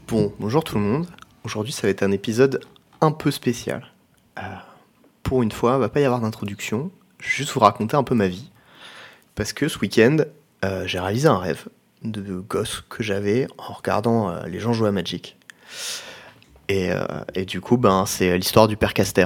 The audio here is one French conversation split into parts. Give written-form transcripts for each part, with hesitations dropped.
Bon, bonjour tout le monde. Aujourd'hui, ça va être un épisode un peu spécial. Euh, pour une fois, il va pas y avoir d'introduction. Je vais juste vous raconter un peu ma vie. Parce que ce week-end, j'ai réalisé un rêve de gosse que j'avais en regardant les gens jouer à Magic. Et du coup, c'est l'histoire du père Caster.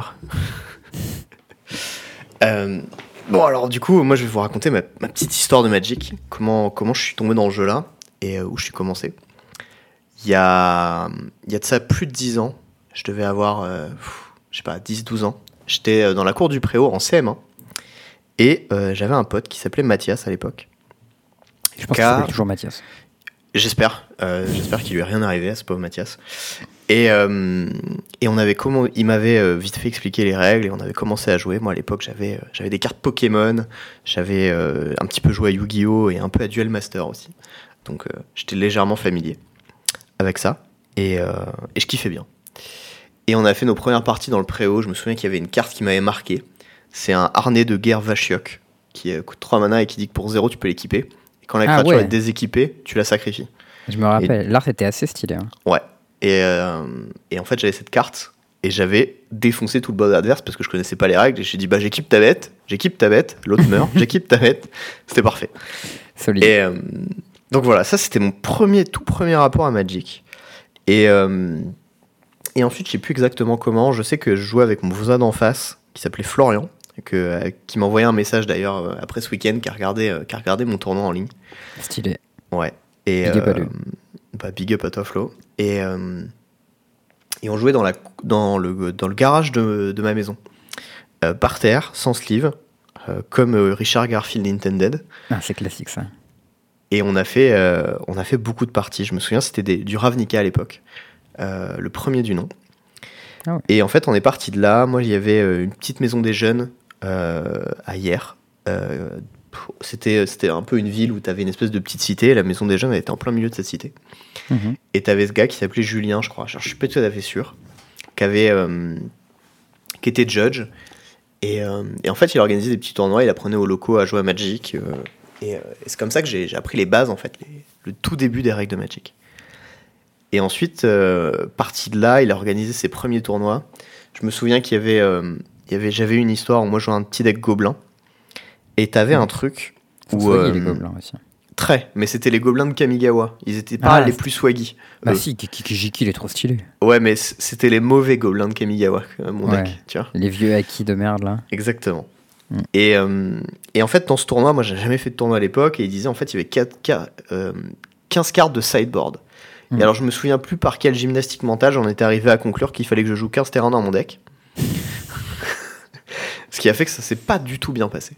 Bon, alors du coup, moi je vais vous raconter ma petite histoire de Magic. Comment je suis tombé dans le jeu là et où je suis commencé. Il y a de ça plus de 10 ans, je devais avoir, 10-12 ans. J'étais dans la cour du Préau en CM1 et j'avais un pote qui s'appelait Mathias à l'époque. Je pense qu'il s'appelle toujours Mathias. J'espère qu'il lui est rien arrivé à ce pauvre Mathias. Et il m'avait vite fait expliquer les règles et on avait commencé à jouer. Moi à l'époque j'avais des cartes Pokémon, j'avais un petit peu joué à Yu-Gi-Oh! Et un peu à Duel Master aussi. Donc j'étais légèrement familier avec ça et je kiffais bien. Et on a fait nos premières parties dans le Préau. Je me souviens qu'il y avait une carte qui m'avait marqué. C'est un harnais de guerre Vachiok qui coûte 3 mana et qui dit que pour 0 tu peux l'équiper. Et quand la créature est déséquipée, tu la sacrifies. Je me rappelle, l'art était assez stylé. Hein. Ouais. Et en fait, j'avais cette carte et j'avais défoncé tout le board adverse parce que je connaissais pas les règles. Et j'ai dit, j'équipe ta bête, l'autre meurt, j'équipe ta bête. C'était parfait. Solide. Et donc voilà, ça c'était mon tout premier rapport à Magic. Et ensuite, je sais plus exactement comment. Je sais que je jouais avec mon voisin d'en face qui s'appelait Florian, qui m'a envoyé un message d'ailleurs après ce week-end, qui a regardé mon tournoi en ligne. Stylé. Ouais. Et big up à lui. Big up à toi Flo. Et on jouait dans le garage de ma maison, par terre, sans sleeve, comme Richard Garfield Intended. Ah, c'est classique ça. Et on a fait beaucoup de parties. Je me souviens, c'était du Ravnica à l'époque, le premier du nom. Ah ouais. Et en fait, on est parti de là. Moi, il y avait une petite maison des jeunes à Hyères. C'était un peu une ville où tu avais une espèce de petite cité. Et la maison des jeunes, elle était en plein milieu de cette cité. Mm-hmm. Et tu avais ce gars qui s'appelait Julien, je crois. Je suis pas tout à fait sûr. Qui était judge. Et en fait, il organisait des petits tournois. Il apprenait aux locaux à jouer à Magic. Et c'est comme ça que j'ai appris les bases, en fait, le tout début des règles de Magic. Et ensuite, parti de là, il a organisé ses premiers tournois. Je me souviens j'avais une histoire où moi je jouais un petit deck gobelin. Et t'avais un truc où... les gobelins aussi. Très, mais c'était les gobelins de Kamigawa. Ils étaient pas les plus swaggy. Si, Kikijiki, il est trop stylé. Ouais, mais c'était les mauvais gobelins de Kamigawa, mon deck, tu vois. Les vieux acquis de merde, là. Exactement. Et en fait, dans ce tournoi, moi, j'ai jamais fait de tournoi à l'époque, et il disait, en fait, il y avait 15 cartes de sideboard. Et alors, je me souviens plus par quelle gymnastique mentale j'en étais arrivé à conclure qu'il fallait que je joue 15 terrains dans mon deck. Ce qui a fait que ça s'est pas du tout bien passé.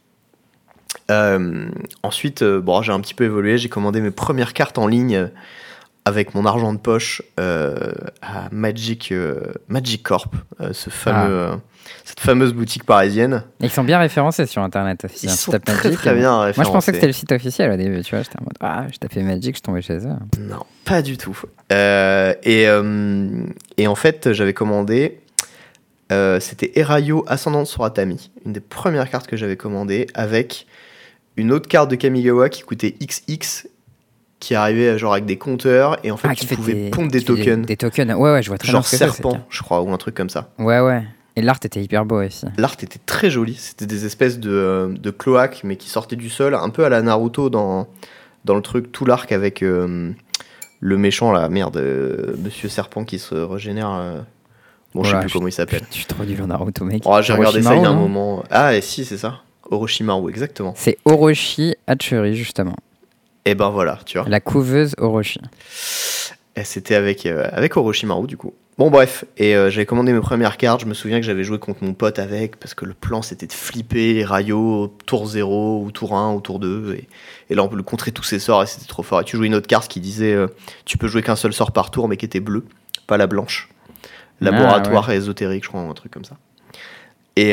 Ensuite, j'ai un petit peu évolué, j'ai commandé mes premières cartes en ligne avec mon argent de poche à Magic Corp, cette fameuse boutique parisienne. Et ils sont bien référencés sur internet aussi. Ils sont très bien référencés. Moi je pensais que c'était le site officiel au début, tu vois, j'étais en mode je tapais Magic, je tombais chez eux. Non, pas du tout. Et en fait, j'avais commandé c'était Erayo Ascendant Soratami, une des premières cartes que j'avais commandées, avec une autre carte de Kamigawa qui coûtait XX, qui arrivait genre avec des compteurs, et en fait tu pouvais pondre des tokens. Des tokens, ouais, je vois très bien. Genre serpent, je crois, ou un truc comme ça. Ouais. Et l'art était hyper beau aussi. L'art était très joli, c'était des espèces de cloaques, mais qui sortaient du sol, un peu à la Naruto dans le truc, tout l'arc avec le méchant, là, Monsieur Serpent qui se régénère. Je sais plus comment il s'appelle. Je suis trop nul en Naruto, mec. J'ai regardé ça il y a un moment. Ah, et si, c'est ça. Orochimaru, exactement. C'est Orochi Hatsuri, justement. Et ben voilà, tu vois. La couveuse Orochi. Et c'était avec Orochimaru, du coup. Bon, bref. Et j'avais commandé mes premières cartes. Je me souviens que j'avais joué contre mon pote parce que le plan, c'était de flipper les Rayo tour 0, ou tour 1, ou tour 2. Et là, on peut le contrer tous ses sorts, et c'était trop fort. Et tu jouais une autre carte qui disait tu peux jouer qu'un seul sort par tour, mais qui était bleu, pas la blanche. Laboratoire ésotérique, je crois, un truc comme ça. Et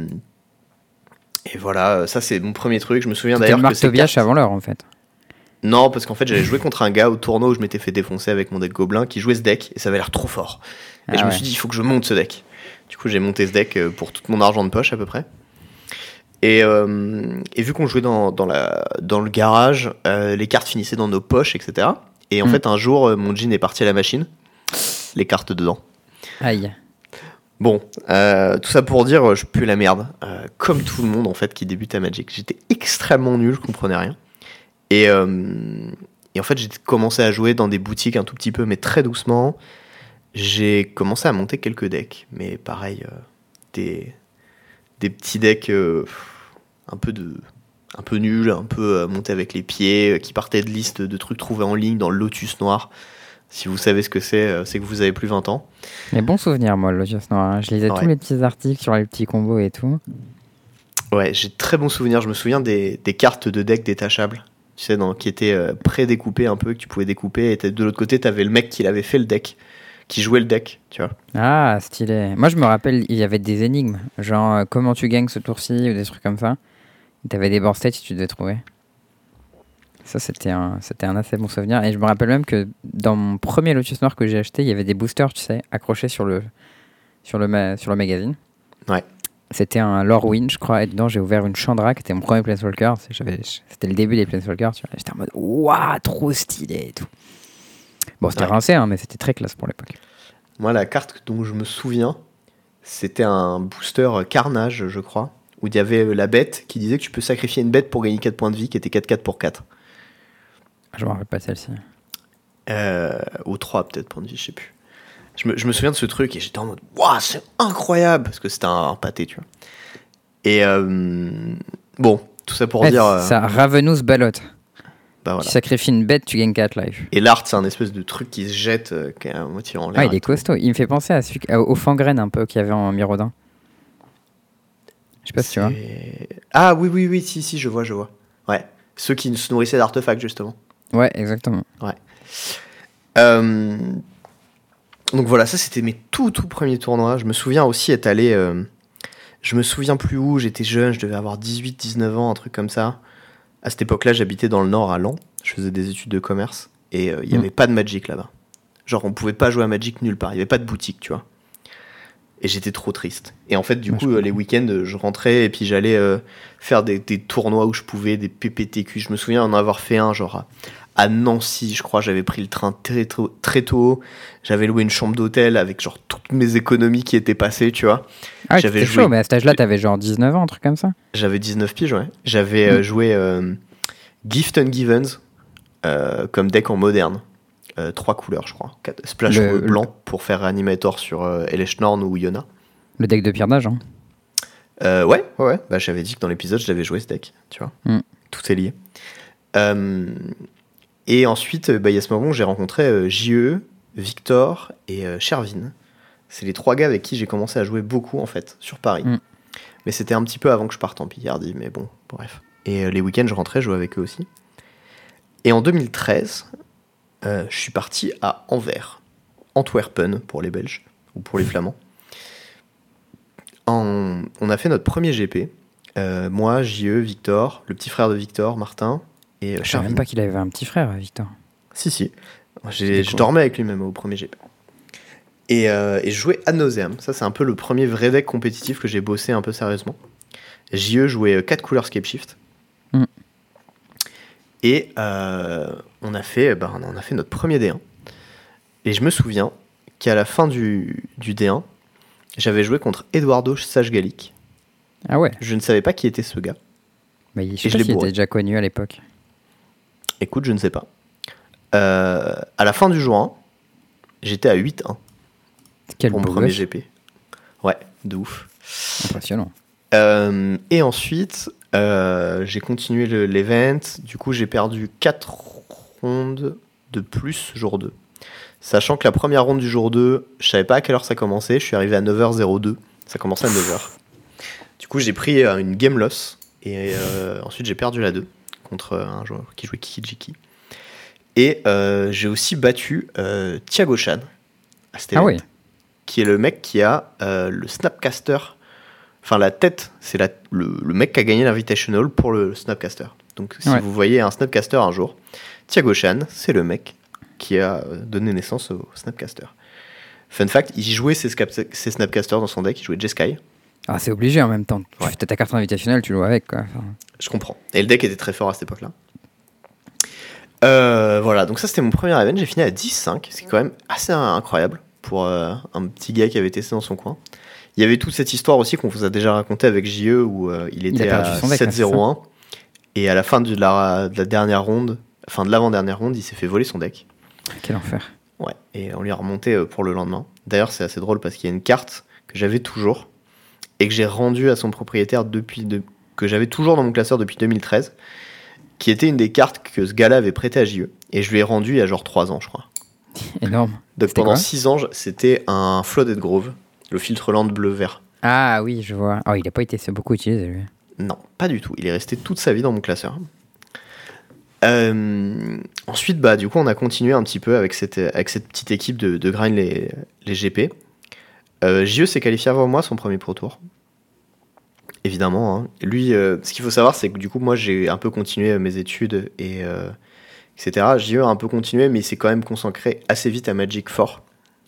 voilà, ça c'est mon premier truc. Je me souviens d'ailleurs que c'est Tobiash avant l'heure en fait. Non, parce qu'en fait j'avais joué contre un gars au tournoi où je m'étais fait défoncer avec mon deck gobelin qui jouait ce deck et ça avait l'air trop fort. Et je me suis dit il faut que je monte ce deck. Du coup j'ai monté ce deck pour tout mon argent de poche à peu près. Et vu qu'on jouait dans le garage, les cartes finissaient dans nos poches, etc. Et en fait, un jour, mon jean est parti à la machine, les cartes dedans. Aïe. Bon, tout ça pour dire, je pue la merde. Comme tout le monde, en fait, qui débute à Magic. J'étais extrêmement nul, je comprenais rien. Et en fait, j'ai commencé à jouer dans des boutiques un tout petit peu, mais très doucement. J'ai commencé à monter quelques decks, mais pareil, des petits decks un peu nuls, un peu montés avec les pieds, qui partaient de listes de trucs trouvés en ligne dans le Lotus Noir. Si vous savez ce que c'est que vous avez plus 20 ans. Mais bon souvenir, moi, le Lotus Noir. Hein. Je lisais tous les petits articles sur les petits combos et tout. Ouais, j'ai très bons souvenirs. Je me souviens des cartes de deck détachables, tu sais, qui étaient pré-découpées un peu, que tu pouvais découper. Et de l'autre côté, t'avais le mec qui l'avait fait le deck, qui jouait le deck, tu vois. Ah, stylé. Moi, je me rappelle, il y avait des énigmes. Genre, comment tu gagnes ce tour-ci ou des trucs comme ça. T'avais des board states que tu devais trouver. Ça, c'était un assez bon souvenir. Et je me rappelle même que dans mon premier Lotus Noir que j'ai acheté, il y avait des boosters, tu sais, accrochés sur le magazine. Ouais. C'était un Lorwyn, je crois. Et dedans, j'ai ouvert une Chandra, qui était mon premier Planeswalker. C'était le début des Planeswalkers, tu vois. J'étais en mode, waouh, trop stylé et tout. Bon, c'était rincé, hein, mais c'était très classe pour l'époque. Moi, la carte dont je me souviens, c'était un booster Carnage, je crois, où il y avait la bête qui disait que tu peux sacrifier une bête pour gagner 4 points de vie, qui était 4-4 pour 4. Je me rappelle pas celle-ci. Ou 3 peut-être points de vie, je sais plus. Je me souviens de ce truc et j'étais en mode waouh, c'est incroyable, parce que c'était un pâté, tu vois. Et bon, tout ça pour dire. Ça, Ravenous Ballot. Bah voilà. Tu sacrifies une bête, tu gagnes 4 life. Et l'art, c'est un espèce de truc qui se jette, qui est à moitié en l'air. Ah, il est costaud. Il me fait penser au Fangraine un peu qu'il y avait en Miraudin. Je sais pas si tu vois. Ah oui, si, je vois. Ouais. Ceux qui se nourrissaient d'artefacts, justement. Ouais, exactement. Ouais. Donc voilà, ça c'était mes tout premiers tournois. Je me souviens aussi être allé. Je me souviens plus où, j'étais jeune, je devais avoir 18-19 ans, un truc comme ça. À cette époque-là, j'habitais dans le Nord à Laon. Je faisais des études de commerce. Et il n'y avait pas de Magic là-bas. Genre, on pouvait pas jouer à Magic nulle part. Il n'y avait pas de boutique, tu vois. Et j'étais trop triste. Et en fait, du coup, les week-ends, je rentrais et puis j'allais faire des tournois où je pouvais, des PPTQ. Je me souviens en avoir fait un, genre à Nancy, je crois. J'avais pris le train très tôt. J'avais loué une chambre d'hôtel avec genre toutes mes économies qui étaient passées, tu vois. Ah, c'était chaud, mais à cet âge-là, t'avais genre 19 ans, un truc comme ça. J'avais 19 piges, ouais. J'avais joué Gift and Givens comme deck en moderne. 3 couleurs, je crois. Splash blanc pour faire Animator sur Elesh Norn ou Yona. Le deck de Pierre d'âge, hein. Ouais. Bah, j'avais dit que dans l'épisode, je l'avais joué ce deck, tu vois. Tout est lié. Et ensuite, il y a ce moment où j'ai rencontré JE, Victor et Shervin. C'est les 3 gars avec qui j'ai commencé à jouer beaucoup, en fait, sur Paris. Mais c'était un petit peu avant que je parte en Picardie, mais bon, bref. Et les week-ends, je rentrais jouer avec eux aussi. Et en 2013... je suis parti à Anvers, Antwerpen pour les Belges, ou pour les Flamands. On a fait notre premier GP. Moi, JE, Victor, le petit frère de Victor, Martin, et Je savais même pas qu'il avait un petit frère, Victor. Si. Je dormais avec lui même au premier GP. Et je jouais ad nauseam. Ça, c'est un peu le premier vrai deck compétitif que j'ai bossé un peu sérieusement. JE jouait 4 couleurs Scapeshift. Et on a fait notre premier D1. Et je me souviens qu'à la fin du D1, j'avais joué contre Eduardo Sage-Gallic. Ah ouais. Je ne savais pas qui était ce gars. Mais je sais pas s'il était déjà connu à l'époque. Écoute, je ne sais pas. À la fin du jour 1, j'étais à 8-1. Quel pour mon premier GP. Ouais, de ouf. Impressionnant. Et ensuite... j'ai continué l'event, du coup j'ai perdu 4 rondes de plus jour 2. Sachant que la première ronde du jour 2, je savais pas à quelle heure ça commençait, je suis arrivé à 9h02, ça commençait à 9h. Du coup j'ai pris une game loss, et ensuite j'ai perdu la 2 contre un joueur qui jouait Kikijiki. Et j'ai aussi battu Thiago Chan à cet event, qui est le mec qui a le Snapcaster. Enfin, la tête, c'est le mec qui a gagné l'Invitational pour le Snapcaster. Donc, si vous voyez un Snapcaster un jour, Thiago Chan, c'est le mec qui a donné naissance au Snapcaster. Fun fact, il jouait ses Snapcasters dans son deck, il jouait Jeskai. Ah, c'est obligé en même temps. Tu fais ta carte invitationnelle, tu joues avec, quoi. Je comprends. Et le deck était très fort à cette époque-là. Voilà, donc ça c'était mon premier event. J'ai fini à 10-5, ce qui est quand même assez incroyable pour un petit gars qui avait testé dans son coin. Il y avait toute cette histoire aussi qu'on vous a déjà raconté avec JE où il a était perdu à son deck, 7-0-1 et à la fin de la dernière ronde, enfin de l'avant-dernière ronde, il s'est fait voler son deck. Quel enfer. Ouais, et on lui a remonté pour le lendemain. D'ailleurs, c'est assez drôle parce qu'il y a une carte que j'avais toujours et que j'ai rendue à son propriétaire que j'avais toujours dans mon classeur depuis 2013, qui était une des cartes que ce gars-là avait prêté à JE. Et je lui ai rendu il y a genre 3 ans, je crois. Énorme. Donc C'était pendant quoi 6 ans, c'était un Flooded Grove, le filtre land bleu-vert. Ah oui, je vois. Oh, il a pas été beaucoup utilisé, lui. Non, pas du tout. Il est resté toute sa vie dans mon classeur. Ensuite, bah, du coup, on a continué un petit peu avec cette petite équipe de grind les GP. JE s'est qualifié avant moi son premier Pro Tour. Évidemment. Hein. Lui, ce qu'il faut savoir, c'est que du coup, moi, j'ai un peu continué mes études, etc. JE a un peu continué, mais il s'est quand même consacré assez vite à Magic 4.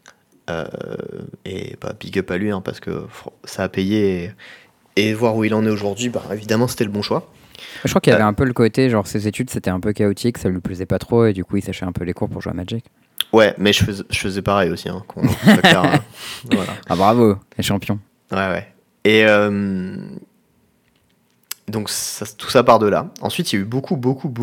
Et bah, big up à lui, hein, parce que ça a payé. Et voir où il en est aujourd'hui, bah, évidemment, c'était le bon choix. Je crois qu'il y avait un peu le côté, genre ses études c'était un peu chaotique, ça lui plaisait pas trop et du coup il séchait un peu les cours pour jouer à Magic. Ouais, mais je faisais pareil aussi. Hein, soit clair, hein. Voilà. Ah bravo, les champions. Ouais. Et donc tout ça part de là. Ensuite, il y a eu beaucoup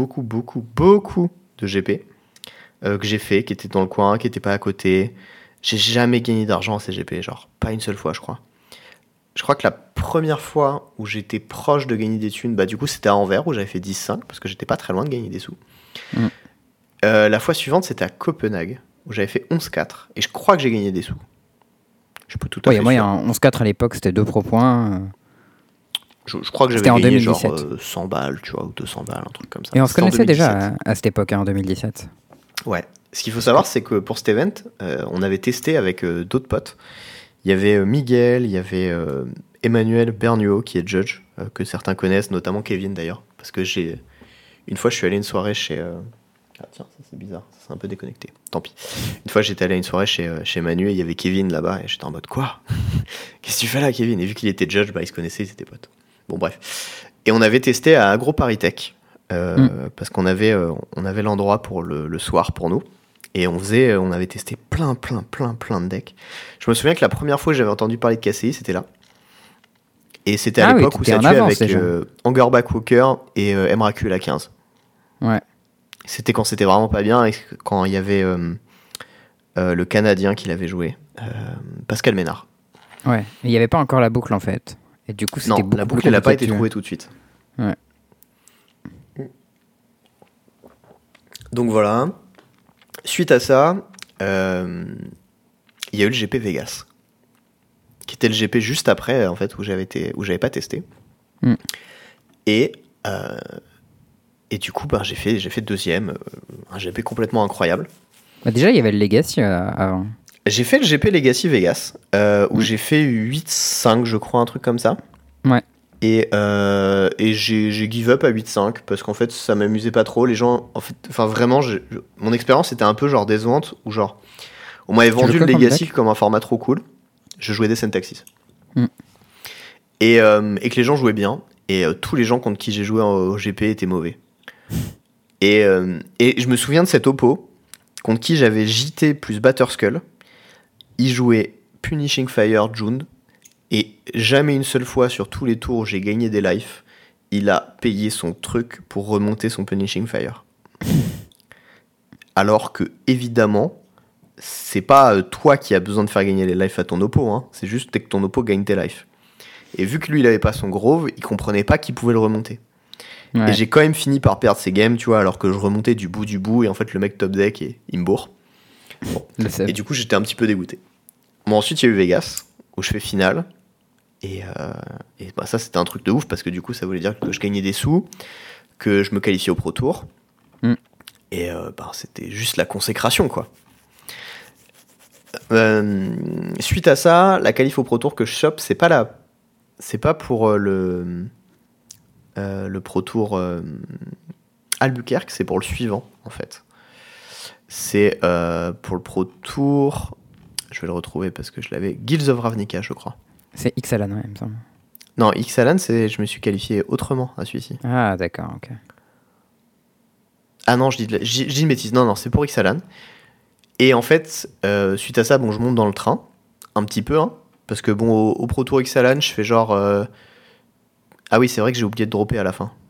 de GP que j'ai fait, qui étaient dans le coin, qui n'étaient pas à côté. J'ai jamais gagné d'argent à ces GP, genre pas une seule fois, je crois. Je crois que la première fois où j'étais proche de gagner des thunes, bah du coup c'était à Anvers où j'avais fait 10-5 parce que j'étais pas très loin de gagner des sous. La fois suivante c'était à Copenhague où j'avais fait 11-4 et je crois que j'ai gagné des sous. Je peux tout à fait moi il y sûr. a un 11-4 à l'époque, c'était 2 pro points. Je crois que j'avais gagné genre 100 balles, tu vois, ou 200 balles, un truc comme ça. Et on se connaissait déjà à cette époque, en 2017. Ouais. Ce qu'il faut savoir, c'est que pour cet event, on avait testé avec d'autres potes. Il y avait Miguel, il y avait Emmanuel Bernuot qui est judge, que certains connaissent, notamment Kevin d'ailleurs. Parce que une fois, je suis allé à une soirée chez. Ah tiens, ça c'est bizarre, ça c'est un peu déconnecté. Tant pis. Une fois, j'étais allé à une soirée chez Manu et il y avait Kevin là-bas et j'étais en mode quoi? Qu'est-ce que tu fais là, Kevin? Et vu qu'il était judge, bah, ils se connaissaient, ils étaient potes. Bon, bref. Et on avait testé à AgroParisTech parce qu'on avait l'endroit pour le soir pour nous. Et on avait testé plein de decks. Je me souviens que la première fois que j'avais entendu parler de KCI, c'était là. Et c'était à l'époque où ça tuait avec Angerbach Walker et Emrakul à 15. Ouais. C'était quand c'était vraiment pas bien et quand il y avait le Canadien qui l'avait joué, Pascal Ménard. Ouais, il n'y avait pas encore la boucle en fait. Et du coup, c'était la boucle, elle n'a pas été trouvée tout de suite. Ouais. Donc voilà. Suite à ça, il y a eu le GP Vegas, qui était le GP juste après, en fait, où j'avais pas testé. Et du coup, j'ai fait deuxième, un GP complètement incroyable. Bah déjà, il y avait le Legacy avant. J'ai fait le GP Legacy Vegas, où j'ai fait 8-5, je crois, un truc comme ça. Ouais. Et j'ai give up à 8-5 parce qu'en fait ça m'amusait pas trop. Les gens, en fait, enfin vraiment, mon expérience était un peu genre décevante où genre on m'avait vendu le Legacy comme un format trop cool. Je jouais des Syntaxis et que les gens jouaient bien et tous les gens contre qui j'ai joué au GP étaient mauvais. Et je me souviens de cet oppo contre qui j'avais JT plus Batterskull. Il jouait Punishing Fire Jund. Et jamais une seule fois sur tous les tours où j'ai gagné des lives, il a payé son truc pour remonter son Punishing Fire. Alors que, évidemment, c'est pas toi qui as besoin de faire gagner les lives à ton oppo, hein. C'est juste que ton oppo gagne tes lives. Et vu que lui, il avait pas son Grove, il comprenait pas qu'il pouvait le remonter. Ouais. Et j'ai quand même fini par perdre ces games, tu vois, alors que je remontais du bout, et en fait, le mec top deck, et il me bourre. Bon. Et du coup, j'étais un petit peu dégoûté. Bon, ensuite, il y a eu Vegas, où je fais finale. Et bah ça c'était un truc de ouf parce que du coup ça voulait dire que je gagnais des sous, que je me qualifiais au Pro Tour et c'était juste la consécration quoi. Suite à ça, la qualif au Pro Tour que je chope, c'est pas pour le Pro Tour Albuquerque, c'est pour le suivant en fait. C'est pour le Pro Tour, je vais le retrouver parce que je l'avais, Guilds of Ravnica je crois. C'est Ixalan, ouais, il me semble. Non, Ixalan, je me suis qualifié autrement à celui-ci. Ah, d'accord, ok. Ah non, je dis une bêtise. Non, c'est pour Ixalan. Et en fait, suite à ça, bon, je monte dans le train, un petit peu, hein, parce que bon, au Pro Tour Ixalan, je fais genre... Ah oui, c'est vrai que j'ai oublié de dropper à la fin.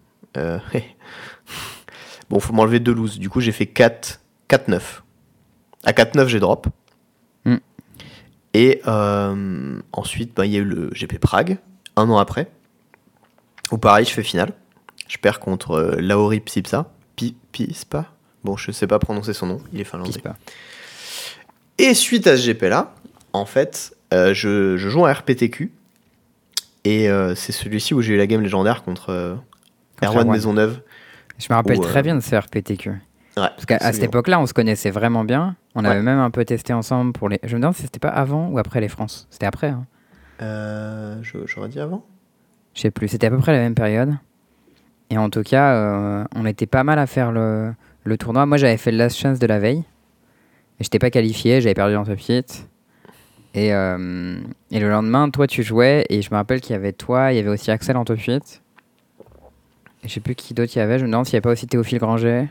Bon, faut m'enlever 2 loses. Du coup, j'ai fait 4-9. À 4-9, j'ai drop. Mm. Et ensuite, il y a eu le GP Prague, un an après, où pareil, je fais finale. Je perds contre Lauri Pispa. Pispa. Bon, je sais pas prononcer son nom, il est finlandais. Pispa. Et suite à ce GP-là, en fait, je joue un RPTQ. Et c'est celui-ci où j'ai eu la game légendaire contre Erwan Maisonneuve. Je me rappelle très bien de ce RPTQ. Ouais, parce qu'à cette époque-là, on se connaissait vraiment bien. On avait même un peu testé ensemble pour les... Je me demande si c'était pas avant ou après les France. C'était après. Hein. J'aurais dit avant. Je sais plus. C'était à peu près la même période. Et en tout cas, on était pas mal à faire le tournoi. Moi, j'avais fait le last chance de la veille. Et j'étais pas qualifié. J'avais perdu en top 8. Et le lendemain, toi, tu jouais. Et je me rappelle qu'il y avait toi. Il y avait aussi Axel en top 8. Et je sais plus qui d'autre il y avait. Je me demande s'il n'y avait pas aussi Théophile Granger.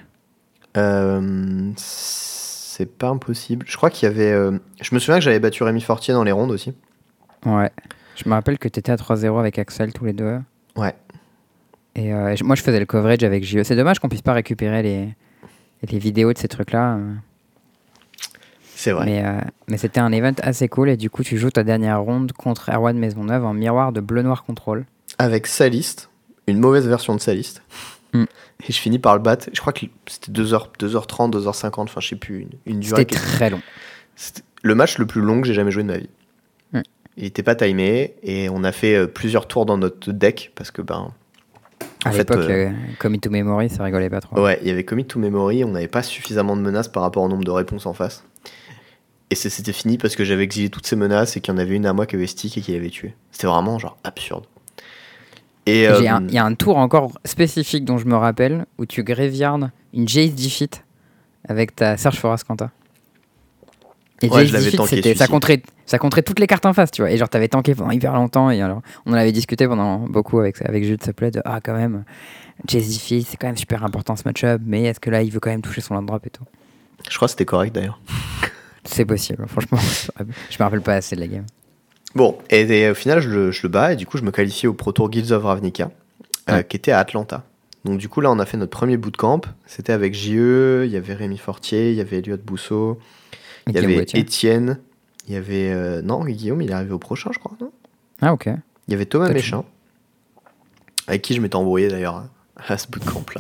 C'est pas impossible. Je crois qu'il y avait... Je me souviens que j'avais battu Rémi Fortier dans les rondes aussi. Ouais. Je me rappelle que tu étais à 3-0 avec Axel tous les deux. Ouais. Et moi, je faisais le coverage avec JE. C'est dommage qu'on puisse pas récupérer les vidéos de ces trucs-là. C'est vrai. Mais c'était un event assez cool. Et du coup, tu joues ta dernière ronde contre Erwan Maisonneuve en miroir de bleu-noir contrôle. Avec Salist. Une mauvaise version de Salist. Et je finis par le battre. Je crois que c'était 2h30, 2h50. Enfin, je sais plus. Une durée. C'était très long. C'était le match le plus long que j'ai jamais joué de ma vie. Il n'était pas timé. Et on a fait plusieurs tours dans notre deck. Parce que, à l'époque, Commit to Memory, ça rigolait pas trop. Ouais, il y avait Commit to Memory. On n'avait pas suffisamment de menaces par rapport au nombre de réponses en face. Et c'était fini parce que j'avais exilé toutes ces menaces et qu'il y en avait une à moi qui avait stick et qui l'avait tué. C'était vraiment genre absurde. Et il y a un tour encore spécifique dont je me rappelle où tu graveyard une Jace Defeat avec ta Serge Forascanta. Et ouais, Jace Defeat, ça contrait toutes les cartes en face, tu vois. Et genre, t'avais tanké pendant hyper longtemps. Et alors, on en avait discuté pendant beaucoup avec Jules, ça plaît, de quand même, Jace Defeat, c'est quand même super important ce match-up. Mais est-ce que là, il veut quand même toucher son land drop et tout? Je crois que c'était correct d'ailleurs. C'est possible, franchement. Je me rappelle pas assez de la game. Bon, et au final, je le bats, et du coup, je me qualifie au Pro Tour Guilds of Ravnica, qui était à Atlanta. Donc, du coup, là, on a fait notre premier bootcamp. C'était avec JE, il y avait Rémi Fortier, il y avait Elliot Bousseau, il y avait Étienne, il y avait. Non, Guillaume, il est arrivé au prochain, je crois, non? Ah, ok. Il y avait Thomas Méchin, avec qui je m'étais embrouillé d'ailleurs à ce bootcamp-là.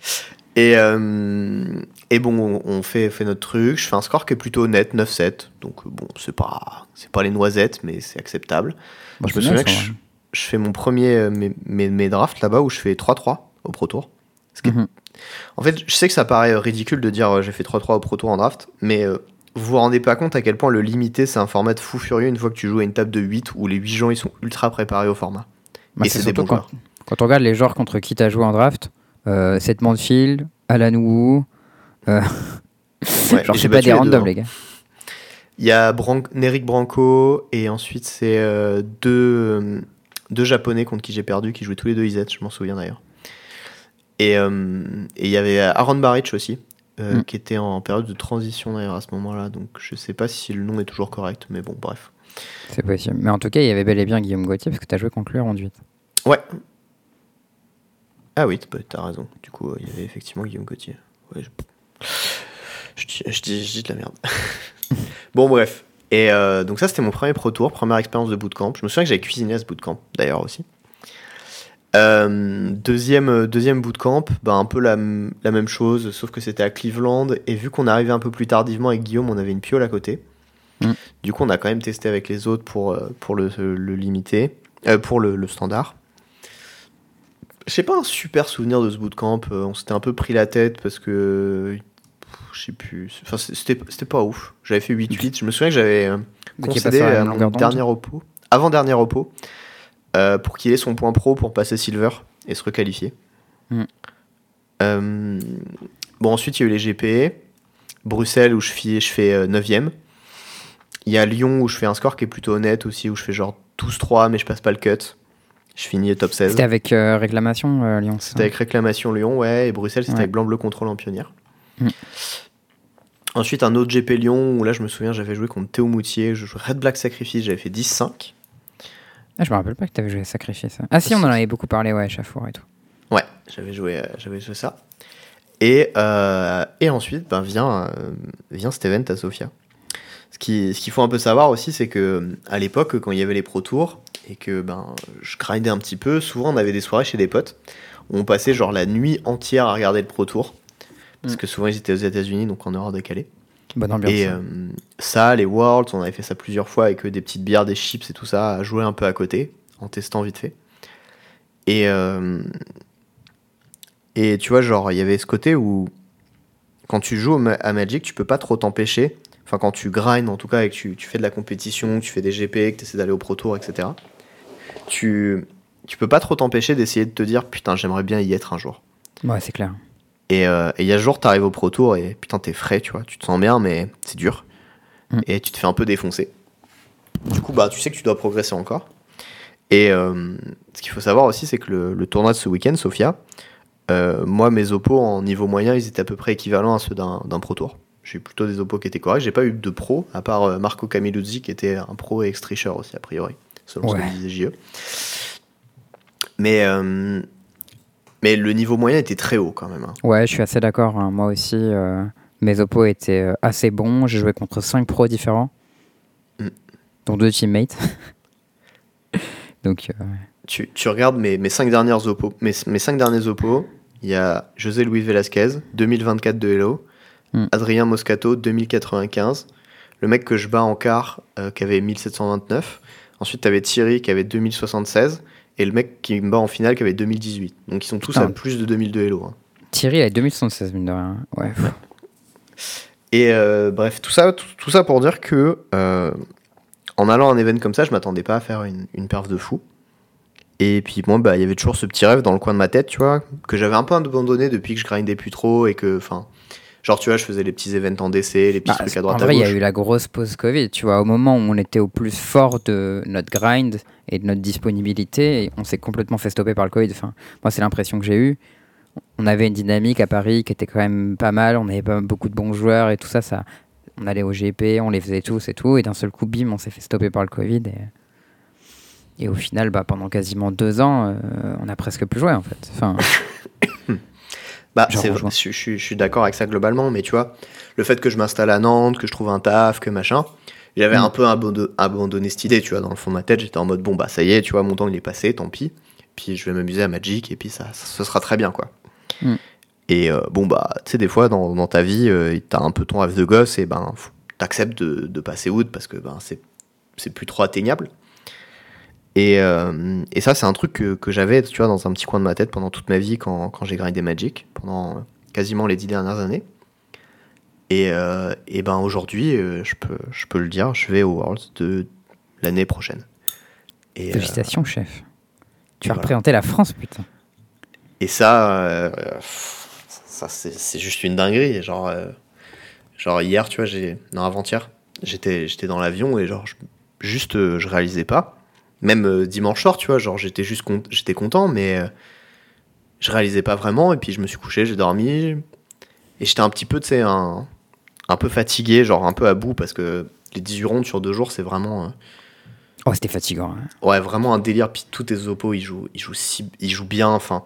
Et bon, on fait notre truc. Je fais un score qui est plutôt honnête, 9-7. Donc bon, c'est pas les noisettes, mais c'est acceptable. Bon, je me souviens que je fais mon premier mes drafts là-bas où je fais 3-3 au Pro Tour. En fait, je sais que ça paraît ridicule de dire j'ai fait 3-3 au Pro Tour en draft, mais vous vous rendez pas compte à quel point le limité, c'est un format de fou furieux une fois que tu joues à une table de 8 où les 8 gens ils sont ultra préparés au format. Et c'est des bons joueurs. Quand on regarde les joueurs contre qui tu as joué en draft, Seth Manfield, Alan Wu, genre c'est pas des randoms, les gars. Il y a Neric Branco et ensuite c'est deux japonais contre qui j'ai perdu, qui jouaient tous les deux IZ, je m'en souviens d'ailleurs. Et il y avait Aaron Baric aussi, qui était en période de transition d'ailleurs à ce moment-là, donc je sais pas si le nom est toujours correct, mais bon, bref. C'est possible. Mais en tout cas, il y avait bel et bien Guillaume Gauthier parce que tu as joué contre lui en 8. Ouais. Ah oui, t'as raison. Du coup, il y avait effectivement Guillaume Gauthier. Ouais, je dis de la merde. Bon, bref. Et donc ça, c'était mon premier Pro Tour, première expérience de bootcamp. Je me souviens que j'avais cuisiné à ce bootcamp, d'ailleurs, aussi. Deuxième bootcamp, un peu la même chose, sauf que c'était à Cleveland. Et vu qu'on arrivait un peu plus tardivement avec Guillaume, on avait une piole à côté. Du coup, on a quand même testé avec les autres pour le limiter, pour le standard. J'ai pas un super souvenir de ce bootcamp. On s'était un peu pris la tête parce que je sais plus. Enfin, c'était pas ouf. J'avais fait 8-8. Je me souviens que j'avais concédé à mon dernier repos, avant-dernier repos, pour qu'il ait son point pro pour passer Silver et se requalifier. Bon, ensuite, il y a eu les GP. Bruxelles, où je fais 9ème. Il y a Lyon, où je fais un score qui est plutôt honnête aussi, où je fais genre 12-3, mais je passe pas le cut. Je finis top 16. C'était avec Réclamation Lyon. C'était avec Réclamation Lyon, ouais, et Bruxelles, c'était avec Blanc-Bleu Contrôle en pionnière. Ensuite, un autre GP Lyon, où là, je me souviens, j'avais joué contre Théo Moutier, je jouais Red Black Sacrifice, j'avais fait 10-5. Ah, je me rappelle pas que tu avais joué Sacrifice. Ça. Ah si, on en avait beaucoup parlé, ouais, Chafour et tout. Ouais, j'avais joué ça. Et ensuite, vient cet event à Sofia. Ce qu'il faut un peu savoir aussi, c'est que à l'époque, quand il y avait les Pro Tours, et que je grindais un petit peu, souvent on avait des soirées chez des potes, où on passait genre la nuit entière à regarder le Pro Tour, parce que souvent ils étaient aux États-Unis, donc en heure décalée. Bonne ambiance. Et ça, les Worlds, on avait fait ça plusieurs fois avec des petites bières, des chips et tout ça, à jouer un peu à côté, en testant vite fait. Et tu vois, genre, il y avait ce côté où, quand tu joues à Magic, tu peux pas trop t'empêcher, enfin quand tu grindes en tout cas, et que tu fais de la compétition, que tu fais des GP, que tu essaies d'aller au Pro Tour, etc., tu peux pas trop t'empêcher d'essayer de te dire, putain, j'aimerais bien y être un jour. Ouais, c'est clair. Et il y a ce jour, t'arrives au Pro Tour et putain, t'es frais, tu vois, tu te sens bien, mais c'est dur. Et tu te fais un peu défoncer. Du coup, tu sais que tu dois progresser encore. Et ce qu'il faut savoir aussi, c'est que le tournoi de ce week-end, Sofia, moi, mes oppos en niveau moyen, ils étaient à peu près équivalents à ceux d'un Pro Tour. J'ai eu plutôt des oppos qui étaient corrects. J'ai pas eu de pro, à part Marco Camiluzzi, qui était un pro et ex-tricher aussi, a priori, selon ce que disait JE. Mais le niveau moyen était très haut quand même. Hein. Ouais, je suis assez d'accord. Hein. Moi aussi, mes oppos étaient assez bons. J'ai joué contre 5 pros différents, dont 2 teammates. Donc, tu regardes mes 5 dernières oppos. Mes 5 derniers oppos, il y a José Luis Velasquez, 2024 de Hello, Adrien Moscato, 2095, le mec que je bats en quart, qui avait 1729. Ensuite, tu avais Thierry, qui avait 2076. Et le mec qui me bat en finale qui avait 2018. Donc ils sont tous à plus de 2002 Hello. Hein. Thierry, il a 2076, mine de rien. Ouais. Et bref, tout ça pour dire que en allant à un event comme ça, je m'attendais pas à faire une perf de fou. Et puis moi, il y avait toujours ce petit rêve dans le coin de ma tête, tu vois, que j'avais un peu abandonné depuis que je grindais plus trop et que, genre, tu vois, je faisais les petits events en DC, les petits trucs à droite à gauche. En vrai, il y a eu la grosse pause Covid, tu vois, au moment où on était au plus fort de notre grind et de notre disponibilité, on s'est complètement fait stopper par le Covid. Enfin, moi, c'est l'impression que j'ai eue. On avait une dynamique à Paris qui était quand même pas mal, on avait pas beaucoup de bons joueurs et tout ça, on allait au GP, on les faisait tous et tout, et d'un seul coup, bim, on s'est fait stopper par le Covid. Et au final, pendant quasiment 2 ans, on a presque plus joué, en fait. Enfin... je suis d'accord avec ça globalement, mais tu vois, le fait que je m'installe à Nantes, que je trouve un taf, que machin, j'avais un peu abandonné cette idée, tu vois, dans le fond de ma tête, j'étais en mode, bon, ça y est, tu vois, mon temps il est passé, tant pis, puis je vais m'amuser à Magic, et puis ça ce sera très bien, quoi. Et tu sais, des fois, dans ta vie, t'as un peu ton rêve de gosse, et t'acceptes de passer out, parce que c'est plus trop atteignable. Et ça, c'est un truc que j'avais, tu vois, dans un petit coin de ma tête pendant toute ma vie quand j'ai grindé Magic, pendant quasiment les 10 dernières années. Et aujourd'hui, je peux le dire, je vais aux Worlds de l'année prochaine. Et, félicitations, chef. Tu vas représenter la France, putain. Et ça c'est juste une dinguerie. Genre hier, tu vois, avant-hier, j'étais dans l'avion et genre, je réalisais pas. Même dimanche soir, tu vois, genre j'étais content, mais je réalisais pas vraiment. Et puis je me suis couché, j'ai dormi. Et j'étais un petit peu, tu sais, un peu fatigué, genre un peu à bout, parce que les 18 rondes sur 2 jours, c'est vraiment... Oh, c'était fatigant. Hein. Ouais, vraiment un délire. Puis tous tes oppos, ils jouent bien. Enfin,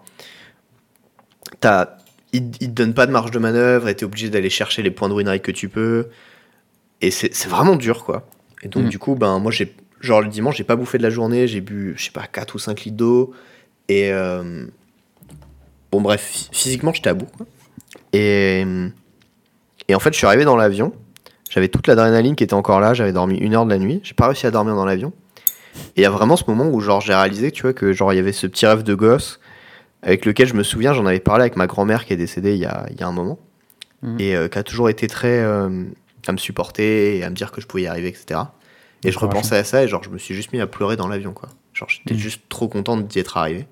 ils te donnent pas de marge de manœuvre et t'es obligé d'aller chercher les points de win rate que tu peux. Et c'est vraiment dur, quoi. Et donc, du coup, moi, le dimanche, j'ai pas bouffé de la journée. J'ai bu, je sais pas, 4 ou 5 litres d'eau. Et bon, bref, physiquement, j'étais à bout, quoi. Et en fait, je suis arrivé dans l'avion. J'avais toute l'adrénaline qui était encore là. J'avais dormi 1 heure de la nuit. J'ai pas réussi à dormir dans l'avion. Et il y a vraiment ce moment où genre j'ai réalisé, tu vois, que genre il y avait ce petit rêve de gosse avec lequel je me souviens, j'en avais parlé avec ma grand-mère qui est décédée il y a un moment et qui a toujours été très à me supporter et à me dire que je pouvais y arriver, etc. Et je repensais à ça et genre je me suis juste mis à pleurer dans l'avion, quoi. Genre j'étais juste trop content d'y être arrivé.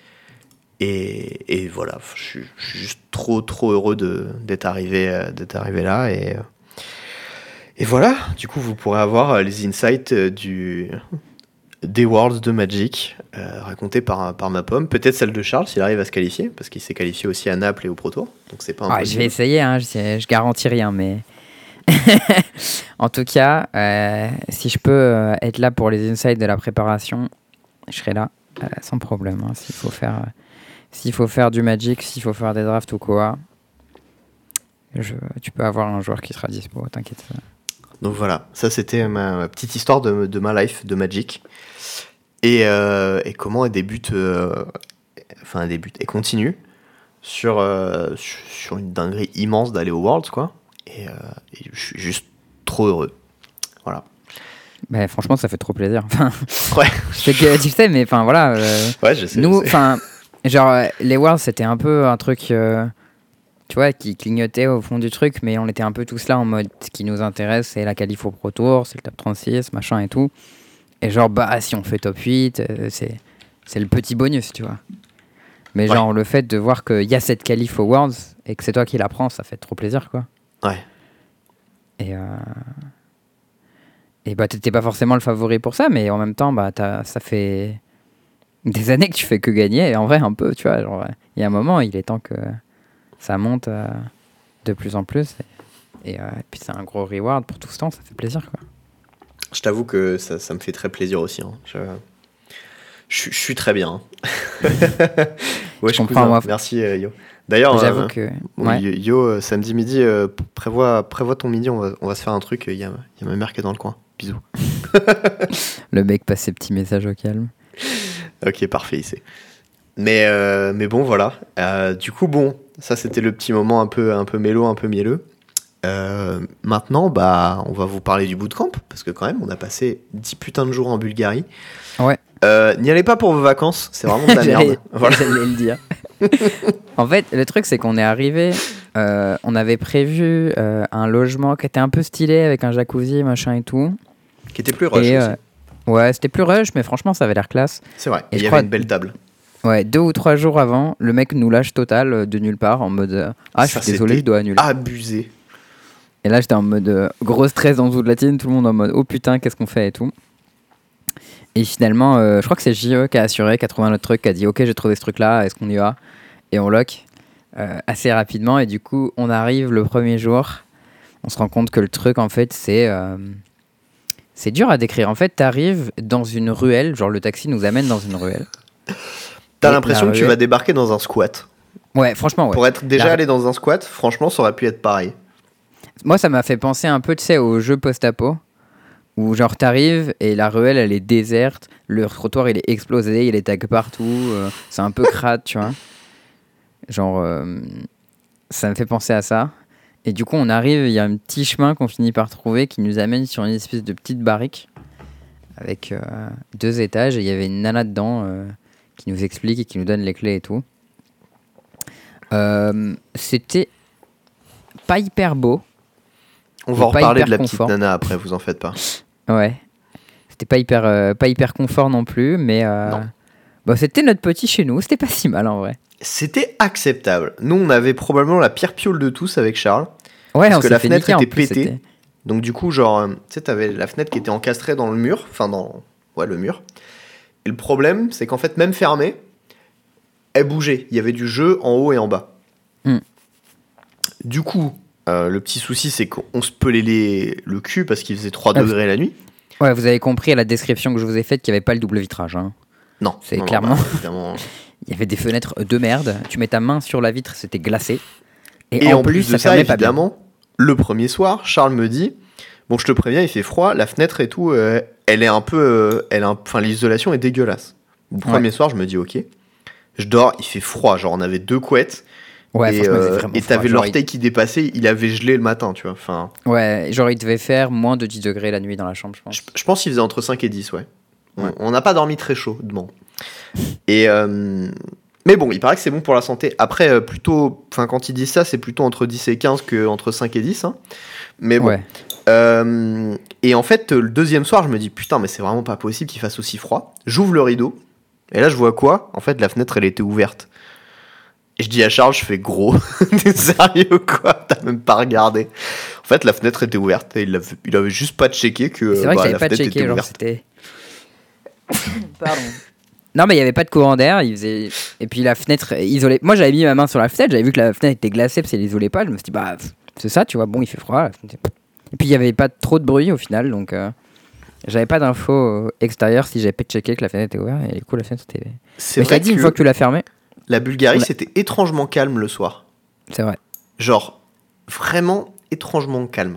Et voilà, je suis juste trop heureux d'être arrivé là et voilà. Du coup, vous pourrez avoir les insights des Worlds de Magic, racontées par ma pomme. Peut-être celle de Charles, s'il arrive à se qualifier, parce qu'il s'est qualifié aussi à Naples et au Pro Tour. Donc c'est pas impossible. Je vais essayer, hein, je garantis rien, mais... En tout cas, si je peux être là pour les insights de la préparation, je serai là, sans problème. Hein, s'il faut faire du Magic, s'il faut faire des drafts ou quoi, tu peux avoir un joueur qui sera dispo, t'inquiète. Donc voilà, ça c'était ma petite histoire de ma life de Magic. Et comment elle débute, et continue sur une dinguerie immense d'aller aux Worlds, quoi. Et je suis juste trop heureux. Voilà. Bah, franchement, ça fait trop plaisir. Enfin, ouais. C'est que tu sais, mais enfin voilà. Ouais, je sais. Nous, enfin, genre les Worlds, c'était un peu un truc, tu vois, qui clignotait au fond du truc, mais on était un peu tous là en mode, ce qui nous intéresse, c'est la qualif au Pro Tour, c'est le top 36, machin et tout. Et genre, bah, si on fait top 8, c'est le petit bonus, tu vois. Mais genre, le fait de voir qu'il y a cette qualif aux Worlds et que c'est toi qui la prends, ça fait trop plaisir, quoi. Ouais. Et bah, t'étais pas forcément le favori pour ça, mais en même temps, bah, ça fait des années que tu fais que gagner. Et en vrai, un peu, tu vois, genre, il y a un moment, il est temps que ça monte de plus en plus. Et puis, c'est un gros reward pour tout ce temps, ça fait plaisir, quoi. Je t'avoue que ça me fait très plaisir aussi. Hein. Je suis très bien. Ouais, je comprends, moi. Merci, Yo. D'ailleurs, j'avoue que Yo, samedi midi, prévois ton midi, on va se faire un truc. Il y a ma mère qui est dans le coin. Bisous. Le mec passe ses petits messages au calme. Ok, parfait, il sait. Mais bon, voilà. Du coup, bon, ça c'était le petit moment un peu mélo, un peu mielleux. Maintenant, bah, on va vous parler du bootcamp, parce que quand même, on a passé 10 putains de jours en Bulgarie. Ouais. N'y allez pas pour vos vacances, c'est vraiment de la merde. Voilà. J'allais le dire. En fait, le truc, c'est qu'on est arrivé, on avait prévu un logement qui était un peu stylé, avec un jacuzzi, machin et tout. Qui était plus rush aussi. Ouais, c'était plus rush, mais franchement, ça avait l'air classe. C'est vrai, et il y avait une belle table. Ouais, 2 ou 3 jours avant, le mec nous lâche total de nulle part, en mode je suis désolé, je dois annuler. Abusé. Et là, j'étais en mode gros stress dans toute la team, tout le monde en mode oh putain, qu'est-ce qu'on fait et tout. Et finalement, je crois que c'est JE qui a assuré, qui a trouvé un autre truc, qui a dit ok, j'ai trouvé ce truc-là, est-ce qu'on y va? Et on lock assez rapidement. Et du coup, on arrive le premier jour, on se rend compte que le truc, en fait, c'est dur à décrire. En fait, t'arrives dans une ruelle, genre le taxi nous amène dans une ruelle. T'as l'impression que tu vas débarquer dans un squat. Ouais, franchement, ouais. Pour être déjà allé dans un squat, franchement, ça aurait pu être pareil. Moi, ça m'a fait penser un peu, tu sais, au jeu post-apo, où genre t'arrives et la ruelle, elle est déserte, le trottoir, il est explosé, il y a des tags partout, c'est un peu crade, tu vois. Genre, ça me fait penser à ça. Et du coup, on arrive, il y a un petit chemin qu'on finit par trouver qui nous amène sur une espèce de petite barrique avec 2 étages, et il y avait une nana dedans qui nous explique et qui nous donne les clés et tout. C'était pas hyper beau. On va en reparler de la petite nana après, vous en faites pas. Ouais. C'était pas hyper confort non plus, mais bon, c'était notre petit chez nous, c'était pas si mal en vrai. C'était acceptable. Nous, on avait probablement la pire piole de tous avec Charles. Ouais, parce que la fenêtre était pétée. Donc du coup, genre, tu sais, t'avais la fenêtre qui était encastrée dans le mur, enfin le mur. Et le problème, c'est qu'en fait, même fermée, elle bougeait. Il y avait du jeu en haut et en bas. Du coup, le petit souci, c'est qu'on se pelait le cul parce qu'il faisait 3 degrés la nuit. Ouais, vous avez compris à la description que je vous ai faite qu'il n'y avait pas le double vitrage. Hein. Non. C'est clairement... Il y avait des fenêtres de merde. Tu mets ta main sur la vitre, c'était glacé. Et en plus, ça fermait pas bien. Évidemment, le premier soir, Charles me dit bon, je te préviens, il fait froid, la fenêtre et tout, elle est un peu. L'isolation est dégueulasse. Le premier soir, je me dis ok. Je dors, il fait froid. Genre, on avait 2 couettes. Ouais, et t'avais l'orteil qui dépassait, il avait gelé le matin, tu vois. Enfin... Ouais, genre il devait faire moins de 10 degrés la nuit dans la chambre, je pense. Je pense qu'il faisait entre 5 et 10, ouais. On n'a pas dormi très chaudement. Et mais bon, il paraît que c'est bon pour la santé. Après, plutôt, quand ils disent ça, c'est plutôt entre 10 et 15 qu'entre 5 et 10. Hein. Mais bon. Ouais. Et en fait, le deuxième soir, je me dis putain, mais c'est vraiment pas possible qu'il fasse aussi froid. J'ouvre le rideau. Et là, je vois quoi? En fait, la fenêtre, elle était ouverte. Et je dis à Charles, je fais gros. T'es sérieux ou quoi? T'as même pas regardé. En fait, la fenêtre était ouverte. Et il avait juste pas checké que c'est vrai que la pas fenêtre checké, était genre ouverte. c'était... Pardon. Non, mais il n'y avait pas de courant d'air. Et puis la fenêtre isolée. Moi, j'avais mis ma main sur la fenêtre. J'avais vu que la fenêtre était glacée parce qu'elle isolait pas. Je me suis dit, bah, c'est ça, tu vois. Bon, il fait froid. Et puis, il n'y avait pas trop de bruit au final. Donc, j'avais pas d'infos extérieures si j'avais pas checké que la fenêtre était ouverte. Et du coup, la fenêtre était. C'est mais je vrai t'ai dit, une fois que tu l'as fermée. La Bulgarie, c'était étrangement calme le soir. C'est vrai. Genre, vraiment étrangement calme.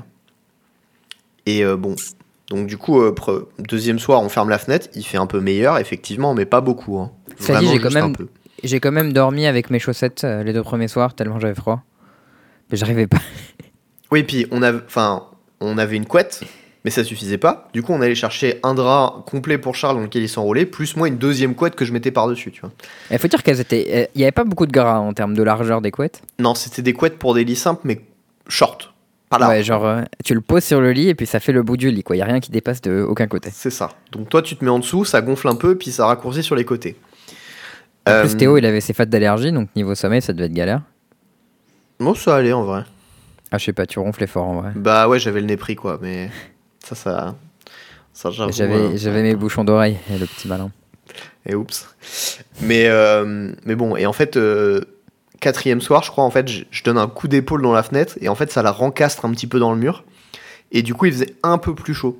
Et bon, donc du coup, deuxième soir, on ferme la fenêtre. Il fait un peu meilleur, effectivement, mais pas beaucoup. Hein. Ça dit, j'ai quand même dormi avec mes chaussettes les 2 premiers soirs, tellement j'avais froid. Mais j'arrivais pas. Oui, puis on avait une couette, mais ça suffisait pas. Du coup, on allait chercher un drap complet pour Charles dans lequel il s'enroulait, plus moi une deuxième couette que je mettais par-dessus, tu vois. Il faut dire qu'elles étaient. Il n'y avait pas beaucoup de gras en termes de largeur des couettes. Non, c'était des couettes pour des lits simples, mais short. Pas large. Ouais, genre, tu le poses sur le lit et puis ça fait le bout du lit, quoi. Il n'y a rien qui dépasse de aucun côté. C'est ça. Donc toi, tu te mets en dessous, ça gonfle un peu, puis ça raccourcit sur les côtés. En plus, Théo, il avait ses fattes d'allergie, donc niveau sommeil, ça devait être galère. Bon, ça allait en vrai. Ah, je sais pas, tu ronflais fort en vrai. Bah ouais, j'avais le nez pris, quoi, mais ça j'avoue. J'avais mes bouchons d'oreille, le petit malin. Et oups. Mais bon, et en fait, 4e soir, je crois, en fait, je donne un coup d'épaule dans la fenêtre, et en fait, ça la rencastre un petit peu dans le mur, et du coup, il faisait un peu plus chaud.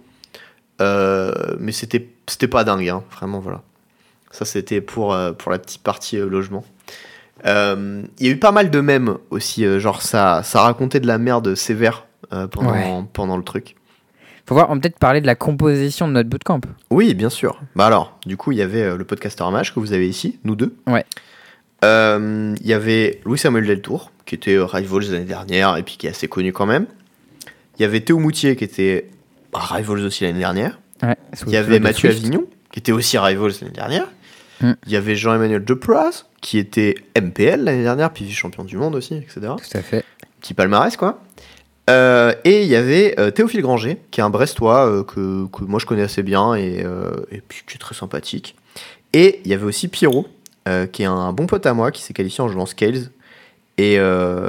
Mais c'était pas dingue, hein, vraiment, voilà. Ça, c'était pour la petite partie logement. Il y a eu pas mal de mèmes aussi, genre ça racontait de la merde sévère pendant le truc. Faut voir, on peut peut-être parler de la composition de notre bootcamp. Oui, bien sûr. Bah alors, du coup, il y avait le podcasteur Mage que vous avez ici, nous deux. Ouais. Il y avait Louis-Samuel Deltour, qui était Rivals l'année dernière et puis qui est assez connu quand même. Il y avait Théo Moutier, qui était Rivals aussi l'année dernière. Ouais, il y avait Mathieu Avignon, qui était aussi Rivals l'année dernière. Il y avait Jean-Emmanuel Depraz, qui était MPL l'année dernière, puis vice-champion du monde aussi, etc. Tout à fait. Petit palmarès, quoi. Et il y avait Théophile Granger, qui est un Brestois que moi je connais assez bien et puis qui est très sympathique. Et il y avait aussi Pierrot, qui est un bon pote à moi, qui s'est qualifié en jouant Scales. Et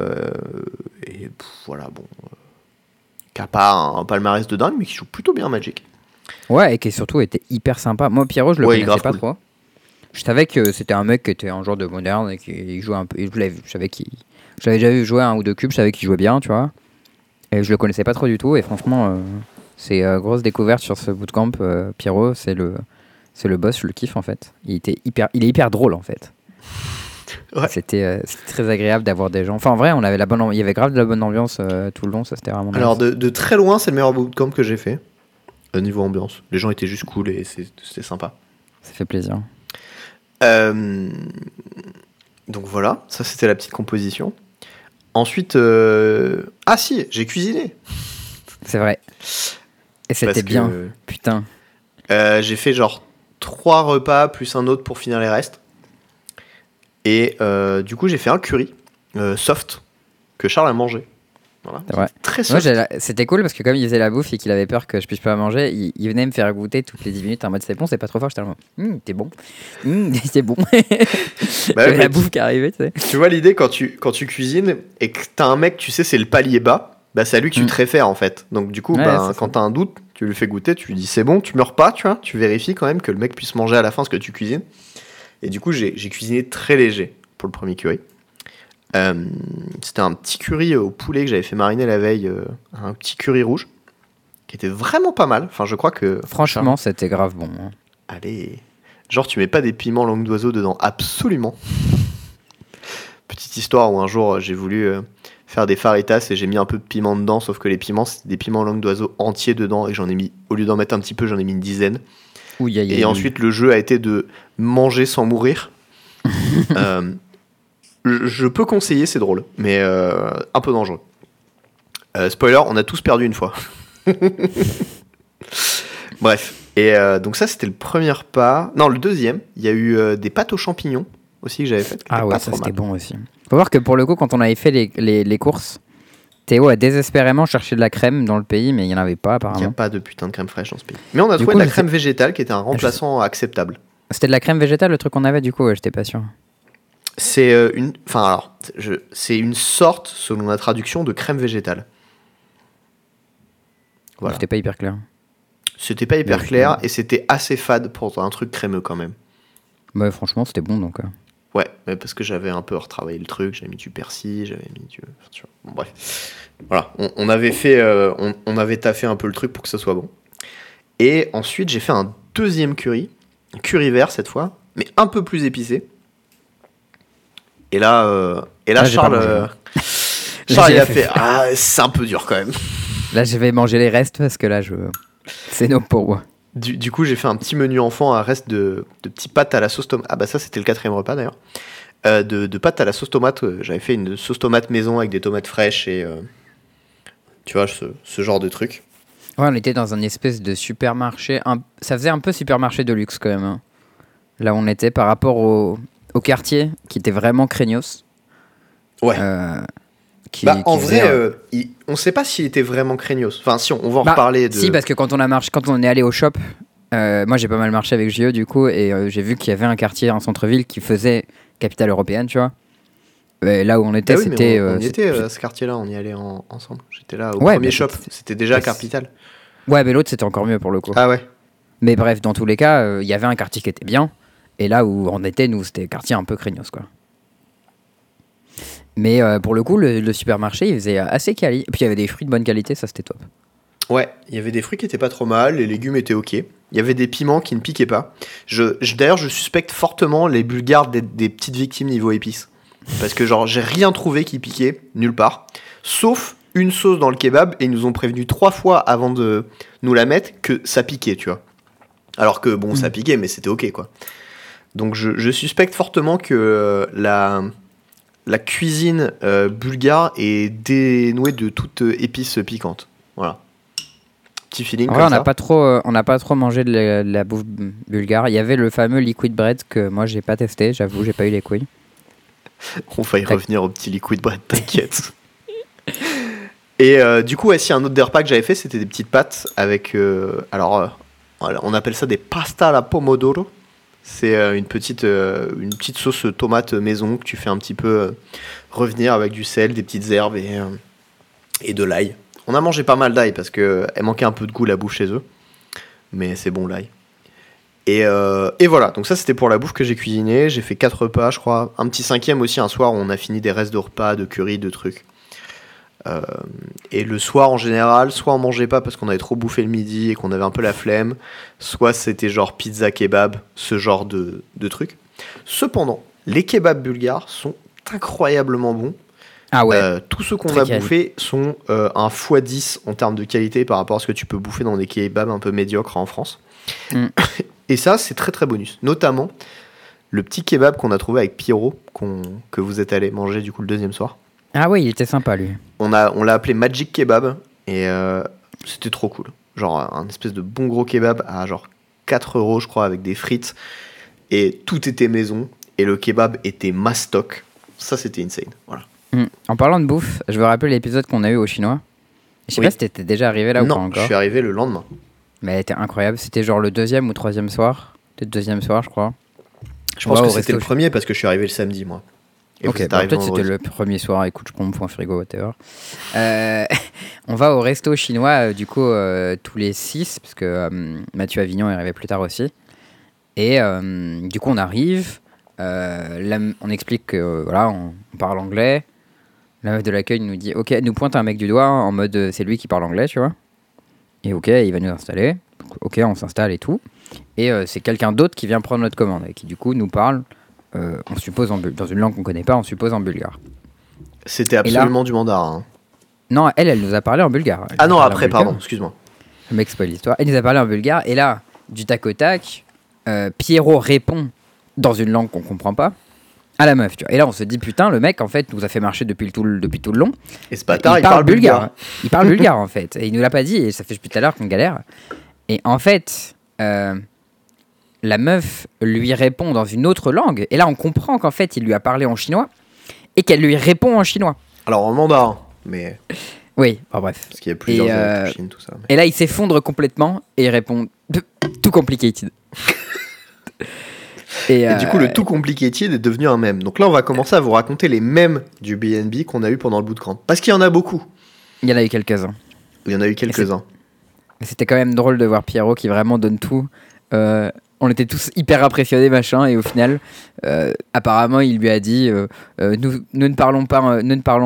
voilà, bon. Qui n'a pas un palmarès de dingue, mais qui joue plutôt bien Magic. Ouais, et qui surtout était hyper sympa. Moi, Pierrot, je le connaissais pas trop. Je savais que c'était un mec qui était un joueur de moderne et qui jouait un peu. J'avais déjà vu jouer un ou deux cubes, je savais qu'il jouait bien, tu vois. Et je le connaissais pas trop du tout. Et franchement, c'est grosse découverte sur ce bootcamp. Pierrot, c'est le boss, je le kiffe en fait. Il est hyper drôle en fait. Ouais. C'était très agréable d'avoir des gens. Enfin, en vrai, il y avait grave de la bonne ambiance tout le long. Ça, c'était vraiment. Alors, de très loin, c'est le meilleur bootcamp que j'ai fait. Niveau ambiance. Les gens étaient juste cool et c'était sympa. Ça fait plaisir. Donc voilà, ça c'était la petite composition. Ensuite, si, j'ai cuisiné. C'est vrai. Et c'était bien, putain. J'ai fait genre 3 repas plus un autre pour finir les restes. Et du coup, j'ai fait un curry soft que Charles a mangé. Voilà. Ouais. Très soft. Moi, c'était cool parce que comme il faisait la bouffe et qu'il avait peur que je puisse pas manger, il venait me faire goûter toutes les 10 minutes en mode c'est bon, c'est pas trop fort. J'étais là, t'es bon. C'est bon. Bah, la bouffe qui arrivait, tu sais. Tu vois l'idée quand tu cuisines et que t'as un mec, tu sais, c'est le palier bas, bah c'est à lui que tu te réfères en fait. Donc du coup, quand t'as un doute, tu lui fais goûter, tu lui dis c'est bon, tu meurs pas, tu vois, tu vérifies quand même que le mec puisse manger à la fin ce que tu cuisines. Et du coup, j'ai cuisiné très léger pour le premier curry. C'était un petit curry au poulet que j'avais fait mariner la veille, un petit curry rouge qui était vraiment pas mal. Enfin, je crois que franchement, c'était grave bon. Hein. Allez, genre tu mets pas des piments langue d'oiseau dedans, absolument. Petite histoire où un jour j'ai voulu faire des faritas et j'ai mis un peu de piment dedans, sauf que les piments c'était des piments langue d'oiseau entiers dedans et j'en ai mis, au lieu d'en mettre un petit peu, j'en ai mis une dizaine. Et ensuite le jeu a été de manger sans mourir. Je peux conseiller, c'est drôle, mais un peu dangereux. Spoiler, on a tous perdu une fois. Bref, et donc ça c'était le premier pas. Non, le deuxième, il y a eu des pâtes aux champignons aussi que j'avais faites. Ah ouais, ça c'était bon aussi. Faut voir que pour le coup, quand on avait fait les courses, Théo a désespérément cherché de la crème dans le pays, mais il n'y en avait pas apparemment. Il n'y a pas de putain de crème fraîche dans ce pays. Mais on a trouvé de la crème végétale qui était un remplaçant acceptable. C'était de la crème végétale le truc qu'on avait du coup, j'étais pas sûr. C'est c'est une sorte, selon la traduction, de crème végétale. Voilà. C'était pas hyper clair. C'était pas hyper clair et c'était assez fade pour un truc crémeux quand même. Ouais, franchement, c'était bon donc. Ouais, mais parce que j'avais un peu retravaillé le truc, j'avais mis du persil, j'avais mis du. Tu vois, bon, bref. Voilà, on avait fait. On avait taffé un peu le truc pour que ça soit bon. Et ensuite, j'ai fait un deuxième curry vert cette fois, mais un peu plus épicé. Et là, Charles, il a fait c'est un peu dur quand même. Là, je vais manger les restes parce que là, c'est non pour moi. Du coup, j'ai fait un petit menu enfant à reste de petites pâtes à la sauce tomate. Ah bah ça, c'était le 4e repas d'ailleurs. De pâtes à la sauce tomate. J'avais fait une sauce tomate maison avec des tomates fraîches et tu vois, ce genre de truc. Ouais, on était dans un espèce de supermarché. Ça faisait un peu supermarché de luxe quand même. Hein. Là où on était par rapport au quartier qui était vraiment craignos. Ouais. En vrai, on sait pas s'il était vraiment craignos. Enfin, si, on va en reparler. Si, parce que quand on est allé au shop, moi j'ai pas mal marché avec JE du coup, et j'ai vu qu'il y avait un quartier en centre-ville qui faisait capitale européenne, tu vois. Et là où on était, c'était. On y était à ce quartier-là, on y allait ensemble. J'étais là au premier shop, c'était déjà capitale. Ouais, mais l'autre c'était encore mieux pour le coup. Ah ouais. Mais bref, dans tous les cas, il y avait un quartier qui était bien, et là où on était, nous, c'était un quartier un peu craignos, quoi. Mais pour le coup, le supermarché, il faisait assez quali. Et puis il y avait des fruits de bonne qualité, ça c'était top. Ouais, il y avait des fruits qui étaient pas trop mal, les légumes étaient ok. Il y avait des piments qui ne piquaient pas. D'ailleurs, je suspecte fortement les Bulgares des petites victimes niveau épices. Parce que genre, j'ai rien trouvé qui piquait, nulle part. Sauf une sauce dans le kebab, et ils nous ont prévenu 3 fois avant de nous la mettre que ça piquait, tu vois. Alors que bon, ça piquait, mais c'était ok, quoi. Donc je suspecte fortement que la cuisine bulgare est dénouée de toute épice piquante. Voilà. Petit feeling comme ça. On n'a pas trop mangé de la bouffe bulgare. Il y avait le fameux liquid bread que moi j'ai pas testé, j'avoue, j'ai pas eu les couilles. On va y revenir au petit liquid bread, t'inquiète. Et du coup, si un autre des repas que j'avais fait, c'était des petites pâtes avec. On appelle ça des pasta alla pomodoro. C'est une petite sauce tomate maison que tu fais un petit peu revenir avec du sel, des petites herbes et de l'ail. On a mangé pas mal d'ail parce qu'elle manquait un peu de goût la bouffe chez eux. Mais c'est bon l'ail. Et voilà, donc ça c'était pour la bouffe que j'ai cuisinée. J'ai fait 4 repas, je crois. Un petit 5e aussi, un soir où on a fini des restes de repas, de curry, de trucs. Et le soir en général, soit on mangeait pas parce qu'on avait trop bouffé le midi et qu'on avait un peu la flemme, soit c'était genre pizza kebab, ce genre de trucs. Cependant, les kebabs bulgares sont incroyablement bons. Ah ouais. Tous ceux qu'on a bouffés sont un x10 en termes de qualité par rapport à ce que tu peux bouffer dans des kebabs un peu médiocres en France. Et ça, c'est très très bonus. Notamment le petit kebab qu'on a trouvé avec Pierrot, que vous êtes allé manger du coup le 2e soir. Ah ouais, il était sympa lui. On l'a appelé Magic Kebab et c'était trop cool. Genre un espèce de bon gros kebab à genre 4 € je crois avec des frites et tout était maison et le kebab était mastoc. Ça c'était insane. Voilà. En parlant de bouffe, je me rappelle l'épisode qu'on a eu au chinois. Je sais pas si t'étais déjà arrivé là ou pas encore. Non, je suis arrivé le lendemain. Mais elle était incroyable. C'était genre le 2e ou 3e soir. Peut-être 2e soir, je crois. Je pense que c'était le premier parce que je suis arrivé le samedi, moi. Et ok, peut-être c'était le premier soir. Écoute, je prends mon point frigo, whatever. On va au resto chinois, du coup, tous les 6, parce que Mathieu Avignon est arrivé plus tard aussi. Et du coup, on arrive. On explique que voilà, on parle anglais. La meuf de l'accueil nous dit ok, nous pointe un mec du doigt en mode c'est lui qui parle anglais, tu vois. Et ok, il va nous installer. Ok, on s'installe et tout. Et c'est quelqu'un d'autre qui vient prendre notre commande et qui du coup nous parle, on suppose dans une langue qu'on connaît pas, on suppose en bulgare. C'était absolument du mandarin. Hein. Non, elle nous a parlé en bulgare. Après, pardon, excuse-moi. Le mec spoil l'histoire. Elle nous a parlé en bulgare et là, du tac au tac, Pierrot répond dans une langue qu'on comprend pas à la meuf, tu vois. Et là, on se dit putain, le mec en fait nous a fait marcher depuis tout le long. Et ce bâtard, il parle bulgare. Il parle bulgare en fait. Et il nous l'a pas dit et ça fait depuis tout à l'heure qu'on galère. Et en fait, la meuf lui répond dans une autre langue. Et là, on comprend qu'en fait, il lui a parlé en chinois et qu'elle lui répond en chinois. Alors en mandarin, mais. Oui, bref. Parce qu'il y a plusieurs Chine, tout ça. Mais... Et là, il s'effondre complètement et il répond too complicated. Et du coup, le tout complicated est devenu un mème. Donc là, on va commencer à vous raconter les mèmes du BNB qu'on a eu pendant le bootcamp. Parce qu'il y en a beaucoup. Il y en a eu quelques-uns. Il y en a eu quelques-uns. C'était quand même drôle de voir Pierrot qui vraiment donne tout. On était tous hyper impressionnés, machin, et au final, apparemment, il lui a dit nous ne parlons pas,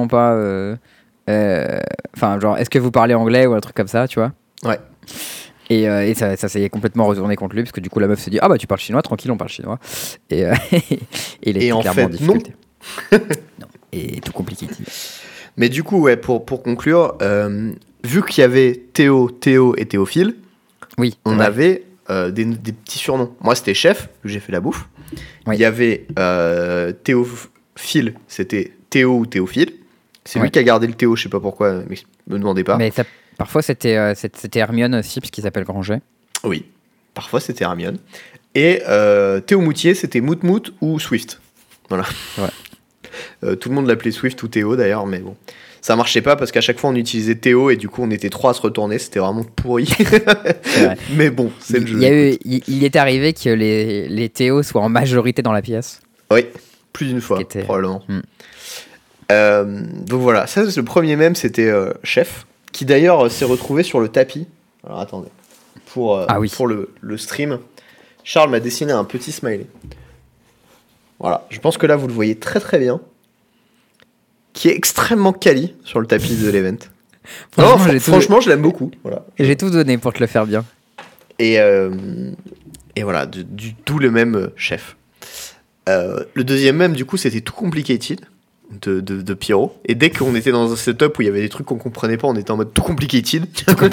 enfin, genre, est-ce que vous parlez anglais ou un truc comme ça, tu vois. Ouais. Et ça s'est complètement retourné contre lui, parce que du coup, la meuf se dit ah bah tu parles chinois, tranquille, on parle chinois. Et il était Et en clairement en fait, non. difficulté. Non. Et tout compliqué. Mais du coup, ouais, pour conclure, vu qu'il y avait Théo et Théophile, Oui. on ouais. avait des petits surnoms. Moi, c'était Chef, vu que j'ai fait la bouffe. Oui. Il y avait Théophile, c'était Théo ou Théophile. C'est lui Oui. qui a gardé le Théo, je sais pas pourquoi, mais me demandez pas. Mais ça, parfois c'était Hermione aussi, puisqu'il s'appelle Granger. Oui, parfois c'était Hermione. Et Théo Moutier, c'était Mout ou Swift. Voilà. Ouais. Tout le monde l'appelait Swift ou Théo d'ailleurs, mais bon. Ça marchait pas parce qu'à chaque fois on utilisait Théo et du coup on était 3 à se retourner, c'était vraiment pourri. Mais bon, c'est le jeu. Il est arrivé que les Théos soient en majorité dans la pièce. Oui, plus d'une fois, probablement. Hmm. Donc voilà, ça c'est le premier mème, c'était Chef, qui d'ailleurs s'est retrouvé sur le tapis. Alors attendez, pour le stream, Charles m'a dessiné un petit smiley. Voilà, je pense que là vous le voyez très très bien. Qui est extrêmement quali sur le tapis de l'event. Franchement, je l'aime beaucoup. Voilà. J'ai tout donné pour te le faire bien. Et voilà, d'où le même Chef. Le deuxième même, du coup, c'était Too Complicated de Pierrot. Et dès qu'on était dans un setup où il y avait des trucs qu'on comprenait pas, on était en mode Too Complicated.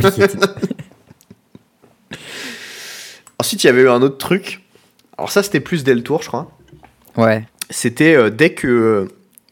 Ensuite, il y avait eu un autre truc. Alors ça, c'était plus dès le tour, je crois. Ouais. C'était dès que...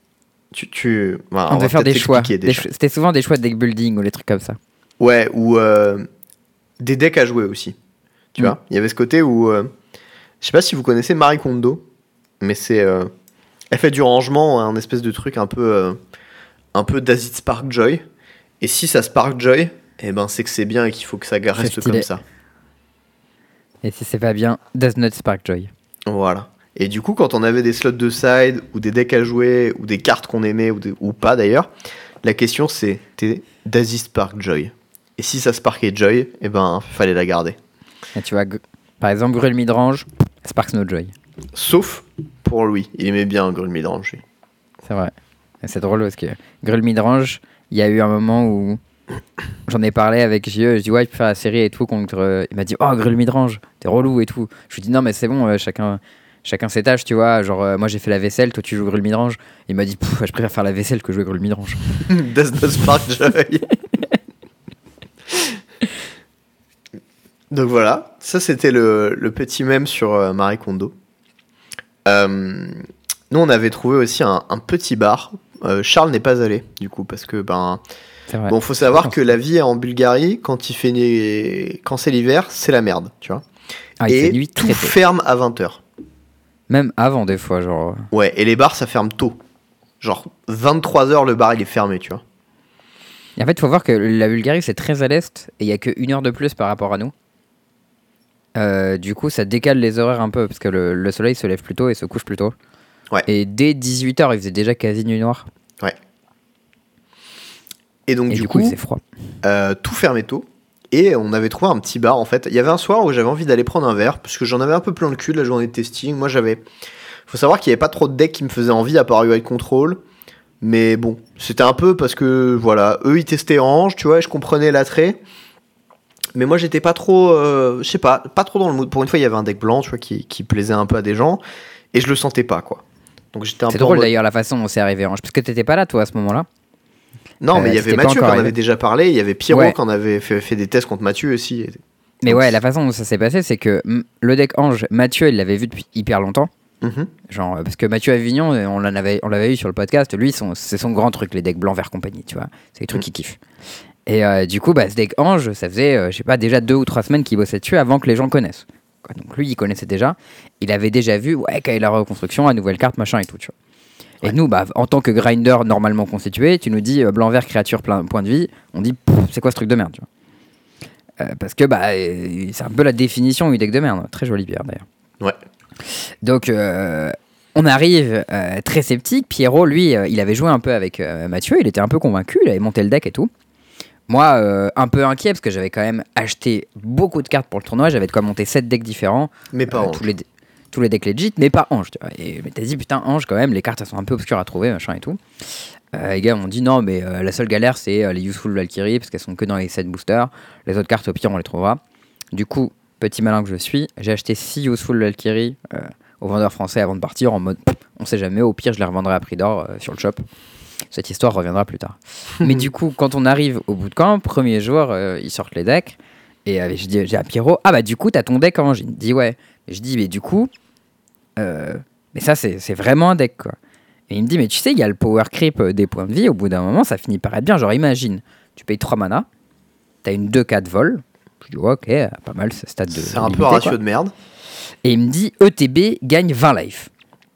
on devait faire des choix. C'était souvent des choix de deck building ou des trucs comme ça. Ouais, ou des decks à jouer aussi. Tu vois, il y avait ce côté où... je sais pas si vous connaissez Marie Kondo, mais c'est... elle fait du rangement, un espèce de truc un peu d'Acid Spark Joy. Et si ça Spark Joy, eh ben c'est que c'est bien et qu'il faut que ça reste comme ça. Et si c'est pas bien, Does Not Spark Joy. Voilà. Et du coup, quand on avait des slots de side, ou des decks à jouer, ou des cartes qu'on aimait, ou pas d'ailleurs, la question c'était Daisy Spark Joy. Et si ça sparkait Joy, eh ben, fallait la garder. Et tu vois, par exemple, Grul Midrange, Sparks No Joy. Sauf pour Louis. Il aimait bien Grul Midrange, lui. C'est vrai. Et c'est drôle parce que Grul Midrange, il y a eu un moment où j'en ai parlé avec JE, je dis ouais, il peut faire la série et tout contre... Il m'a dit oh, Grul Midrange, t'es relou et tout. Je lui dis non, mais c'est bon, chacun ses tâches, tu vois. Genre, moi j'ai fait la vaisselle, toi tu joues Grul Midrange. Il m'a dit, je préfère faire la vaisselle que jouer Grul Midrange. Does not spark joy. Donc voilà, ça c'était le petit mème sur Marie Kondo. Nous on avait trouvé aussi un petit bar. Charles n'est pas allé du coup parce que bon, faut savoir que la vie en Bulgarie quand c'est l'hiver, c'est la merde, tu vois. Et tout ferme à 20h. Même avant des fois, genre. Ouais, et les bars ça ferme tôt. Genre 23h le bar il est fermé, tu vois. Et en fait, il faut voir que la Bulgarie c'est très à l'est et il y a qu'une heure de plus par rapport à nous. Du coup, ça décale les horaires un peu parce que le soleil se lève plus tôt et se couche plus tôt. Ouais. Et dès 18h, il faisait déjà quasi nuit noire. Ouais. Et donc du coup, il faisait froid. Tout fermait tôt. Et on avait trouvé un petit bar en fait. Il y avait un soir où j'avais envie d'aller prendre un verre parce que j'en avais un peu plein le cul de la journée de testing. Moi faut savoir qu'il n'y avait pas trop de decks qui me faisaient envie à part UI Control. Mais bon, c'était un peu parce que voilà, eux ils testaient Range, tu vois, et je comprenais l'attrait. Mais moi j'étais pas trop, je sais pas trop dans le mood. Pour une fois il y avait un deck blanc, tu vois, qui plaisait un peu à des gens. Et je le sentais pas quoi. Donc j'étais un peu drôle d'ailleurs la façon dont c'est arrivé Range. Parce que t'étais pas là toi à ce moment-là. Non, mais il y avait Mathieu qui en avait déjà parlé, il y avait Pierrot qui en avait fait des tests contre Mathieu aussi. Mais ouais, la façon dont ça s'est passé, c'est que le deck Ange, Mathieu, il l'avait vu depuis hyper longtemps. Genre, parce que Mathieu Avignon, on l'avait eu sur le podcast, lui, c'est son grand truc, les decks blancs vert compagnie, tu vois. C'est les trucs qu'il kiffe. Et du coup, ce deck Ange, ça faisait, je sais pas, déjà 2 ou 3 semaines qu'il bossait dessus avant que les gens connaissent. Donc lui, il connaissait déjà. Il avait déjà vu, quand il y a la reconstruction, la nouvelle carte, machin et tout, tu vois. Et nous, en tant que grinder normalement constitué, tu nous dis blanc-vert, créature, point de vie, on dit c'est quoi ce truc de merde, tu vois. Parce que c'est un peu la définition du deck de merde. Très jolie bière d'ailleurs. Ouais. Donc on arrive très sceptique. Pierrot, lui, il avait joué un peu avec Mathieu, il était un peu convaincu, il avait monté le deck et tout. Moi, un peu inquiet parce que j'avais quand même acheté beaucoup de cartes pour le tournoi. J'avais de quoi monter 7 decks différents. Mais pas Ange. Tous les decks legit, mais pas Ange. Tu vois. Et mais t'as dit, putain, Ange, quand même, les cartes elles sont un peu obscures à trouver, machin et tout. Les gars m'ont dit non, mais la seule galère c'est les Useful Valkyrie parce qu'elles sont que dans les 7 boosters. Les autres cartes, au pire, on les trouvera. Du coup, petit malin que je suis, j'ai acheté 6 Useful Valkyrie au vendeur français avant de partir en mode on sait jamais, au pire, je les revendrai à prix d'or sur le shop. Cette histoire reviendra plus tard. Mais du coup, quand on arrive au bout de camp, premier jour, ils sortent les decks. Et j'ai à Pierrot, ah bah du coup, t'as ton deck Ange. Il me dit ouais. Et je dis, mais du coup, mais ça, c'est vraiment un deck, quoi. Et il me dit, mais tu sais, il y a le power creep des points de vie. Au bout d'un moment, ça finit par être bien. Genre, imagine, tu payes 3 mana, t'as une 2-4 vol. Je dis, ouais, ok, pas mal, ce stade de. C'est un peu un ratio de merde. Et il me dit, ETB gagne 20 life.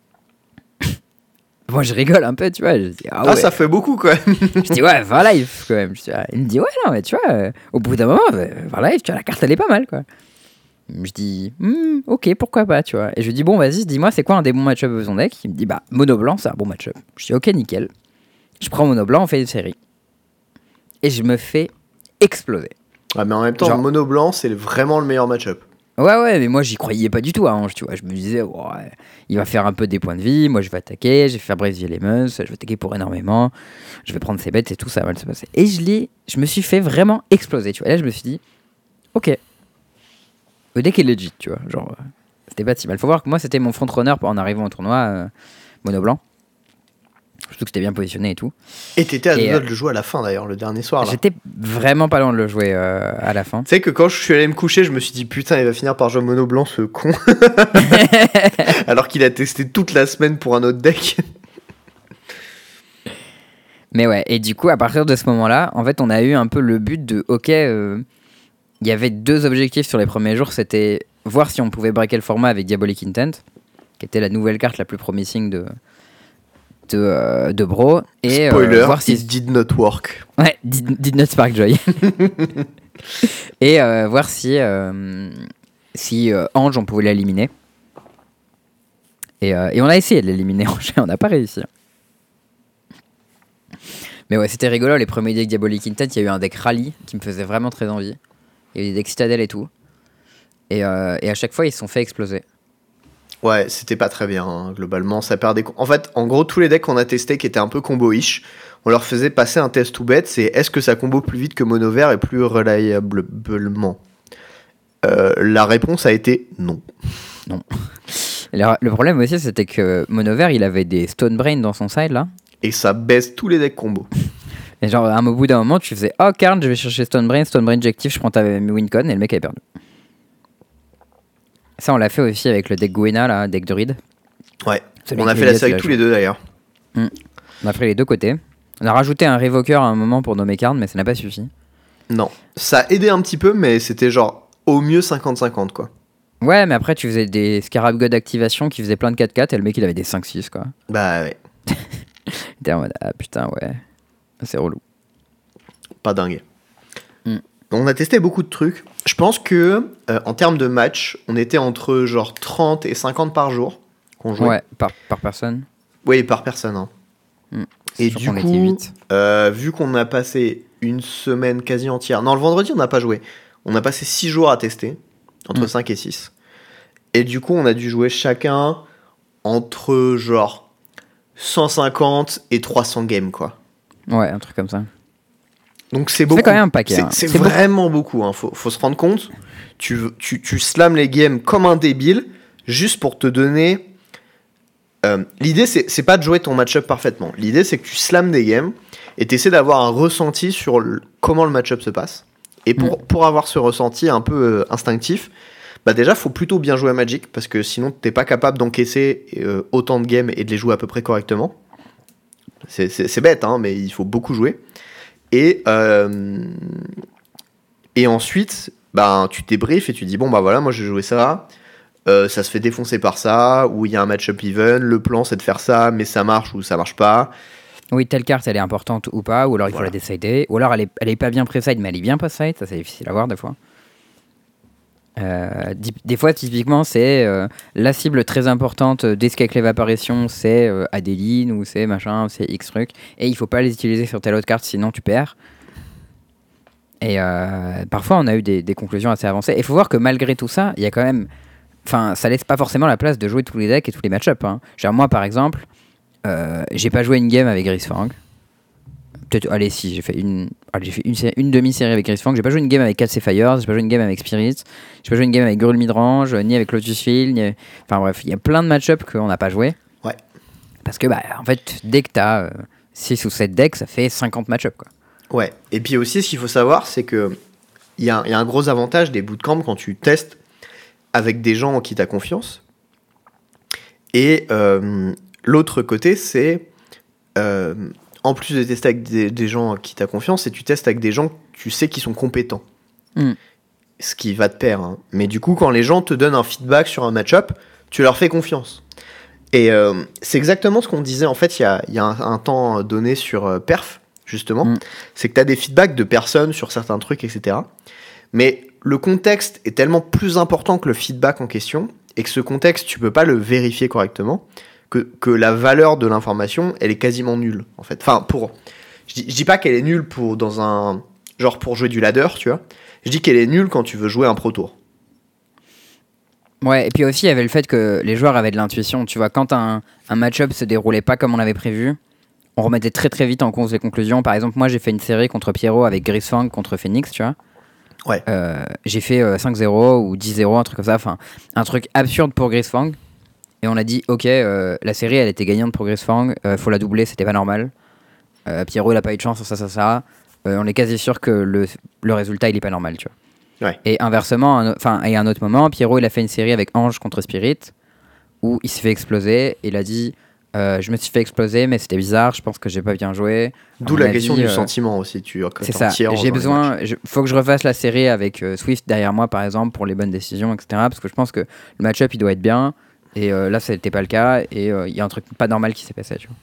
Moi, je rigole un peu, tu vois. Je dis, ouais. Ça fait beaucoup, quand même. Je dis, ouais, 20 life, quand même. Il me dit, ouais, non, mais tu vois, au bout d'un moment, 20 life, tu vois, la carte, elle est pas mal, quoi. Je dis, ok, pourquoi pas, tu vois. Et je lui dis, bon, vas-y, dis-moi, c'est quoi un des bons match-up de ton deck? Il me dit, bah, mono blanc, c'est un bon match-up. Je dis, ok, nickel. Je prends mono blanc, on fait une série. Et je me fais exploser. Ouais, mais en même temps, genre, mono blanc, c'est vraiment le meilleur match-up. Ouais, mais moi, j'y croyais pas du tout à Ange, tu vois. Je me disais, ouais, il va faire un peu des points de vie, moi, je vais attaquer, je vais faire Brazier Lemons, je vais attaquer pour énormément, je vais prendre ses bêtes et tout, ça va mal se passer. Et je me suis fait vraiment exploser, tu vois. Et là, je me suis dit, ok. Le deck est legit, tu vois. Genre, c'était pas si mal. Faut voir que moi, c'était mon frontrunner en arrivant au tournoi mono blanc. Surtout que j'étais bien positionné et tout. Et t'étais à deux doigts de le jouer à la fin d'ailleurs, le dernier soir. Là. J'étais vraiment pas loin de le jouer à la fin. Tu sais que quand je suis allé me coucher, je me suis dit putain, il va finir par jouer mono blanc ce con. Alors qu'il a testé toute la semaine pour un autre deck. Mais ouais, et du coup, à partir de ce moment-là, en fait, on a eu un peu le but de ok. Il y avait 2 objectifs sur les premiers jours, c'était voir si on pouvait breaker le format avec Diabolic Intent, qui était la nouvelle carte la plus promising de Bro. Et spoiler, voir si it did not work. Ouais, did not spark joy. Et voir si Ange, on pouvait l'éliminer. Et on a essayé de l'éliminer, Ange, on n'a pas réussi. Mais ouais, c'était rigolo, les premiers decks Diabolic Intent, il y a eu un deck Rally qui me faisait vraiment très envie. Il y a eu des decks Citadel et tout. Et à chaque fois, ils se sont fait exploser. Ouais, c'était pas très bien, hein, globalement. Ça perdait. En fait, en gros, tous les decks qu'on a testés qui étaient un peu combo-ish, on leur faisait passer un test tout bête, c'est est-ce que ça combo plus vite que mono vert et plus reliablement La réponse a été non. Non. Le problème aussi, c'était que mono vert, il avait des Stone Brain dans son side, là. Et ça baisse tous les decks combo. Et genre, au bout d'un moment, tu faisais oh, Karn, je vais chercher Stone Brain Objectif, je prends ta Wincon, et le mec avait perdu. Ça, on l'a fait aussi avec le deck Gwena, là, deck de Reed. Ouais, on a fait la série avec tous les deux d'ailleurs. On a fait les deux côtés. On a rajouté un révoqueur à un moment pour nommer Karn, mais ça n'a pas suffi. Non, ça a aidé un petit peu, mais c'était genre au mieux 50-50, quoi. Ouais, mais après, tu faisais des Scarab God d'activation qui faisaient plein de 4-4, et le mec, il avait des 5-6, quoi. Bah ouais. T'es en mode, ah putain, ouais. C'est relou. Pas dingue. On a testé beaucoup de trucs. Je pense que en termes de match, on était entre genre 30 et 50 par jour qu'on jouait. Ouais, par personne. Oui, par personne. Hein. Et du coup, vu qu'on a passé une semaine quasi entière... Non, le vendredi, on n'a pas joué. On a passé 6 jours à tester, entre 5 et 6. Et du coup, on a dû jouer chacun entre genre 150 et 300 games, quoi. Ouais, un truc comme ça. Donc c'est beaucoup. C'est quand même un paquet. C'est vraiment beaucoup. Hein. Faut se rendre compte. Tu slams les games comme un débile, juste pour te donner... l'idée, c'est pas de jouer ton match-up parfaitement. L'idée, c'est que tu slams des games et tu essaies d'avoir un ressenti sur comment le match-up se passe. Et pour avoir ce ressenti un peu instinctif, bah déjà, faut plutôt bien jouer à Magic, parce que sinon, t'es pas capable d'encaisser autant de games et de les jouer à peu près correctement. C'est bête, hein, mais il faut beaucoup jouer. Et ensuite, bah, tu débriefes et tu dis, bon, bah voilà, moi j'ai joué ça, ça se fait défoncer par ça, ou il y a un match-up even, le plan c'est de faire ça, mais ça marche ou ça marche pas. Oui, telle carte elle est importante ou pas, ou alors il faut la décider, ou alors elle est pas bien pré-side, mais elle est bien post-side, ça c'est difficile à voir des fois. Des fois, typiquement, c'est la cible très importante d'Escape Evaporation, c'est Adeline ou c'est machin, c'est X truc, et il faut pas les utiliser sur telle autre carte, sinon tu perds. Et parfois, on a eu des conclusions assez avancées. Et il faut voir que malgré tout ça, il y a quand même. Enfin, ça laisse pas forcément la place de jouer tous les decks et tous les match-ups. Hein. Genre, moi, par exemple, j'ai pas joué une game avec Grisfang. Peut-être, allez, si, j'ai fait une demi-série avec Grisfang. J'ai pas joué une game avec Calcifires, j'ai pas joué une game avec Spirit, j'ai pas joué une game avec Grul Midrange, ni avec Lotus Field. Enfin, bref, il y a plein de match-ups qu'on n'a pas joué. Ouais. Parce que, en fait, dès que t'as 6 ou 7 decks, ça fait 50 match-ups, quoi. Ouais. Et puis aussi, ce qu'il faut savoir, c'est que il y a un gros avantage des bootcamps quand tu testes avec des gens en qui tu as confiance. Et l'autre côté, c'est en plus de tester avec des gens en qui tu as confiance, c'est tu testes avec des gens que tu sais qui sont compétents. Ce qui va de pair. Hein. Mais du coup, quand les gens te donnent un feedback sur un match-up, tu leur fais confiance. Et c'est exactement ce qu'on disait en fait il y a un temps donné sur Perf, justement. C'est que tu as des feedbacks de personnes sur certains trucs, etc. Mais le contexte est tellement plus important que le feedback en question, et que ce contexte, tu peux pas le vérifier correctement, que la valeur de l'information, elle est quasiment nulle, en fait. Enfin, je dis pas qu'elle est nulle pour jouer du ladder, tu vois. Je dis qu'elle est nulle quand tu veux jouer un Pro Tour. Ouais, et puis aussi, il y avait le fait que les joueurs avaient de l'intuition. Tu vois, quand un match-up se déroulait pas comme on l'avait prévu, on remettait très très vite en cause les conclusions. Par exemple, moi, j'ai fait une série contre Pierrot avec Grisfang contre Phoenix, tu vois. Ouais. J'ai fait 5-0 ou 10-0, un truc comme ça. Enfin, un truc absurde pour Grisfang. Et on a dit, ok, la série, elle était gagnante pour Grisfang. Faut la doubler, c'était pas normal. Pierrot, il a pas eu de chance, ça. On est quasi sûr que le résultat, il est pas normal, tu vois. Ouais. Et inversement, à un autre moment, Pierrot, il a fait une série avec Ange contre Spirit, où il s'est fait exploser. Il a dit, je me suis fait exploser, mais c'était bizarre, je pense que j'ai pas bien joué. D'où la question du sentiment aussi. C'est ça, j'ai besoin, faut que je refasse la série avec Swift derrière moi, par exemple, pour les bonnes décisions, etc. Parce que je pense que le match-up, il doit être bien. Et là, ça n'était pas le cas. Et il y a un truc pas normal qui s'est passé, tu vois.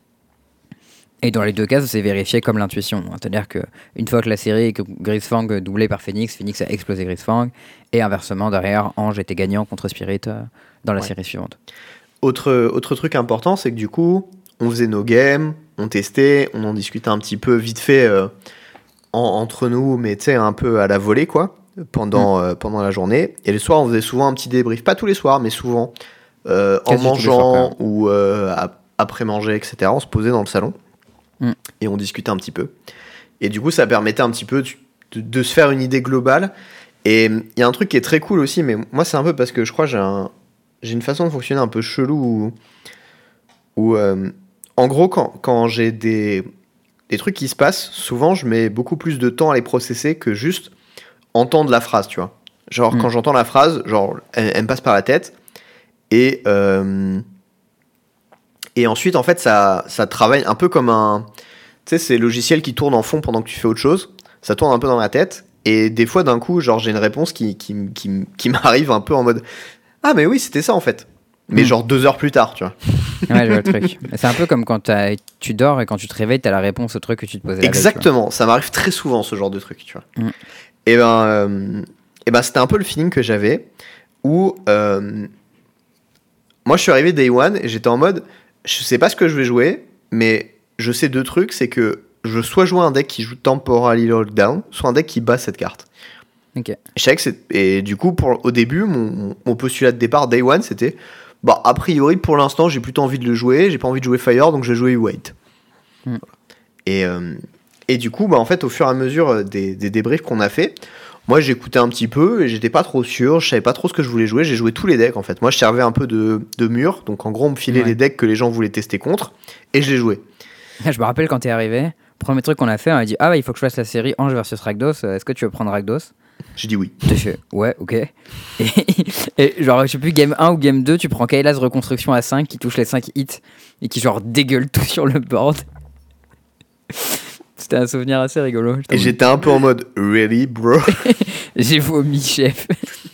Et dans les deux cas, ça s'est vérifié comme l'intuition. C'est-à-dire qu'une fois que la série est Grisfang doublée par Phoenix a explosé Grisfang. Et inversement, derrière, Ange était gagnant contre Spirit dans la série suivante. Autre truc important, c'est que du coup, on faisait nos games, on testait, on en discutait un petit peu vite fait entre nous, mais tu sais, un peu à la volée, quoi, pendant la journée. Et le soir, on faisait souvent un petit débrief. Pas tous les soirs, mais souvent en mangeant ou après manger, etc. On se posait dans le salon. Et on discutait un petit peu. Et du coup, ça permettait un petit peu de se faire une idée globale. Et il y a un truc qui est très cool aussi, mais moi, c'est un peu parce que je crois que j'ai une façon de fonctionner un peu chelou où en gros, quand j'ai des trucs qui se passent, souvent, je mets beaucoup plus de temps à les processer que juste entendre la phrase, tu vois. Genre, quand j'entends la phrase, genre, elle me passe par la tête. Et ensuite, en fait, ça travaille un peu comme un... Tu sais, ces logiciels qui tournent en fond pendant que tu fais autre chose. Ça tourne un peu dans la tête. Et des fois, d'un coup, genre, j'ai une réponse qui m'arrive un peu en mode... Ah, mais oui, c'était ça, en fait. Mais genre 2 heures plus tard, tu vois. Ouais, je vois le truc. C'est un peu comme quand tu dors et quand tu te réveilles, t'as la réponse au truc que tu te posais. Exactement. Ça m'arrive très souvent, ce genre de truc, tu vois. Et ben, c'était un peu le feeling que j'avais où... moi, je suis arrivé day one et j'étais en mode... Je sais pas ce que je vais jouer, mais je sais 2 trucs, c'est que je veux soit jouer un deck qui joue Temporally Lockdown, soit un deck qui bat cette carte. Ok. Je savais que et du coup, au début, mon postulat de départ, Day One, c'était a priori, pour l'instant, j'ai plutôt envie de le jouer, j'ai pas envie de jouer Fire, donc je vais jouer Wait. Et du coup, en fait, au fur et à mesure des débriefs qu'on a fait, moi j'écoutais un petit peu et j'étais pas trop sûr, je savais pas trop ce que je voulais jouer, j'ai joué tous les decks en fait. Moi je servais un peu de mur, donc en gros on me filait les decks que les gens voulaient tester contre et je les jouais. Je me rappelle quand t'es arrivé, premier truc qu'on a fait, on a dit il faut que je fasse la série Ange versus Rakdos, est-ce que tu veux prendre Rakdos? J'ai dit oui. J'ai fait ouais, ok. Et genre, je sais plus, game 1 ou game 2, tu prends Kaila's Reconstruction à 5 qui touche les 5 hits et qui genre dégueule tout sur le board. C'était un souvenir assez rigolo. Et j'étais un peu en mode really bro. J'ai vomi, chef.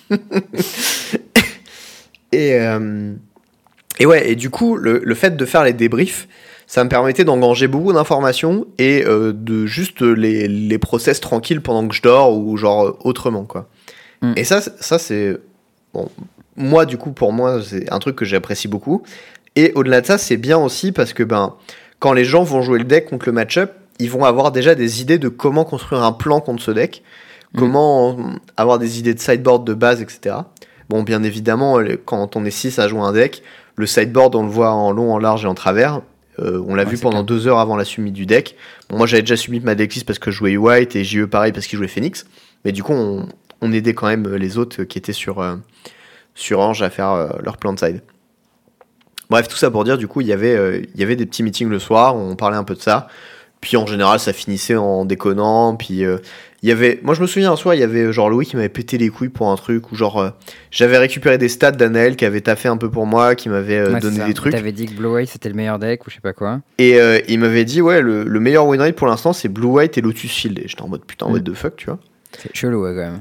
Et ouais, et du coup, le fait de faire les débriefs, ça me permettait d'engranger beaucoup d'informations et de juste les process tranquilles pendant que je dors ou genre autrement, quoi. Et ça c'est... Bon, moi, du coup, pour moi, c'est un truc que j'apprécie beaucoup. Et au-delà de ça, c'est bien aussi parce que, quand les gens vont jouer le deck contre le match-up, ils vont avoir déjà des idées de comment construire un plan contre ce deck, comment avoir des idées de sideboard de base, etc. Bon, bien évidemment, quand on est 6 à jouer un deck, le sideboard, on le voit en long, en large et en travers. On l'a vu pendant 2 heures avant la submit du deck. Bon, moi, j'avais déjà submit ma decklist parce que je jouais White et JE pareil parce qu'il jouait Phoenix. Mais du coup, on aidait quand même les autres qui étaient sur Orange à faire leur plan de side. Bref, tout ça pour dire, du coup, il y avait des petits meetings le soir, on parlait un peu de ça. Puis en général, ça finissait en déconnant. Puis moi, je me souviens un soir, il y avait genre Louis qui m'avait pété les couilles pour un truc, où genre j'avais récupéré des stats d'Anaël qui avait taffé un peu pour moi, qui m'avait donné des trucs. T'avais dit que Blue White c'était le meilleur deck ou je sais pas quoi. Et il m'avait dit, ouais, le meilleur win rate pour l'instant, c'est Blue White et Lotus Field. Et j'étais en mode putain, what the fuck, tu vois. C'est chelou, ouais, quand même.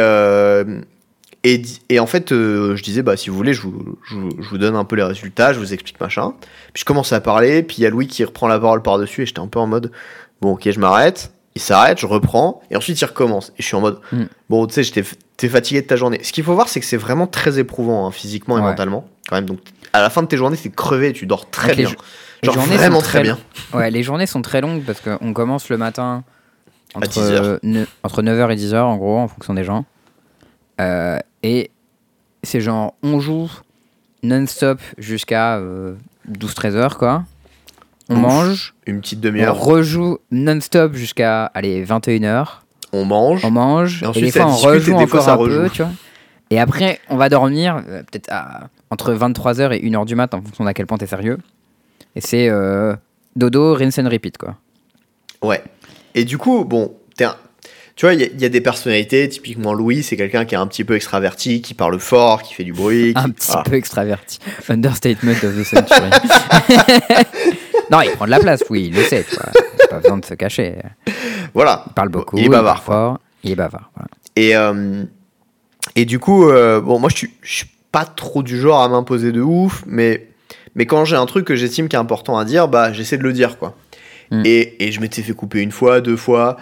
Et en fait, je disais, bah, si vous voulez, je vous donne un peu les résultats, je vous explique machin. Puis je commence à parler, puis il y a Louis qui reprend la parole par-dessus, et j'étais un peu en mode, bon, ok, je m'arrête. Il s'arrête, je reprends, et ensuite il recommence. Et je suis en mode, bon, tu sais, t'es fatigué de ta journée. Ce qu'il faut voir, c'est que c'est vraiment très éprouvant, hein, physiquement et mentalement, quand même. Donc, à la fin de tes journées, t'es crevé, et tu dors très bien. Genre vraiment très bien. Ouais, les journées sont très longues, parce qu'on commence le matin entre 9h et 10h, en gros, en fonction des gens. Et c'est genre, on joue non-stop jusqu'à 12-13h, quoi. On mange. Une petite demi-heure. On rejoue non-stop jusqu'à 21h. On mange. Et des fois, on rejoue encore un peu, tu vois. Et après, on va dormir, peut-être entre 23h et 1h du mat, en fonction d'à quel point t'es sérieux. Et c'est dodo, rinse and repeat, quoi. Ouais. Et du coup, bon, tu vois, il y a des personnalités, typiquement Louis, c'est quelqu'un qui est un petit peu extraverti, qui parle fort, qui fait du bruit. Un petit peu extraverti. Understatement of the century. Non, il prend de la place, oui, il le sait. Tu vois. Pas besoin de se cacher. Voilà. Il parle beaucoup, il est bavard, il parle fort, il est bavard. Voilà. Et du coup, bon, moi, je suis pas trop du genre à m'imposer de ouf, mais quand j'ai un truc que j'estime qui est important à dire, bah, j'essaie de le dire, quoi. Et je m'étais fait couper 1 fois, 2 fois.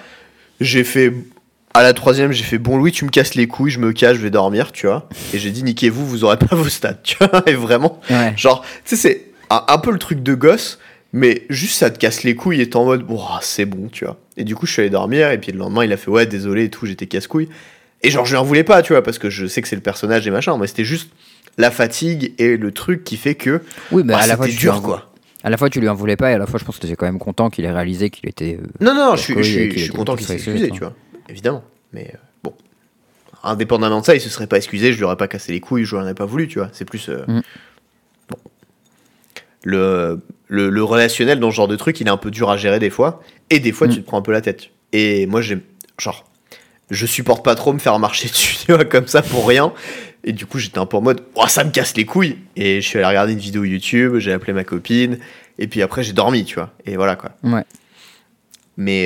À la 3e, j'ai fait bon Louis, tu me casses les couilles, je me cache, je vais dormir, tu vois. Et j'ai dit niquez-vous, vous aurez pas vos stats, tu vois. Et vraiment, genre, tu sais, c'est un peu le truc de gosse, mais juste ça te casse les couilles et t'es en mode bon, c'est bon, tu vois. Et du coup, je suis allé dormir, et puis le lendemain, il a fait ouais, désolé et tout, j'étais casse-couille. Et genre, je lui en voulais pas, tu vois, parce que je sais que c'est le personnage et machin, mais c'était juste la fatigue et le truc qui fait que oui, mais à la fois, c'était dur, quoi. À la fois, tu lui en voulais pas, et à la fois, je pense que tu es quand même content qu'il ait réalisé qu'il était. Non, je suis content qu'il s'est excusé, tu vois. Évidemment. Mais bon. Indépendamment de ça, il se serait pas excusé, je lui aurais pas cassé les couilles, je lui en aurais pas voulu, tu vois. C'est plus. Bon. Le relationnel dans ce genre de truc, il est un peu dur à gérer des fois. Et des fois, tu te prends un peu la tête. Et moi, je supporte pas trop me faire marcher dessus, tu vois, comme ça pour rien. Et du coup, j'étais un peu en mode, oh, ça me casse les couilles. Et je suis allé regarder une vidéo YouTube, j'ai appelé ma copine, et puis après, j'ai dormi, tu vois. Et voilà, quoi. Ouais. Mais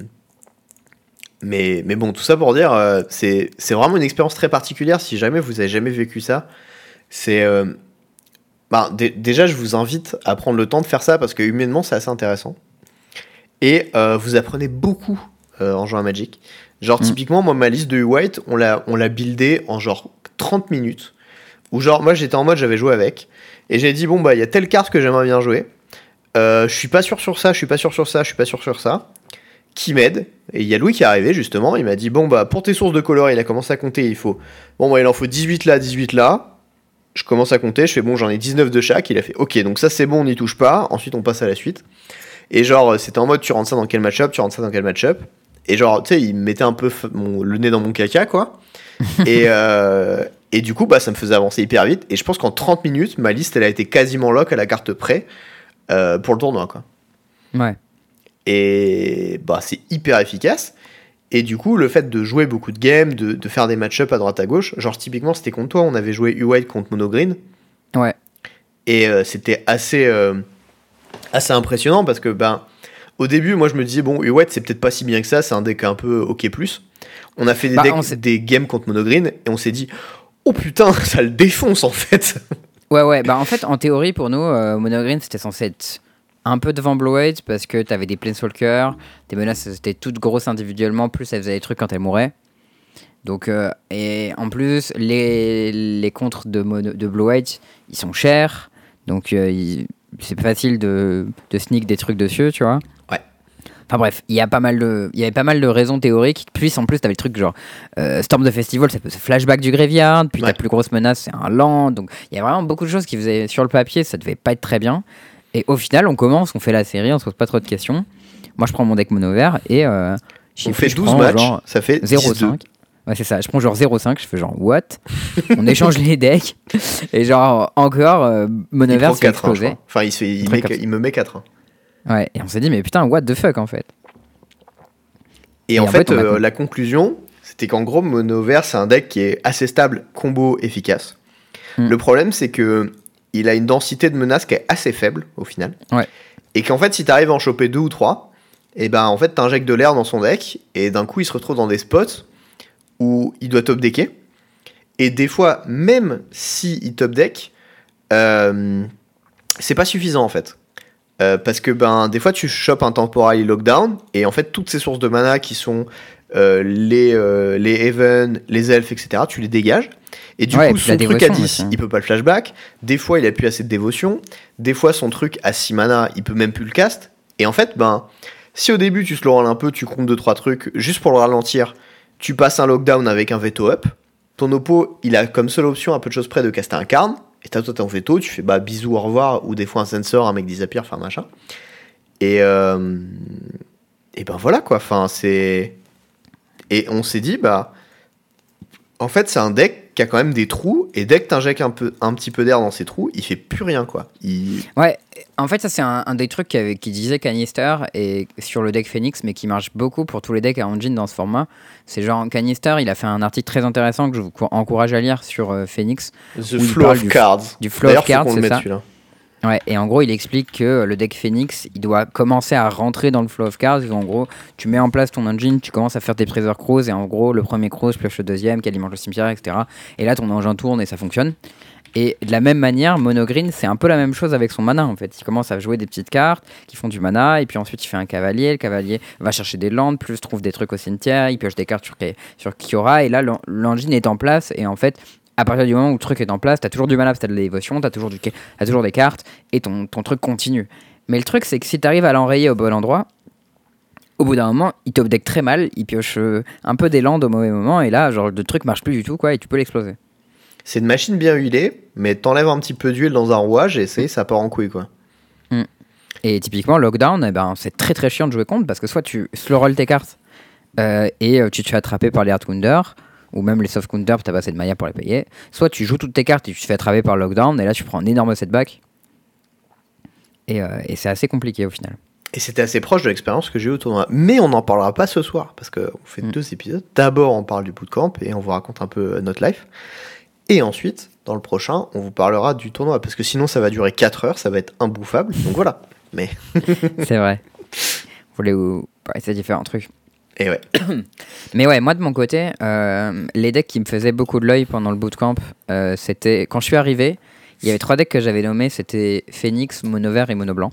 bon, tout ça pour dire, c'est vraiment une expérience très particulière. Si jamais vous avez jamais vécu ça, c'est... déjà, je vous invite à prendre le temps de faire ça, parce que humainement, c'est assez intéressant. Et vous apprenez beaucoup en jouant à Magic. Genre, typiquement, moi, ma liste de White, on l'a buildée en genre 30 minutes. Où genre, moi, j'étais en mode, j'avais joué avec. Et j'ai dit, bon, bah, il y a telle carte que j'aimerais bien jouer. Je suis pas sûr sur ça, je suis pas sûr sur ça, je suis pas sûr sur ça. Qui m'aide. Et il y a Louis qui est arrivé, justement. Il m'a dit, bon, bah, pour tes sources de couleurs, il a commencé à compter. Il en faut 18 là, 18 là. Je commence à compter. Je fais, bon, j'en ai 19 de chaque. Il a fait, ok, donc ça, c'est bon, on n'y touche pas. Ensuite, on passe à la suite. Et genre, c'était en mode, tu rentres ça dans quel match-up, Et genre, tu sais, il mettait un peu le nez dans mon caca, quoi. Et du coup, bah, ça me faisait avancer hyper vite. Et je pense qu'en 30 minutes, ma liste, elle a été quasiment lock à la carte près pour le tournoi, quoi. Ouais. Et bah, c'est hyper efficace. Et du coup, le fait de jouer beaucoup de games, de faire des match-up à droite à gauche, genre typiquement, c'était contre toi, on avait joué U-White contre Mono Green. Ouais. Et c'était assez impressionnant parce que, ben, au début, moi je me disais, bon, U-White, c'est peut-être pas si bien que ça, c'est un deck un peu OK+. On a fait des games contre Mono Green et on s'est dit, oh putain, ça le défonce en fait. Ouais, bah en fait, en théorie, pour nous, Mono Green, c'était censé être un peu devant Blue White parce que t'avais des Planeswalkers, tes menaces étaient toutes grosses individuellement, plus elles faisaient des trucs quand elles mouraient. Donc, et en plus, les contres de Blue White, ils sont chers, donc c'est facile de sneak des trucs dessus, tu vois. Ouais. Enfin bref, il y avait pas mal de raisons théoriques. Puis en plus, t'avais le truc genre Storm the Festival, ça peut se flashback du Graveyard. Puis ta plus grosse menace, c'est un land. Donc il y a vraiment beaucoup de choses qui faisaient sur le papier, ça devait pas être très bien. Et au final, on fait la série, on se pose pas trop de questions. Moi, je prends mon deck mono vert et on fait 12 matchs, ça fait 0,5. Ouais, c'est ça. Je prends genre 0,5, je fais genre what. On échange les decks et genre encore mono vert c'est explosé. Enfin, il me met 4. Ouais, et on s'est dit mais putain, what the fuck en fait. Et en fait la conclusion, c'était qu'en gros mono vert c'est un deck qui est assez stable, combo efficace. Le problème c'est que il a une densité de menaces qui est assez faible au final. Ouais. Et qu'en fait si t'arrives à en choper 2 ou 3, et ben en fait t'injectes de l'air dans son deck et d'un coup il se retrouve dans des spots où il doit top decker. Et des fois, même si il top deck, c'est pas suffisant en fait. Parce que des fois tu chopes un temporary lockdown et en fait toutes ces sources de mana qui sont les Haven, les elfes, etc., tu les dégages. Et du coup, son truc à 10, aussi. Il peut pas le flashback. Des fois, il a plus assez de dévotion. Des fois, son truc à 6 mana, il peut même plus le cast. Et en fait, si au début tu slow roll un peu, tu comptes 2-3 trucs juste pour le ralentir, tu passes un lockdown avec un veto up. Ton oppo, il a comme seule option, un peu de choses près, de caster un Karn. Et toi, ton veto, tu fais bisous, au revoir, ou des fois un sensor, un mec disappear, enfin machin. Et voilà quoi, enfin c'est. Et on s'est dit, en fait, c'est un deck qui a quand même des trous, et dès que t'injectes un petit peu d'air dans ces trous, il fait plus rien quoi. Ouais, en fait, ça c'est un des trucs qui disait Canister et sur le deck Phoenix, mais qui marche beaucoup pour tous les decks à engine dans ce format. C'est genre Canister, il a fait un article très intéressant que je vous encourage à lire sur Phoenix. The Flow of Cards. Du Flow of Cards, c'est ça. Celui-là. Ouais, et en gros, il explique que le deck Phoenix, il doit commencer à rentrer dans le flow of cards. En gros, tu mets en place ton engine, tu commences à faire tes Treasure Cruise, et en gros, le premier cruise pioche le deuxième, qui alimente le cimetière, etc. Et là, ton engin tourne et ça fonctionne. Et de la même manière, Mono Green, c'est un peu la même chose avec son mana, en fait. Il commence à jouer des petites cartes qui font du mana, et puis ensuite, il fait un cavalier. Le cavalier va chercher des landes, plus trouve des trucs au cimetière, il pioche des cartes sur Kiora, et là, l'engine est en place, et en fait, à partir du moment où le truc est en place, t'as toujours du mana parce que t'as de la dévotion, t'as toujours des cartes, et ton truc continue. Mais le truc, c'est que si t'arrives à l'enrayer au bon endroit, au bout d'un moment, il top deck très mal, il pioche un peu des landes au mauvais moment, et là, genre, le truc marche plus du tout, quoi, et tu peux l'exploser. C'est une machine bien huilée, mais t'enlèves un petit peu d'huile dans un rouage, et ça part en couille, quoi. Et typiquement, Lockdown, c'est très très chiant de jouer contre, parce que soit tu slow roll tes cartes, et tu te fais attraper par les Hardwounder, ou même les soft counters, t'as pas assez de maya pour les payer. Soit tu joues toutes tes cartes et tu te fais attraper par le lockdown, et là tu prends un énorme setback. Et c'est assez compliqué au final. Et c'était assez proche de l'expérience que j'ai eu au tournoi. Mais on n'en parlera pas ce soir, parce qu'on fait 2 épisodes. D'abord, on parle du bootcamp, et on vous raconte un peu notre life. Et ensuite, dans le prochain, on vous parlera du tournoi, parce que sinon ça va durer 4 heures, ça va être imbouffable. Donc voilà. Mais c'est vrai. Vous voulez vous parler de différents trucs. Et ouais. Mais ouais, moi de mon côté, les decks qui me faisaient beaucoup de l'œil pendant le bootcamp, c'était quand je suis arrivé, il y avait 3 decks que j'avais nommés, c'était Phoenix, Mono Vert et Mono Blanc,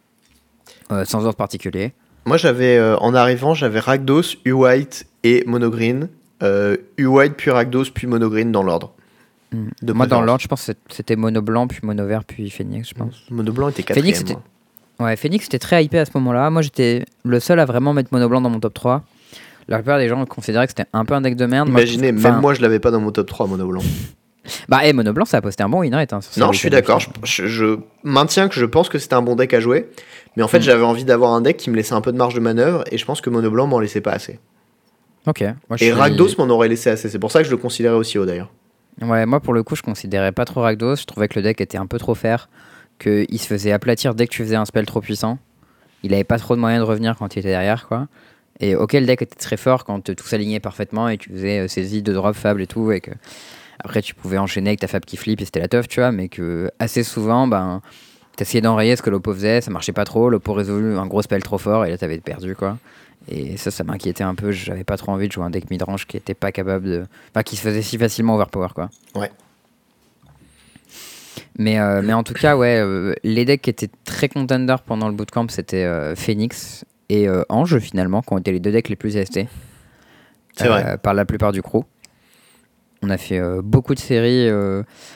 sans ordre particulier. Moi en arrivant, j'avais Rakdos, U-White et Mono Green, U-White puis Rakdos puis Mono Green dans l'ordre. Moi dans l'ordre, je pense que c'était Mono Blanc puis Mono Vert puis Phoenix, je pense. Mono Blanc était 4ème. Ouais, Phoenix était très hypé à ce moment-là. Moi, j'étais le seul à vraiment mettre Mono Blanc dans mon top 3. La plupart des gens considéraient que c'était un peu un deck de merde. Imaginez, moi je l'avais pas dans mon top 3, Mono Blanc. Mono Blanc, ça a posté un bon win rate. Non, je suis d'accord. Je maintiens que je pense que c'était un bon deck à jouer. Mais en fait, j'avais envie d'avoir un deck qui me laissait un peu de marge de manœuvre. Et je pense que Mono Blanc m'en laissait pas assez. Ok. Et Rakdos m'en aurait laissé assez. C'est pour ça que je le considérais aussi haut d'ailleurs. Ouais, moi pour le coup, je considérais pas trop Rakdos. Je trouvais que le deck était un peu trop fair. Qu'il se faisait aplatir dès que tu faisais un spell trop puissant. Il avait pas trop de moyens de revenir quand il était derrière, quoi. Et ok, le deck était très fort quand tout s'alignait parfaitement et tu faisais saisie de drop fable et tout, et que après tu pouvais enchaîner avec ta fable qui flip et c'était la teuf, tu vois, mais que assez souvent, t'essayais d'enrayer ce que l'oppo faisait, ça marchait pas trop, l'oppo résolu un gros spell trop fort et là t'avais perdu, quoi. Et ça m'inquiétait un peu, j'avais pas trop envie de jouer un deck midrange qui était pas capable de. Enfin, qui se faisait si facilement overpower, quoi. Ouais. Mais en tout cas, ouais, les decks qui étaient très contenders pendant le bootcamp, c'était Phoenix et Ange, finalement, qui ont été les 2 decks les plus ST. C'est vrai. Par la plupart du crew. On a fait beaucoup de séries.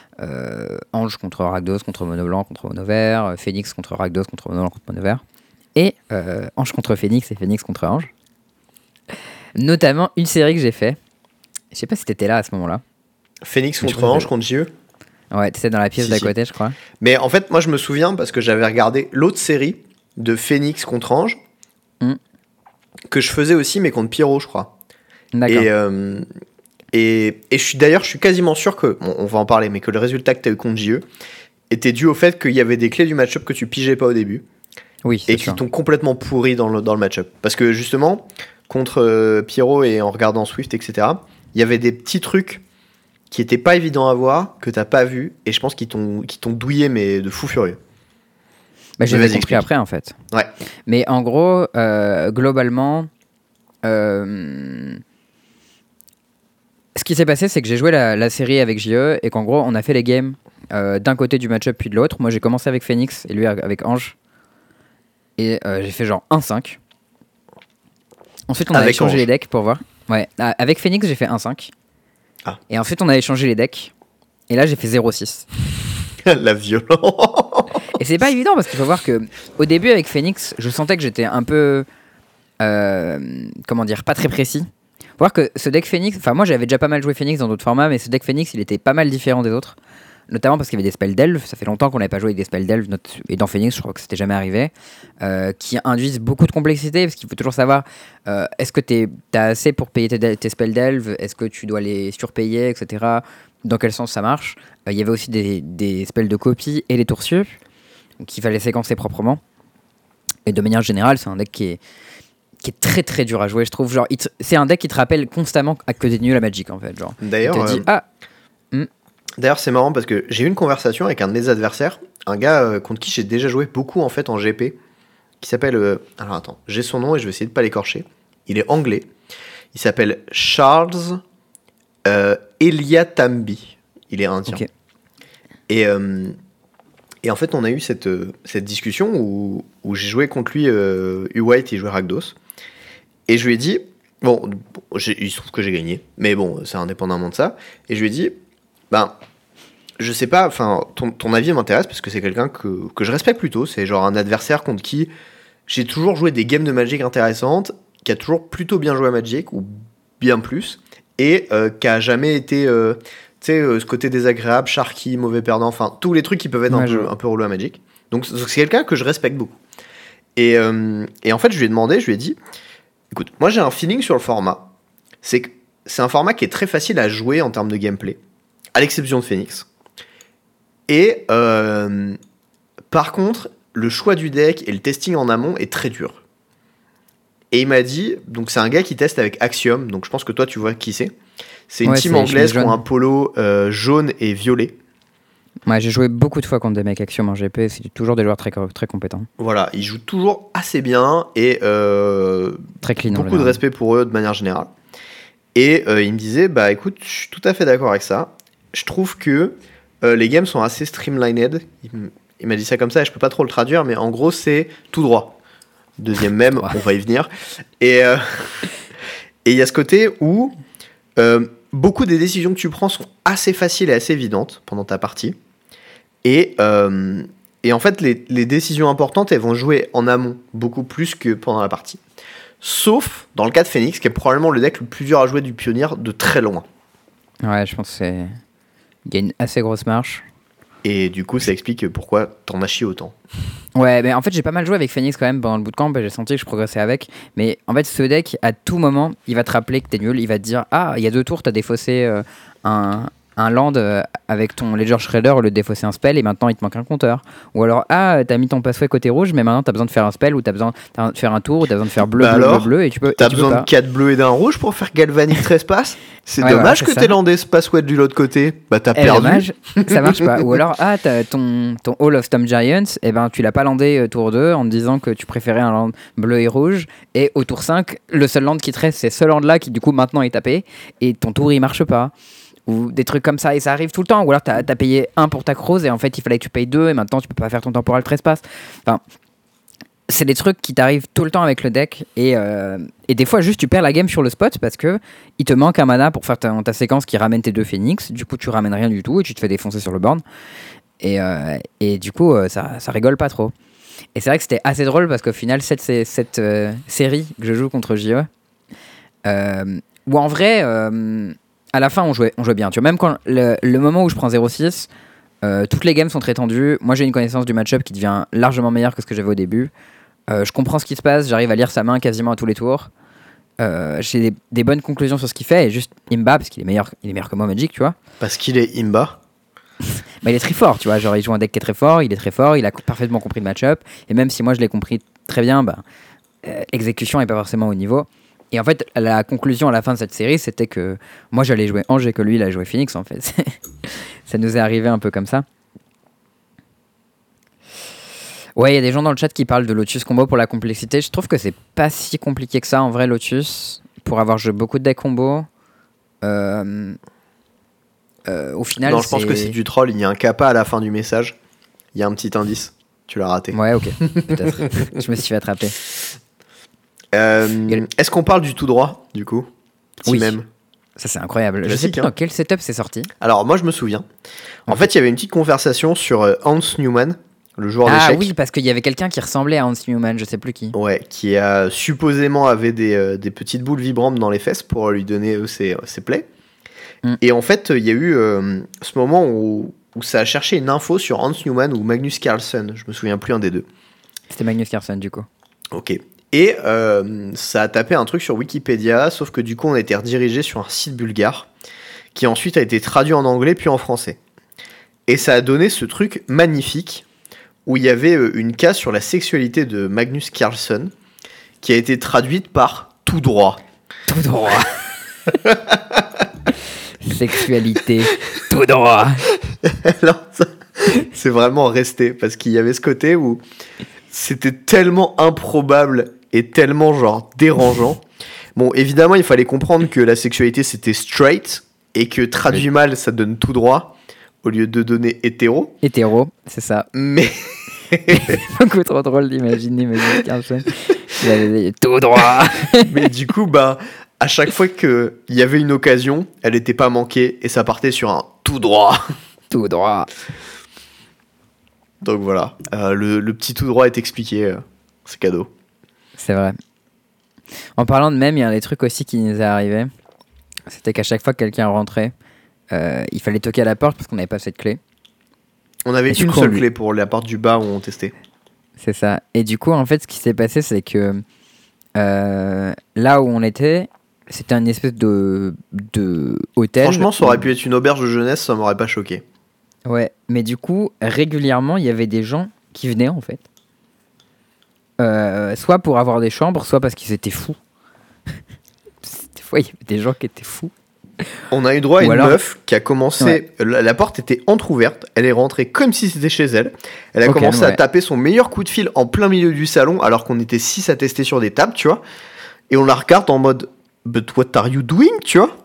Ange contre Rakdos, contre Mono Blanc, contre Mono Vert. Phoenix contre Rakdos, contre Mono Blanc, contre Mono Vert. et Ange contre Phoenix et Phoenix contre Ange. Notamment une série que j'ai fait. Je sais pas si t'étais là à ce moment-là. Phoenix contre Ange contre JE. Ouais, t'étais dans la pièce d'à côté, je crois. Mais en fait, moi, je me souviens parce que j'avais regardé l'autre série de Phoenix contre Ange que je faisais aussi, mais contre Pyro, je crois. D'accord. Et je suis quasiment sûr que, bon, on va en parler, mais que le résultat que tu as eu contre JE était dû au fait qu'il y avait des clés du match-up que tu pigeais pas au début. Oui, et qui t'ont complètement pourri dans le match-up. Parce que justement, contre Pyro et en regardant Swift, etc., il y avait des petits trucs qui étaient pas évidents à voir, que t'as pas vu, et je pense qu'ils t'ont douillé, mais de fou furieux. Bah, je les ai compris après, en fait. Ouais. Mais en gros, globalement, ce qui s'est passé, c'est que j'ai joué la série avec JE et qu'en gros, on a fait les games d'un côté du match-up puis de l'autre. Moi, j'ai commencé avec Phoenix et lui avec Ange. Et j'ai fait genre 1-5. Ensuite, on a échangé les decks pour voir. Ouais, avec Phoenix, j'ai fait 1-5. Ah. Et ensuite, on a échangé les decks. Et là, j'ai fait 0-6. La violence. Et c'est pas évident parce qu'il faut voir que au début, avec Phoenix, je sentais que j'étais un peu. Comment dire, pas très précis. Faut voir que ce deck Phoenix. Enfin, moi, j'avais déjà pas mal joué Phoenix dans d'autres formats, mais ce deck Phoenix, il était pas mal différent des autres. Notamment parce qu'il y avait des spells d'elfe. Ça fait longtemps qu'on n'avait pas joué avec des spells d'elfe. Et dans Phoenix, je crois que c'était jamais arrivé. Qui induisent beaucoup de complexité. Parce qu'il faut toujours savoir est-ce que t'as assez pour payer tes spells d'elfe. Est-ce que tu dois les surpayer, etc. Dans quel sens ça marche. Il y avait aussi des spells de copie et les tourcieux. Qu'il fallait séquencer proprement. Et de manière générale, c'est un deck qui est très très dur à jouer, je trouve. Genre, c'est un deck qui te rappelle constamment que t'es nul à Magic, en fait. Genre. D'ailleurs, il te dit, D'ailleurs, c'est marrant parce que j'ai eu une conversation avec un de mes adversaires, un gars contre qui j'ai déjà joué beaucoup en fait en GP, qui s'appelle. Alors attends, j'ai son nom et je vais essayer de pas l'écorcher. Il est anglais. Il s'appelle Charles Eliatambi. Il est indien. Okay. Et en fait, on a eu cette discussion où j'ai joué contre lui, U-White, il jouait Rakdos. Et je lui ai dit, bon, il se trouve que j'ai gagné, mais bon, c'est indépendamment de ça. Et je lui ai dit, je sais pas, enfin, ton avis m'intéresse parce que c'est quelqu'un que je respecte plutôt. C'est genre un adversaire contre qui j'ai toujours joué des games de Magic intéressantes, qui a toujours plutôt bien joué à Magic, ou bien plus, et qui a jamais été. Ce côté désagréable, sharky, mauvais perdant, enfin tous les trucs qui peuvent être un peu relous à Magic. Donc c'est quelqu'un que je respecte beaucoup. Et en fait, je lui ai dit, écoute, moi j'ai un feeling sur le format, c'est que c'est un format qui est très facile à jouer en termes de gameplay, à l'exception de Phoenix. Et par contre, le choix du deck et le testing en amont est très dur. Et il m'a dit, donc c'est un gars qui teste avec Axiom, donc je pense que toi tu vois qui c'est. C'est une team anglaise qui a un polo jaune et violet. Ouais, j'ai joué beaucoup de fois contre des mecs Axiom en GP, c'est toujours des joueurs très, très compétents. Voilà, ils jouent toujours assez bien et très clean, beaucoup de respect pour eux de manière générale. Et il me disait, bah écoute, je suis tout à fait d'accord avec ça. Je trouve que les games sont assez streamlined. Il m'a dit ça comme ça et je peux pas trop le traduire, mais en gros c'est tout droit. Deuxième même, on va y venir. Et il y a ce côté où beaucoup des décisions que tu prends sont assez faciles et assez évidentes pendant ta partie. Et en fait, les décisions importantes, elles vont jouer en amont beaucoup plus que pendant la partie. Sauf dans le cas de Phoenix, qui est probablement le deck le plus dur à jouer du pionnier de très loin. Ouais, je pense qu'il y a une assez grosse marche. Et du coup, ça explique pourquoi t'en as chié autant. Ouais, mais en fait, j'ai pas mal joué avec Phoenix quand même pendant le bootcamp et j'ai senti que je progressais avec. Mais en fait, ce deck, à tout moment, il va te rappeler que t'es nul. Il va te dire, il y a 2 tours, t'as défaussé un land avec ton Ledger Shredder au lieu de défausser un spell et maintenant il te manque un compteur. Ou alors, t'as mis ton passway côté rouge, mais maintenant t'as besoin de faire un spell ou t'as besoin de faire un tour ou t'as besoin de faire bleu, bleu et tu peux. T'as besoin de 4 bleus et d'un rouge pour faire Galvanic 13 passes. C'est dommage que t'aies landé ce passway de l'autre côté. Bah t'as perdu. Dommage, ça marche pas. Ou alors, t'as ton Hall of Storm Giants, et ben tu l'as pas landé tour 2 en te disant que tu préférais un land bleu et rouge. Et au tour 5, le seul land qui te reste, c'est ce land là qui du coup maintenant est tapé et ton tour il marche pas. Ou des trucs comme ça, et ça arrive tout le temps. Ou alors t'as payé 1 pour ta crouse et en fait il fallait que tu payes 2 et maintenant tu peux pas faire ton temporal trespass. Enfin, c'est des trucs qui t'arrivent tout le temps avec le deck et des fois juste tu perds la game sur le spot parce que il te manque un mana pour faire ta séquence qui ramène tes 2 Phoenix. Du coup tu ramènes rien du tout et tu te fais défoncer sur le board et du coup ça rigole pas trop. Et c'est vrai que c'était assez drôle parce qu'au final, cette série que je joue contre JE, où en vrai, à la fin, on jouait bien. Tu vois, même quand le moment où je prends 0-6, toutes les games sont très tendues. Moi, j'ai une connaissance du match-up qui devient largement meilleure que ce que j'avais au début. Je comprends ce qui se passe, j'arrive à lire sa main quasiment à tous les tours. J'ai des bonnes conclusions sur ce qu'il fait, et juste Imba, parce qu'il est meilleur que moi Magic, tu vois. Parce qu'il est Imba. Bah, il est très fort, tu vois. Genre, il joue un deck qui est très fort, il a parfaitement compris le match-up. Et même si moi je l'ai compris très bien, l'exécution est pas forcément au niveau. Et en fait, la conclusion à la fin de cette série, c'était que moi j'allais jouer Ange et que lui il allait jouer Phoenix, en fait. Ça nous est arrivé un peu comme ça. Ouais, il y a des gens dans le chat qui parlent de Lotus combo pour la complexité. Je trouve que c'est pas si compliqué que ça en vrai, Lotus, pour avoir joué beaucoup de decks combo. Au final, non, je pense que c'est du troll. Il y a un kappa à la fin du message. Il y a un petit indice. Tu l'as raté. Ouais, ok. Peut-être. Je me suis fait attraper. Est-ce qu'on parle du tout droit, du coup? Oui. Même. Ça, c'est incroyable. Classique, je sais plus dans quel setup c'est sorti. Alors, moi, je me souviens. En fait, il y avait une petite conversation sur Hans Newman, le joueur d'échecs. Ah oui, parce qu'il y avait quelqu'un qui ressemblait à Hans Newman, je sais plus qui. Ouais, qui a supposément avait des petites boules vibrantes dans les fesses pour lui donner ses plays. Et en fait, il y a eu ce moment où ça a cherché une info sur Hans Newman ou Magnus Carlsen. Je me souviens plus un des deux. C'était Magnus Carlsen, du coup. Ok. Et ça a tapé un truc sur Wikipédia, sauf que du coup, on a été redirigé sur un site bulgare qui ensuite a été traduit en anglais puis en français. Et ça a donné ce truc magnifique où il y avait une case sur la sexualité de Magnus Carlsen qui a été traduite par tout droit. Tout droit. Sexualité, tout droit. Alors, c'est vraiment resté parce qu'il y avait ce côté où c'était tellement improbable et tellement genre dérangeant. Bon, évidemment, il fallait comprendre que la sexualité c'était straight et que traduit mal ça donne tout droit au lieu de donner hétéro. Hétéro, c'est ça. Mais c'est beaucoup trop drôle d'imaginer Magnus Carlsen. Il avait tout droit. Mais du coup, à chaque fois qu'il y avait une occasion, elle n'était pas manquée et ça partait sur un tout droit. Tout droit. Donc voilà, le petit tout droit est expliqué, c'est cadeau. C'est vrai. En parlant de même, il y a des trucs aussi qui nous est arrivé. C'était qu'à chaque fois que quelqu'un rentrait, il fallait toquer à la porte parce qu'on n'avait pas cette clé. On avait une seule clé pour la porte du bas où on testait. C'est ça. Et du coup, en fait, ce qui s'est passé, c'est que là où on était, c'était une espèce de hôtel. Franchement, ça aurait pu être une auberge de jeunesse, ça m'aurait pas choqué. Ouais, mais du coup, régulièrement, il y avait des gens qui venaient, en fait. Soit pour avoir des chambres, soit parce qu'ils étaient fous. Des fois, il y avait des gens qui étaient fous. On a eu droit à une meuf qui a commencé... Ouais. La porte était entrouverte, elle est rentrée comme si c'était chez elle. Elle a commencé à taper son meilleur coup de fil en plein milieu du salon, alors qu'on était 6 à tester sur des tables, tu vois. Et on la regarde en mode « But what are you doing ?» tu vois.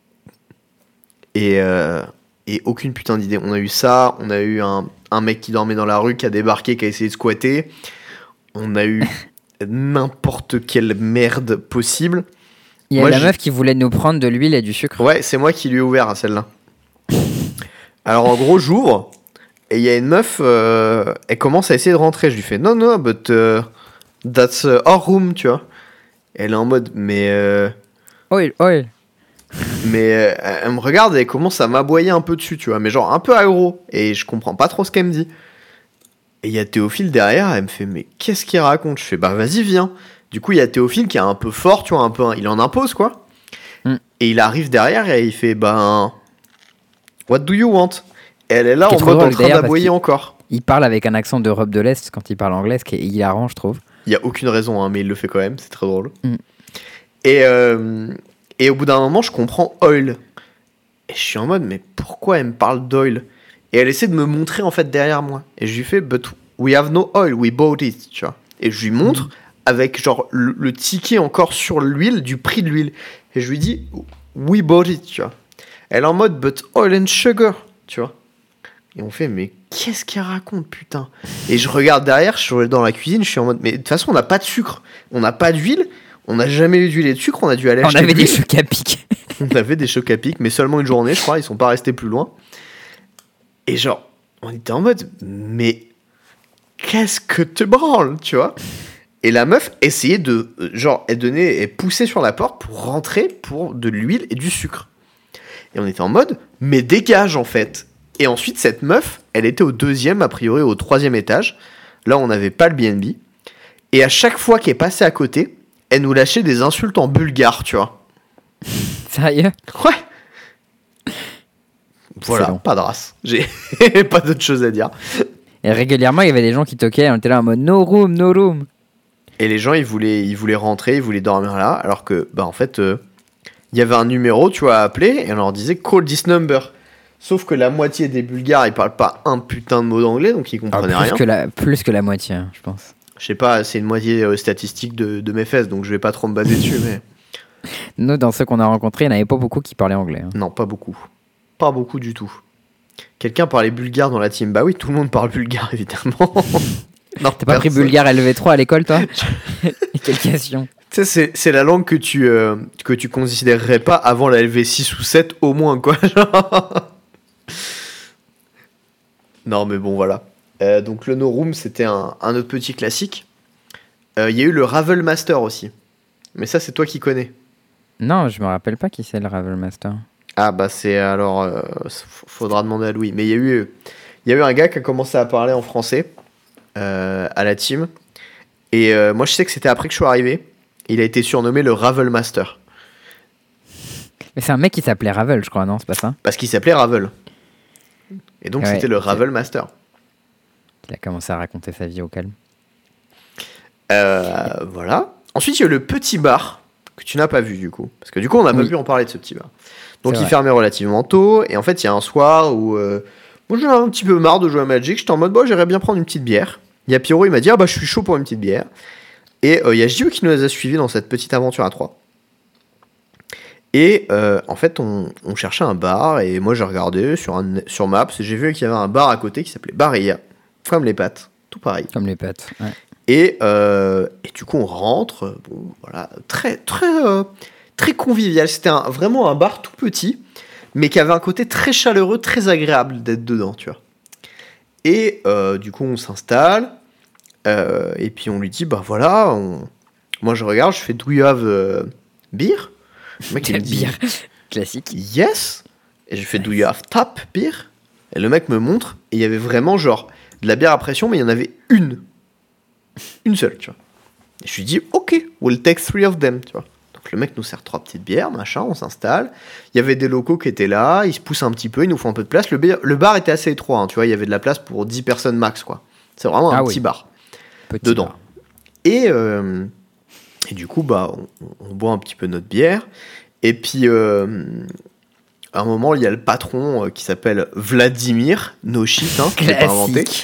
Et aucune putain d'idée. On a eu ça, on a eu un mec qui dormait dans la rue, qui a débarqué, qui a essayé de squatter. On a eu n'importe quelle merde possible. Il y a la meuf qui voulait nous prendre de l'huile et du sucre. Ouais, c'est moi qui lui ai ouvert à celle-là. Alors en gros, j'ouvre et il y a une meuf, elle commence à essayer de rentrer. Je lui fais non, but that's our room, tu vois. Elle est en mode, mais. Oil. Mais elle me regarde et elle commence à m'aboyer un peu dessus, tu vois, mais genre un peu aggro. Et je comprends pas trop ce qu'elle me dit. Et il y a Théophile derrière, elle me fait, mais qu'est-ce qu'il raconte? Je fais, vas-y, viens. Du coup, il y a Théophile qui est un peu fort, tu vois, il en impose, quoi. Et il arrive derrière et il fait, what do you want? Et elle est là en mode en train d'aboyer encore. Il parle avec un accent d'Europe de l'Est quand il parle anglais, ce qui est hilarant, je trouve. Il y a aucune raison, hein, mais il le fait quand même, c'est très drôle. Et au bout d'un moment, je comprends oil. Et je suis en mode, mais pourquoi elle me parle d'oil? Et elle essaie de me montrer, en fait, derrière moi. Et je lui fais, but we have no oil, we bought it, tu vois. Et je lui montre avec, genre, le ticket encore sur l'huile, du prix de l'huile. Et je lui dis, we bought it, tu vois. Elle est en mode, but oil and sugar, tu vois. Et on fait, mais qu'est-ce qu'elle raconte, putain? Et je regarde derrière, je suis dans la cuisine, je suis en mode, mais de toute façon, on n'a pas de sucre, on n'a pas d'huile, on n'a jamais eu d'huile et de sucre, on a dû aller acheter. On avait des chocs à pic. On avait des chocs à pic, mais seulement une journée, je crois, ils sont pas restés plus loin. Et genre, on était en mode, mais qu'est-ce que te branles, tu vois. Et la meuf essayait de, genre, elle poussait sur la porte pour rentrer pour de l'huile et du sucre. Et on était en mode, mais dégage en fait. Et ensuite, cette meuf, elle était au 2e, a priori au 3e étage. Là, on n'avait pas le B&B. Et à chaque fois qu'elle passait à côté, elle nous lâchait des insultes en bulgare, tu vois. Sérieux? Ouais. Voilà, Excellent. pas de race. J'ai pas d'autre chose à dire. Et régulièrement, il y avait des gens qui toquaient, on était là en mode no room, no room. Et les gens, ils voulaient rentrer, ils voulaient dormir là, alors que, bah en fait, il y avait un numéro, tu vois, à appeler, et on leur disait call this number. Sauf que la moitié des Bulgares, ils parlent pas un putain de mot d'anglais, donc ils comprenaient rien. Plus que la moitié, hein, je pense. Je sais pas, c'est une moitié statistique de mes fesses, donc je vais pas trop me baser dessus, mais... Nous, dans ceux qu'on a rencontrés, il n'y en avait pas beaucoup qui parlaient anglais. Hein. Non, pas beaucoup. Pas beaucoup du tout. Quelqu'un parlait bulgare dans la team? Bah oui, tout le monde parle bulgare, évidemment. Non, t'as pas pris bulgare LV3 à l'école, toi? Quelle question. Tu sais, c'est la langue que tu considérerais pas avant la LV6 ou 7, au moins, quoi. Non, mais bon, voilà. Donc, le No Room, c'était un autre petit classique. Il y a eu le Ravel Master aussi. Mais ça, c'est toi qui connais. Non, je me rappelle pas qui c'est le Ravel Master. Ah, bah, c'est alors. Faudra demander à Louis. Mais il y a eu un gars qui a commencé à parler en français à la team. Et moi, je sais que c'était après que je suis arrivé. Il a été surnommé le Ravel Master. Mais c'est un mec qui s'appelait Ravel, je crois, non? C'est pas ça? Parce qu'il s'appelait Ravel. Et donc, Ouais, c'était le ok. Ravel Master. Il a commencé à raconter sa vie au calme. Voilà. Ensuite, il y a eu le petit bar que tu n'as pas vu, du coup. Parce que du coup, on n'a pas Oui. pu en parler de ce petit bar. Donc, C'est il vrai. fermait relativement tôt. Et en fait, il y a un soir où moi, j'en avais un petit peu marre de jouer à Magic. J'étais en mode, bon, j'aimerais bien prendre une petite bière. Il y a Pierrot, il m'a dit, ah bah, je suis chaud pour une petite bière. Et il y a JE qui nous a suivis dans cette petite aventure à 3. Et en fait, on cherchait un bar. Et moi, j'ai regardé sur Maps. Et j'ai vu qu'il y avait un bar à côté qui s'appelait Barilla. Comme les pâtes. Tout pareil. Comme les pâtes. Ouais. Et du coup, on rentre. Bon, voilà, très convivial. C'était vraiment un bar tout petit, mais qui avait un côté très chaleureux, très agréable d'être dedans, tu vois. Et du coup, on s'installe. Et puis, on lui dit, bah voilà, moi je regarde, je fais do you have beer? Le mec, il me dit, Bière classique. yes. Et je fais do you have tap beer? Et le mec me montre, et il y avait vraiment genre de la bière à pression, mais il y en avait une seule, tu vois. Et je lui dis, ok, we'll take 3 of them, tu vois. Donc le mec nous sert 3 petites bières, machin, on s'installe. Il y avait des locaux qui étaient là, ils se poussent un petit peu, ils nous font un peu de place. Le bar était assez étroit, hein, tu vois, il y avait de la place pour 10 personnes max, quoi. C'est vraiment un petit bar Petit dedans. bar. Et du coup, bah, on boit un petit peu notre bière. Et puis, à un moment, il y a le patron qui s'appelle Vladimir, no shit, hein, je l'ai pas inventé. Classique.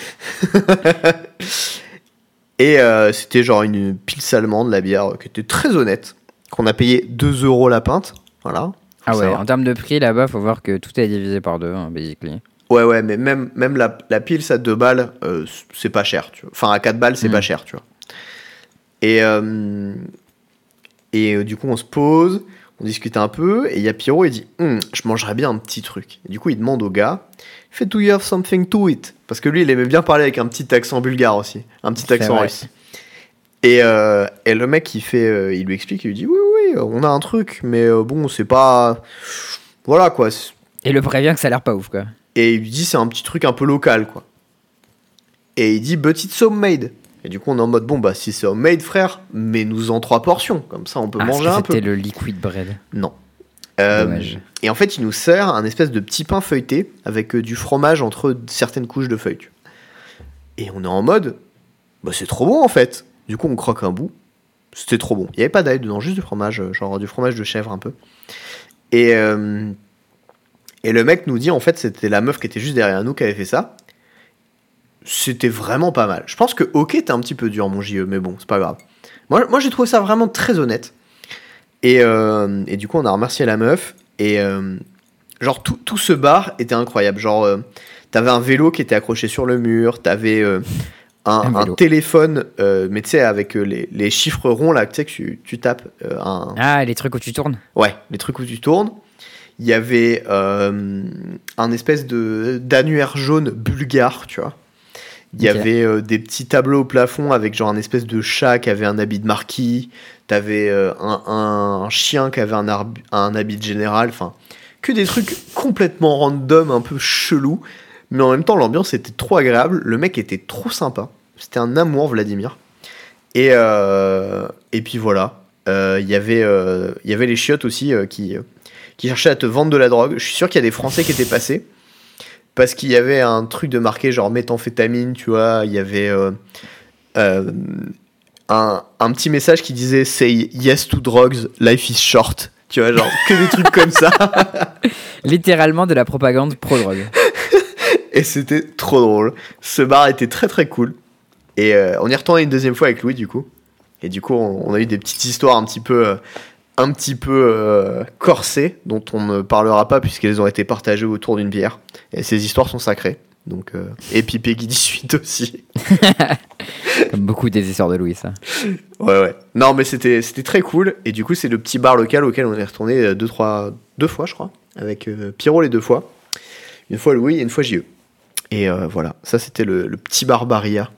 Et c'était genre une pils allemande, la bière, qui était très honnête, qu'on a payé 2 € la pinte. Voilà. Ah ouais, savoir. en termes de prix, là-bas, faut voir que tout est divisé par 2, hein, basically. Ouais, mais même la pils à 2 balles, c'est pas cher, tu vois. Enfin, à 4 balles, c'est pas cher, tu vois. Et du coup, on se pose, on discute un peu, et il y a Pierrot, il dit je mangerais bien un petit truc. Et du coup, il demande au gars, il fait do you have something to eat? Parce que lui, il aimait bien parler avec un petit accent bulgare aussi, un petit C'est accent vrai. russe. Et le mec, il lui explique, il lui dit oui, on a un truc, mais bon, c'est pas. Voilà quoi. Et le prévient que ça a l'air pas ouf, quoi. Et il lui dit c'est un petit truc un peu local, quoi. Et il dit but it's homemade. Et du coup, on est en mode bon, bah si c'est homemade, frère, mets-nous-en 3 portions. Comme ça, on peut manger un peu. C'était le liquid bread. Non. Dommage. Et en fait, il nous sert un espèce de petit pain feuilleté avec du fromage entre certaines couches de feuilles. Et on est en mode, bah c'est trop bon en fait. Du coup, on croque un bout. C'était trop bon. Il n'y avait pas d'ail dedans, juste du fromage, genre du fromage de chèvre un peu. Et le mec nous dit, en fait, c'était la meuf qui était juste derrière nous qui avait fait ça. C'était vraiment pas mal. Je pense que ok, t'es un petit peu dur, mon JE, mais bon, c'est pas grave. Moi j'ai trouvé ça vraiment très honnête. Et du coup, on a remercié la meuf. Et genre, tout ce bar était incroyable. Genre, t'avais un vélo qui était accroché sur le mur. T'avais un téléphone, mais tu sais, avec les chiffres ronds, là, tu sais, que tu tapes. Ah, les trucs où tu tournes. Ouais, les trucs où tu tournes. Il y avait un espèce d'annuaire jaune bulgare, tu vois. Il y Ok. avait des petits tableaux au plafond avec genre un espèce de chat qui avait un habit de marquis. T'avais un chien qui avait un habit de général. Enfin, que des trucs complètement random, un peu chelou. Mais en même temps, l'ambiance était trop agréable. Le mec était trop sympa. C'était un amour, Vladimir. Et puis voilà. Il y avait les chiottes aussi qui cherchaient à te vendre de la drogue. Je suis sûr qu'il y a des Français qui étaient passés. Parce qu'il y avait un truc de marqué genre méthamphétamine, tu vois. Il y avait euh, un petit message qui disait Say yes to drugs, life is short. Tu vois, genre que des trucs comme ça. Littéralement de la propagande pro-drogue. Et c'était trop drôle. Ce bar était très très cool. Et on y est retourné une deuxième fois avec Louis, du coup. Et du coup, on a eu des petites histoires un petit peu corsées, dont on ne parlera pas puisqu'elles ont été partagées autour d'une bière. Et ces histoires sont sacrées. Donc, et puis Peggy 18 aussi. Comme beaucoup des histoires de Louis, ça. Ouais. Non, mais c'était très cool. Et du coup, c'est le petit bar local auquel on est retourné deux fois, je crois. Avec Pierrot les deux fois. Une fois Louis et une fois JE. Et voilà, ça c'était le petit Barbaria.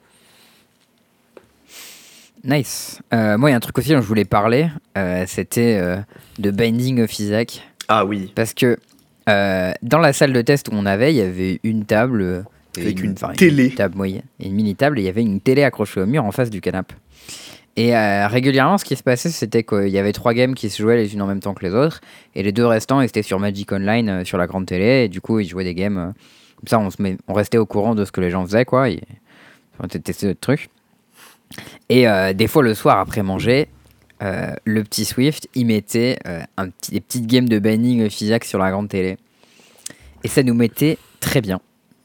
Nice. Moi, il y a un truc aussi dont je voulais parler. C'était de Binding of Isaac. Ah oui. Parce que dans la salle de test où on avait, il y avait une table. Avec une télé. Une table moyenne, une mini-table, et il y avait une télé accrochée au mur en face du canapé. Et régulièrement, ce qui se passait, c'était qu'il y avait 3 games qui se jouaient les unes en même temps que les autres. Et les 2 restants, ils étaient sur Magic Online, sur la grande télé. Et du coup, ils jouaient des games. Comme ça, on restait au courant de ce que les gens faisaient, quoi. On était testé d'autres trucs. Et des fois, le soir, après manger, le petit Swift, il mettait des petites games de Binding of Isaac sur la grande télé. Et ça nous mettait très bien.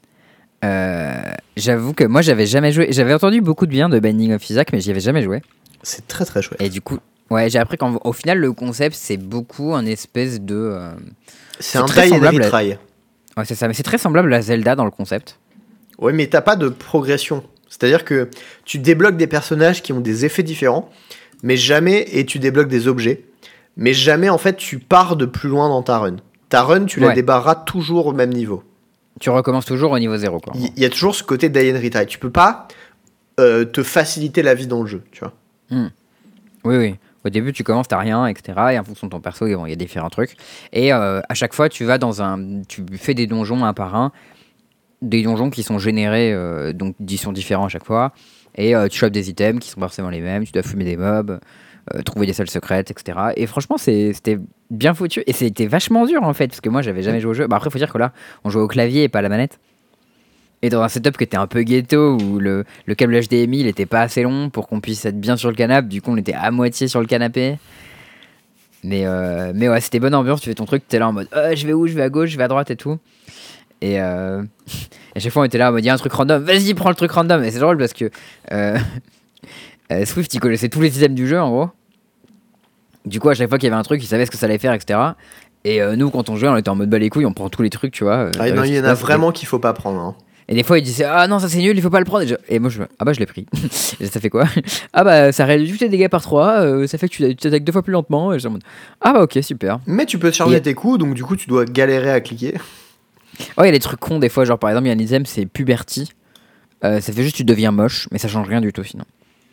J'avoue que moi, j'avais jamais joué. J'avais entendu beaucoup de bien de Binding of Isaac, mais j'y avais jamais joué. C'est très très chouette. Et du coup, ouais, j'ai appris qu'au final, le concept, c'est beaucoup un espèce de. C'est un très die and semblable retry. Ouais, c'est ça, mais c'est très semblable à Zelda dans le concept. Ouais, mais t'as pas de progression. C'est-à-dire que tu débloques des personnages qui ont des effets différents, mais jamais, et tu débloques des objets, mais jamais en fait tu pars de plus loin dans ta run. Ta run, tu la Ouais. débarras toujours au même niveau. Tu recommences toujours au niveau 0, quoi. Il y a toujours ce côté die and retry. Tu peux pas te faciliter la vie dans le jeu, tu vois. Oui, oui. Au début, tu commences, t'as rien, etc. Et en fonction de ton perso, il y a différents trucs. Et à chaque fois, tu fais des donjons un par un, des donjons qui sont générés, donc ils sont différents à chaque fois. Et tu chopes des items qui sont pas forcément les mêmes. Tu dois fumer des mobs, trouver des salles secrètes, etc. Et franchement, c'était bien foutu. Et c'était vachement dur en fait, parce que moi, j'avais jamais joué au jeu. Bah, après, faut dire que là, on jouait au clavier et pas à la manette. Et dans un setup qui était un peu ghetto, où le câble HDMI il était pas assez long pour qu'on puisse être bien sur le canapé, du coup on était à moitié sur le canapé. Mais ouais, c'était bonne ambiance, tu fais ton truc, t'es là en mode je vais où, je vais à gauche, je vais à droite et tout. Et à chaque fois on était là en mode il y a un truc random, vas-y prends le truc random. Et c'est drôle parce que Swift il connaissait tous les items du jeu en gros. Du coup à chaque fois qu'il y avait un truc, il savait ce que ça allait faire, etc. Et nous quand on jouait on était en mode bah les couilles, on prend tous les trucs, tu vois. Ah, non, il y en a vraiment qu'il faut pas prendre. Hein. Et des fois, il disait ah non, ça c'est nul, il faut pas le prendre. Et moi, ah bah je l'ai pris. Et ça fait quoi? Ah bah ça réduit tes dégâts par 3, ça fait que tu t'attaques 2 fois plus lentement. Et j'étais en mode, ah bah ok, super. Mais tu peux charger tes coups, donc du coup tu dois galérer à cliquer. Oh, il y a des trucs cons des fois, genre par exemple, il y a un item, c'est Puberty. Ça fait juste tu deviens moche, mais ça change rien du tout sinon.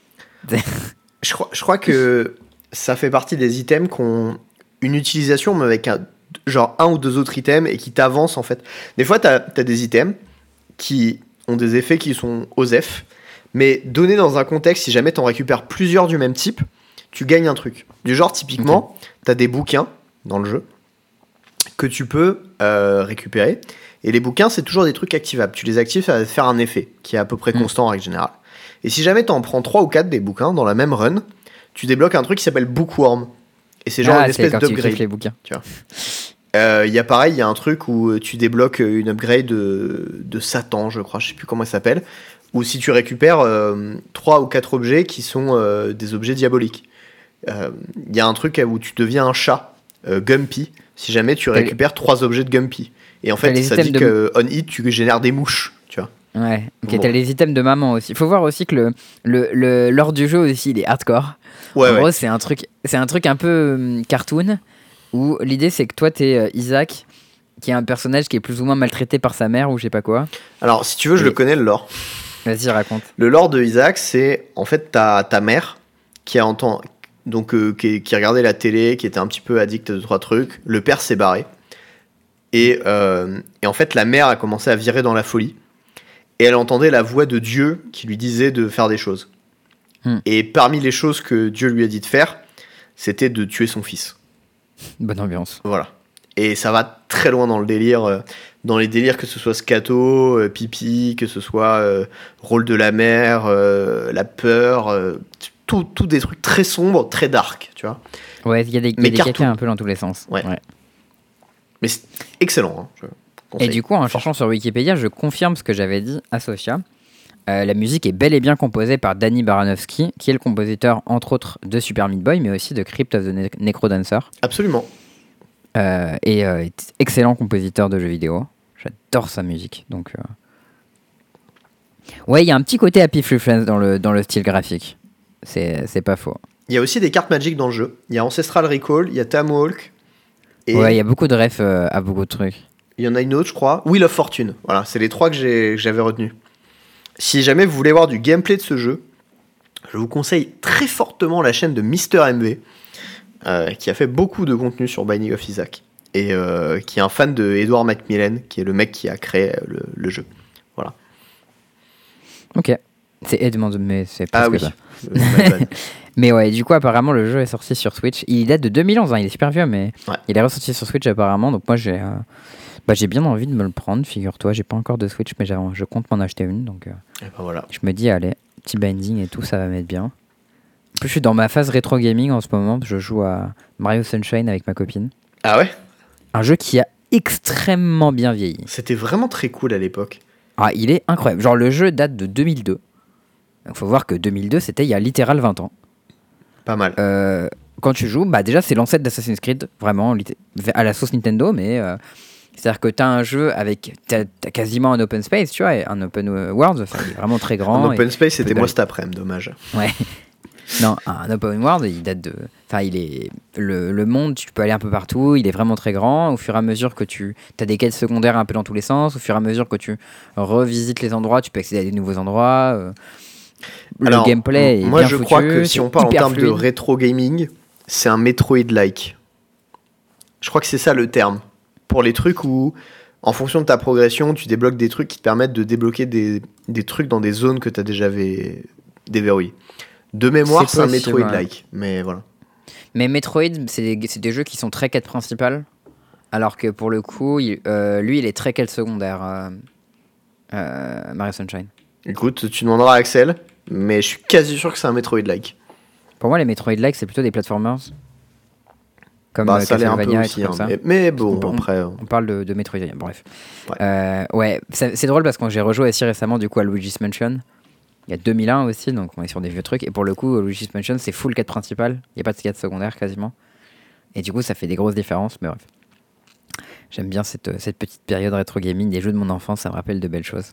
Je crois que ça fait partie des items qui ont une utilisation, mais avec genre un ou deux autres items et qui t'avancent en fait. Des fois, t'as des items qui ont des effets qui sont OSEF, mais donnés dans un contexte, si jamais t'en récupères plusieurs du même type, tu gagnes un truc. Du genre, typiquement, t'as des bouquins dans le jeu que tu peux récupérer, et les bouquins, c'est toujours des trucs activables. Tu les actives, ça va te faire un effet qui est à peu près constant en règle générale. Et si jamais t'en prends 3 ou 4 des bouquins dans la même run, tu débloques un truc qui s'appelle Bookworm. Et c'est genre une espèce d'upgrade. Les bouquins. Tu vois. Il y a un truc où tu débloques une upgrade de Satan, je crois, je sais plus comment ça s'appelle, ou si tu récupères 3 ou 4 objets qui sont des objets diaboliques. Il y a un truc où tu deviens un chat, Gumpy, si jamais tu récupères 3 objets de Gumpy. Et en fait, ça dit que on hit, tu génères des mouches, tu vois. Ouais, ok, t'as les items de maman aussi. Il faut voir aussi que le lore du jeu aussi, il est hardcore. Ouais, en gros, c'est un truc un peu cartoon, où l'idée c'est que toi t'es Isaac, qui est un personnage qui est plus ou moins maltraité par sa mère ou je sais pas quoi. Alors si tu veux, je le connais le lore. Vas-y, raconte. Le lore de Isaac, c'est en fait ta mère qui a qui regardait la télé, qui était un petit peu addict à 2-3 trucs. Le père s'est barré. Et en fait, la mère a commencé à virer dans la folie. Et elle entendait la voix de Dieu qui lui disait de faire des choses. Et parmi les choses que Dieu lui a dit de faire, c'était de tuer son fils. Bonne ambiance. Voilà. Et ça va très loin dans le délire, dans les délires, que ce soit scato, pipi, que ce soit rôle de la mère, la peur, tout des trucs très sombres, très dark, tu vois. Ouais, il y a des cacas un peu dans tous les sens. Ouais. Mais c'est excellent. Hein, et du coup, en cherchant sur Wikipédia, je confirme ce que j'avais dit à Sofia. La musique est bel et bien composée par Danny Baranowski, qui est le compositeur, entre autres, de Super Meat Boy, mais aussi de Crypt of the Necrodancer. Absolument. Excellent compositeur de jeux vidéo. J'adore sa musique. Donc, ouais, il y a un petit côté Happy Few Friends dans le style graphique. C'est pas faux. Il y a aussi des cartes Magic dans le jeu. Il y a Ancestral Recall, il y a Tamahawk. Ouais, il y a beaucoup de refs à beaucoup de trucs. Il y en a une autre, je crois. Wheel of Fortune. Voilà, c'est les 3 que j'avais retenus. Si jamais vous voulez voir du gameplay de ce jeu, je vous conseille très fortement la chaîne de Mister MV, qui a fait beaucoup de contenu sur Binding of Isaac, et qui est un fan de Edward Macmillan, qui est le mec qui a créé le jeu. Voilà. Ok. C'est Edmond, mais c'est pas oui. Ça. Mais ouais, du coup, apparemment, le jeu est sorti sur Switch. Il date de 2011, hein, il est super vieux, mais il est ressorti sur Switch apparemment. Donc moi, j'ai bien envie de me le prendre, figure-toi. J'ai pas encore de Switch, mais je compte m'en acheter une. Donc voilà. Je me dis, allez, petit binding et tout, ça va m'être bien. En plus, je suis dans ma phase rétro gaming en ce moment. Je joue à Mario Sunshine avec ma copine. Ah ouais? Un jeu qui a extrêmement bien vieilli. C'était vraiment très cool à l'époque. Ah, il est incroyable. Genre, le jeu date de 2002. Il faut voir que 2002, c'était il y a littéral 20 ans. Pas mal. Quand tu joues, déjà c'est l'ancêtre d'Assassin's Creed, vraiment, à la sauce Nintendo, mais c'est-à-dire que tu as un jeu avec, t'as quasiment un open space, tu vois, et un open world, il est vraiment très grand. Un open space, c'était moi cet après-midi, dommage. Ouais. Non, un open world, il date de... Enfin, il est... Le monde, tu peux aller un peu partout, il est vraiment très grand. Au fur et à mesure que tu as des quêtes secondaires un peu dans tous les sens, au fur et à mesure que tu revisites les endroits, tu peux accéder à des nouveaux endroits. Alors, le gameplay est moi bien je foutu, crois que si on parle en termes fluide. de rétro gaming, c'est un Metroid-like. Je crois que c'est ça le terme. Pour les trucs où, en fonction de ta progression, tu débloques des trucs qui te permettent de débloquer des trucs dans des zones que tu as déjà déverrouillées. De mémoire, c'est un Metroid-like, mais voilà. Mais Metroid, c'est des jeux qui sont très quêtes principales, alors que pour le coup, lui, il est très quête secondaire, Mario Sunshine. Écoute, tu demanderas à Axel, mais je suis quasi sûr que c'est un Metroid-like. Pour moi, les Metroid-like, c'est plutôt des platformers. Comme ça l'est un peu aussi, hein, mais bon, après... On parle de Metroid, bref. Ouais, c'est drôle parce que j'ai rejoué aussi récemment du coup à Luigi's Mansion. Il y a 2001 aussi, donc on est sur des vieux trucs. Et pour le coup, Luigi's Mansion, c'est full quête principale. Il n'y a pas de quête secondaire quasiment. Et du coup, ça fait des grosses différences, mais bref. J'aime bien cette petite période rétro gaming. Des jeux de mon enfance, ça me rappelle de belles choses.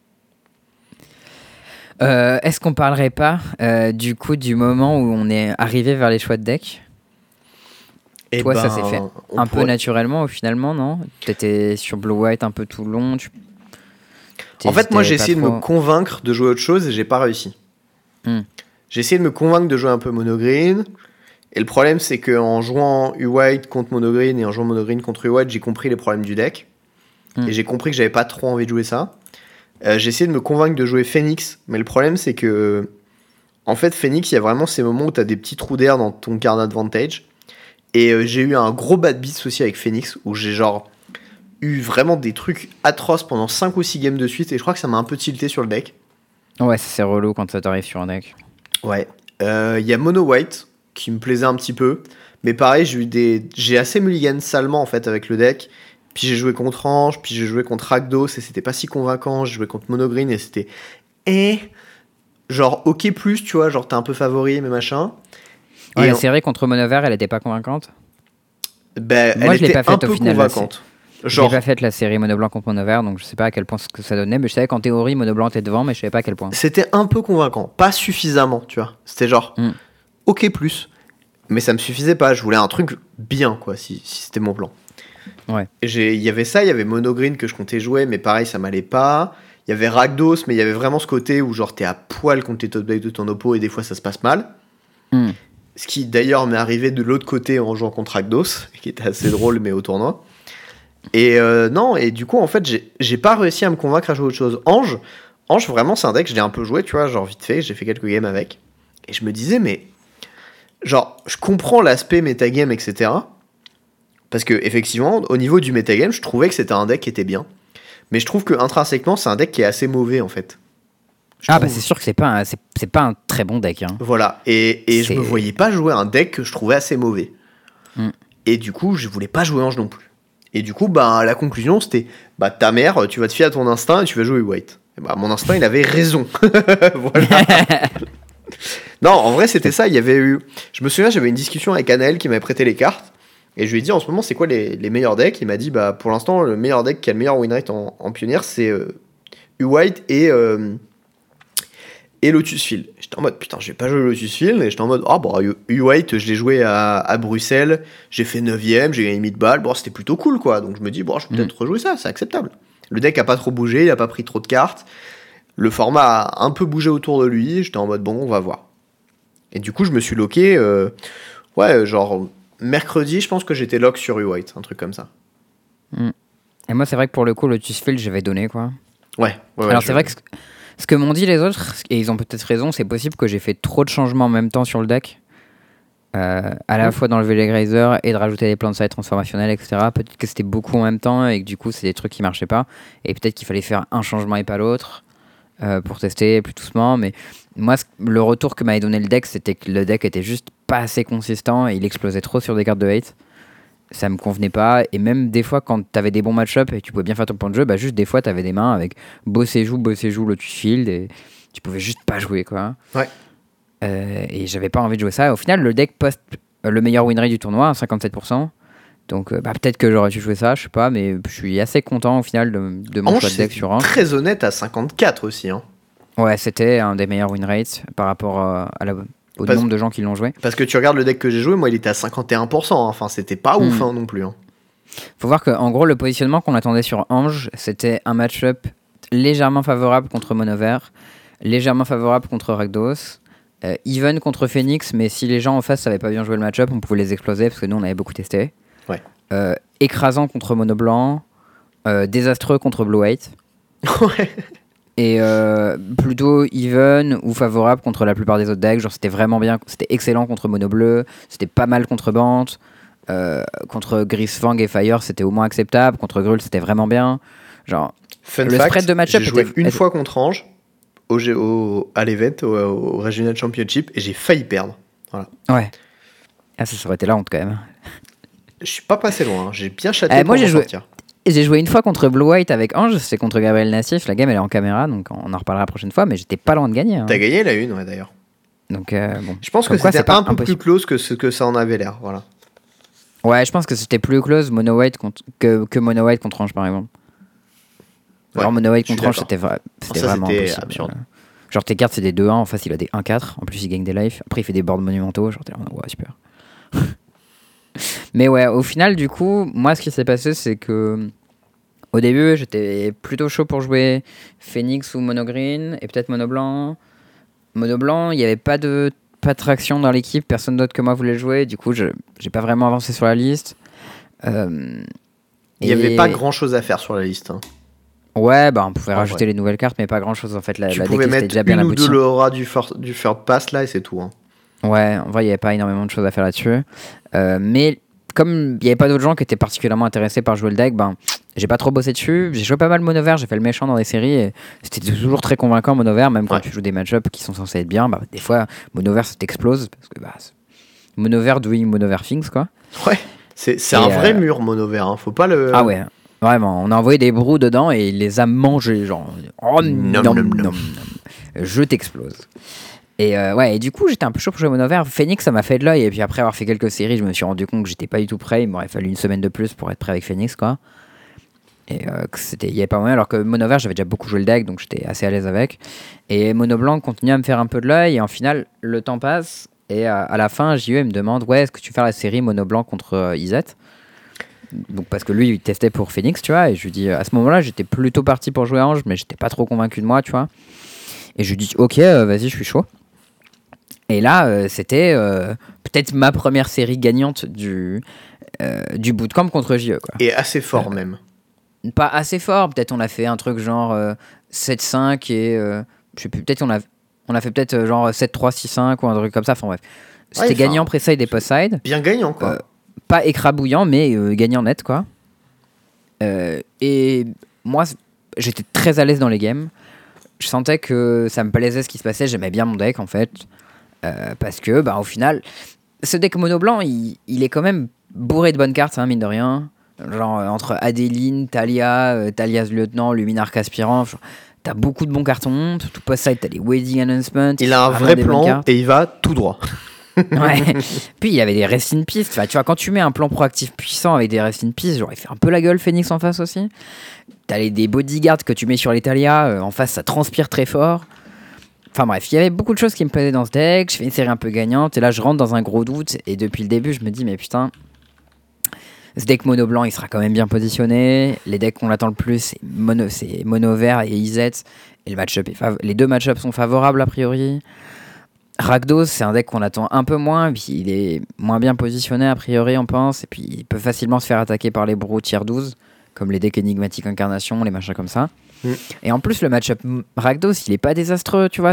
Est-ce qu'on parlerait pas du coup du moment où on est arrivé vers les choix de deck? Toi, ça s'est fait un peu naturellement finalement, non? T'étais sur Blue White un peu tout le long. En fait, moi, j'ai essayé de me convaincre de jouer à autre chose et j'ai pas réussi. J'ai essayé de me convaincre de jouer un peu monogreen. Et le problème, c'est qu'en jouant U-White contre monogreen et en jouant monogreen contre U-White, j'ai compris les problèmes du deck. Et j'ai compris que j'avais pas trop envie de jouer ça. J'ai essayé de me convaincre de jouer Phoenix. Mais le problème, c'est que... En fait, Phoenix, il y a vraiment ces moments où tu as des petits trous d'air dans ton card advantage. Et j'ai eu un gros bad beats aussi avec Phoenix, où j'ai genre eu vraiment des trucs atroces pendant 5 ou 6 games de suite. Et je crois que ça m'a un peu tilté sur le deck. Ouais, ça c'est relou quand ça t'arrive sur un deck. Ouais. Il y a Mono White, qui me plaisait un petit peu. Mais pareil, j'ai assez mulligan salement en fait avec le deck. Puis j'ai joué contre Ange, puis j'ai joué contre Rakdos et c'était pas si convaincant. J'ai joué contre Mono Green et c'était genre ok plus, tu vois, genre t'es un peu favori mais machin. Ouais, la série contre Mono Vert, elle était pas convaincante. Ben, moi elle je l'ai était pas faite un au peu final. Convaincante. Genre... J'ai pas fait la série Mono Blanc contre Mono Vert, donc je sais pas à quel point ce que ça donnait, mais je savais qu'en théorie Mono Blanc était devant, mais je savais pas à quel point. C'était un peu convaincant, pas suffisamment, tu vois. C'était genre ok plus, mais ça me suffisait pas. Je voulais un truc bien, quoi, si c'était mon plan. Ouais. Il y avait ça, il y avait Mono Green que je comptais jouer, mais pareil, ça m'allait pas. Il y avait Rakdos, mais il y avait vraiment ce côté où genre t'es à poil contre les top decks de ton oppo et des fois ça se passe mal. Ce qui d'ailleurs m'est arrivé de l'autre côté en jouant contre Rakdos, qui était assez drôle mais au tournoi. Et non, et du coup en fait j'ai pas réussi à me convaincre à jouer autre chose. Ange vraiment c'est un deck que je l'ai un peu joué, tu vois, genre vite fait, j'ai fait quelques games avec. Et je me disais mais genre je comprends l'aspect metagame etc. Parce que effectivement au niveau du metagame je trouvais que c'était un deck qui était bien. Mais je trouve que intrinsèquement c'est un deck qui est assez mauvais en fait. Bah c'est sûr que c'est pas un très bon deck. Hein. Voilà, et je me voyais pas jouer un deck que je trouvais assez mauvais. Et du coup je voulais pas jouer Ange non plus. Et du coup la conclusion c'était ta mère, tu vas te fier à ton instinct et tu vas jouer White. Et mon instinct il avait raison. Voilà. Non en vrai c'était ça, je me souviens j'avais une discussion avec Anaël qui m'avait prêté les cartes. Et je lui ai dit en ce moment c'est quoi les meilleurs decks. Il m'a dit pour l'instant le meilleur deck qui a le meilleur win rate en pionnière c'est U-White et Lotus Field. J'étais en mode putain je vais pas jouer Lotus Field. Et j'étais en mode U-White je l'ai joué à Bruxelles. J'ai fait 9ème, j'ai gagné mid-ball. C'était plutôt cool quoi. Donc je me dis je vais peut-être rejouer ça, c'est acceptable. Le deck a pas trop bougé, il a pas pris trop de cartes. Le format a un peu bougé autour de lui. J'étais en mode on va voir. Et du coup je me suis loqué genre mercredi, je pense que j'étais lock sur U-White, un truc comme ça. Et moi, c'est vrai que pour le coup, Lotus Field, j'avais donné, quoi. Ouais. Alors, c'est vrai que ce que m'ont dit les autres, et ils ont peut-être raison, c'est possible que j'ai fait trop de changements en même temps sur le deck. À la fois d'enlever les Grazer et de rajouter des plans de side transformationnels, etc. Peut-être que c'était beaucoup en même temps et que du coup, c'est des trucs qui marchaient pas. Et peut-être qu'il fallait faire un changement et pas l'autre pour tester plus doucement. Mais moi, le retour que m'avait donné le deck, c'était que le deck était juste pas assez consistant et il explosait trop sur des cartes de hate. Ça me convenait pas. Et même des fois, quand t'avais des bons match-up et tu pouvais bien faire ton point de jeu, juste des fois, t'avais des mains avec beau séjour, Lotus Field et tu pouvais juste pas jouer, quoi. Ouais. Et j'avais pas envie de jouer ça. Au final, le deck poste le meilleur win rate du tournoi, 57%. Donc peut-être que j'aurais dû jouer ça, je sais pas, mais je suis assez content au final de mon choix de deck sur Ange. Très honnête à 54 aussi. Hein. Ouais, c'était un des meilleurs win rates par rapport au nombre de gens qui l'ont joué. Parce que tu regardes le deck que j'ai joué, moi il était à 51%. Hein. Enfin, c'était pas ouf non plus. Hein. Faut voir qu'en gros, le positionnement qu'on attendait sur Ange, c'était un match-up légèrement favorable contre Monover, légèrement favorable contre Rakdos. Even contre Phoenix, mais si les gens en face savaient pas bien jouer le match-up, on pouvait les exploser parce que nous on avait beaucoup testé. Ouais. Écrasant contre Mono Blanc, désastreux contre Blue White. Ouais. Et plutôt even ou favorable contre la plupart des autres decks. Genre c'était vraiment bien, c'était excellent contre Mono Bleu, c'était pas mal contre Bant. Contre Grisfang et Fire, c'était au moins acceptable. Contre Grul, c'était vraiment bien. Genre, Fun le fact, spread de match-up j'ai joué une fois contre Ange à l'event, au Regional Championship, et j'ai failli perdre. Voilà. Ouais. Ah, ça aurait été la honte quand même. Je suis pas passé loin, hein. J'ai bien chaté pour m'en sortir. J'ai joué une fois contre Blue White avec Ange, c'est contre Gabriel Nassif. La game elle est en caméra, donc on en reparlera la prochaine fois, mais j'étais pas loin de gagner. Hein. T'as gagné la une, ouais, d'ailleurs. Donc, bon. Je pense que c'était un peu plus close que ce que ça en avait l'air. Voilà. Ouais, je pense que c'était plus close Mono White que Mono White contre Ange, par exemple. Alors, Mono White contre Ange, c'était vraiment impossible. Absurde. Genre, tes cartes, c'est des 2-1. En face, il a des 1-4. En plus, il gagne des lives. Après, il fait des boards monumentaux. Genre, t'es là, ouais, super. Mais ouais, au final, du coup, moi, ce qui s'est passé, c'est que au début, j'étais plutôt chaud pour jouer Phoenix ou Mono Green et peut-être Mono Blanc. Mono Blanc, il n'y avait pas de traction dans l'équipe. Personne d'autre que moi voulait jouer. Du coup, j'ai pas vraiment avancé sur la liste. Il n'y avait pas grand-chose à faire sur la liste. Hein. Ouais, on pouvait rajouter les nouvelles cartes, mais pas grand-chose en fait. Tu pouvais mettre déjà bien une ou deux Laura du third pass là et c'est tout. Hein. Ouais, en vrai, il n'y avait pas énormément de choses à faire là-dessus. Mais comme il n'y avait pas d'autres gens qui étaient particulièrement intéressés par jouer le deck, j'ai pas trop bossé dessus. J'ai joué pas mal Mono Vert, j'ai fait le méchant dans des séries et c'était toujours très convaincant Mono Vert, même quand tu joues des match-ups qui sont censés être bien. Des fois, Mono Vert ça t'explose parce que Mono Vert doing Mono Vert things quoi. Ouais, c'est un vrai mur Mono Vert, hein. Faut pas le. Ah ouais. Vraiment, on a envoyé des brous dedans et il les a mangés, genre. Oh, nom. Je t'explose. Et et du coup, j'étais un peu chaud pour jouer Mono Vert. Phoenix, ça m'a fait de l'œil. Et puis après avoir fait quelques séries, je me suis rendu compte que j'étais pas du tout prêt. Il m'aurait fallu une semaine de plus pour être prêt avec Phoenix, quoi. Et il y avait pas moyen. Alors que Mono Vert, j'avais déjà beaucoup joué le deck, donc j'étais assez à l'aise avec. Et Mono Blanc continue à me faire un peu de l'œil. Et en final, le temps passe. Et à la fin, JE me demande est-ce que tu fais la série Mono Blanc contre Izet Donc parce que lui, il testait pour Phoenix, tu vois. Et je lui dis, à ce moment-là, j'étais plutôt parti pour jouer Ange, mais j'étais pas trop convaincu de moi, tu vois. Et je lui dis, ok, vas-y, je suis chaud. Et là, c'était peut-être ma première série gagnante du bootcamp contre JE, quoi. Et assez fort même. Pas assez fort, peut-être on a fait un truc genre 7-5 et je sais plus, peut-être on a fait peut-être genre 7-3, 6-5 ou un truc comme ça. Enfin bref, c'était gagnant pré-side et post-side. Bien gagnant, quoi. Pas écrabouillant, mais gagnant net, quoi. Et moi, j'étais très à l'aise dans les games. Je sentais que ça me plaisait ce qui se passait. J'aimais bien mon deck, en fait. Parce que, au final, ce deck mono blanc, il est quand même bourré de bonnes cartes, hein, mine de rien. Genre, entre Adeline, Talia, Talia's Lieutenant, Luminarque Aspirant. T'as beaucoup de bons cartons. Tout post-side, t'as les Wedding Announcement. Il a un vrai plan et il va tout droit. Ouais. Puis il y avait des Rest in Peace. Tu vois, quand tu mets un plan proactif puissant avec des Rest in Peace, genre il fait un peu la gueule Phoenix en face aussi. T'as des bodyguards que tu mets sur les Talia. En face, ça transpire très fort. Enfin bref, il y avait beaucoup de choses qui me plaisaient dans ce deck. Je fais une série un peu gagnante. Et là, je rentre dans un gros doute. Et depuis le début, je me dis, mais putain, ce deck mono blanc, il sera quand même bien positionné. Les decks qu'on attend le plus, c'est mono vert et IZ. Et le match-up les deux match-ups sont favorables a priori. Rakdos, c'est un deck qu'on attend un peu moins, puis il est moins bien positionné a priori, on pense, et puis il peut facilement se faire attaquer par les bros tier 12, comme les decks énigmatiques incarnation, les machins comme ça. Et en plus, le match-up Rakdos, il est pas désastreux, tu vois,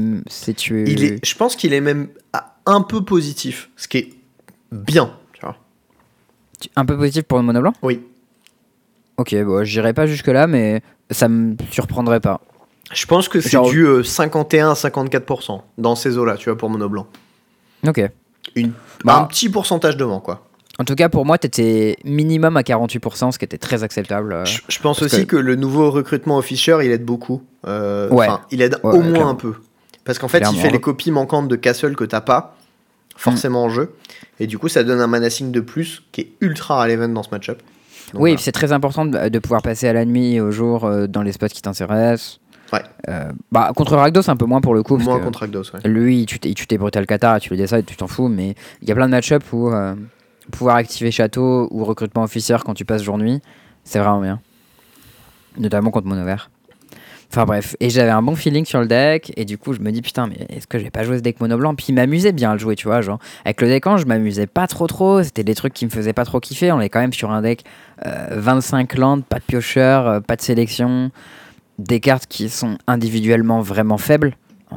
je pense qu'il est même un peu positif, ce qui est bien, tu vois. Un peu positif pour le mono blanc ? Oui. Ok, bon, j'irai pas jusque-là, mais ça me surprendrait pas. Je pense que c'est du 51-54% dans ces eaux-là, tu vois, pour mono blanc. Ok. Un petit pourcentage devant, quoi. En tout cas, pour moi, t'étais minimum à 48%, ce qui était très acceptable. Je pense aussi que le nouveau recrutement au Fischer, il aide beaucoup. Il aide au moins clairement. Un peu. Parce qu'en fait, clairement. Il fait les copies manquantes de Castle que t'as pas forcément en jeu. Et du coup, ça donne un mana sync de plus qui est ultra relevant dans ce match-up. Donc, oui, c'est très important de pouvoir passer à la nuit et au jour dans les spots qui t'intéressent. Ouais. Contre Rakdos, un peu moins pour le coup. Moins contre Rakdos, ouais. Lui, tu t'es Brutal Qatar, tu le décides, tu t'en fous, mais il y a plein de match-up où pouvoir activer Château ou recrutement officier quand tu passes jour-nuit, c'est vraiment bien. Notamment contre Mono Vert. Enfin bref, et j'avais un bon feeling sur le deck, et du coup je me dis putain, mais est-ce que je vais pas jouer ce deck Mono Blanc ? Puis il m'amusait bien à le jouer, tu vois, genre avec le deck Ange, je m'amusais pas trop, c'était des trucs qui me faisaient pas trop kiffer, on est quand même sur un deck 25 landes, pas de piocheur, pas de sélection, des cartes qui sont individuellement vraiment faibles.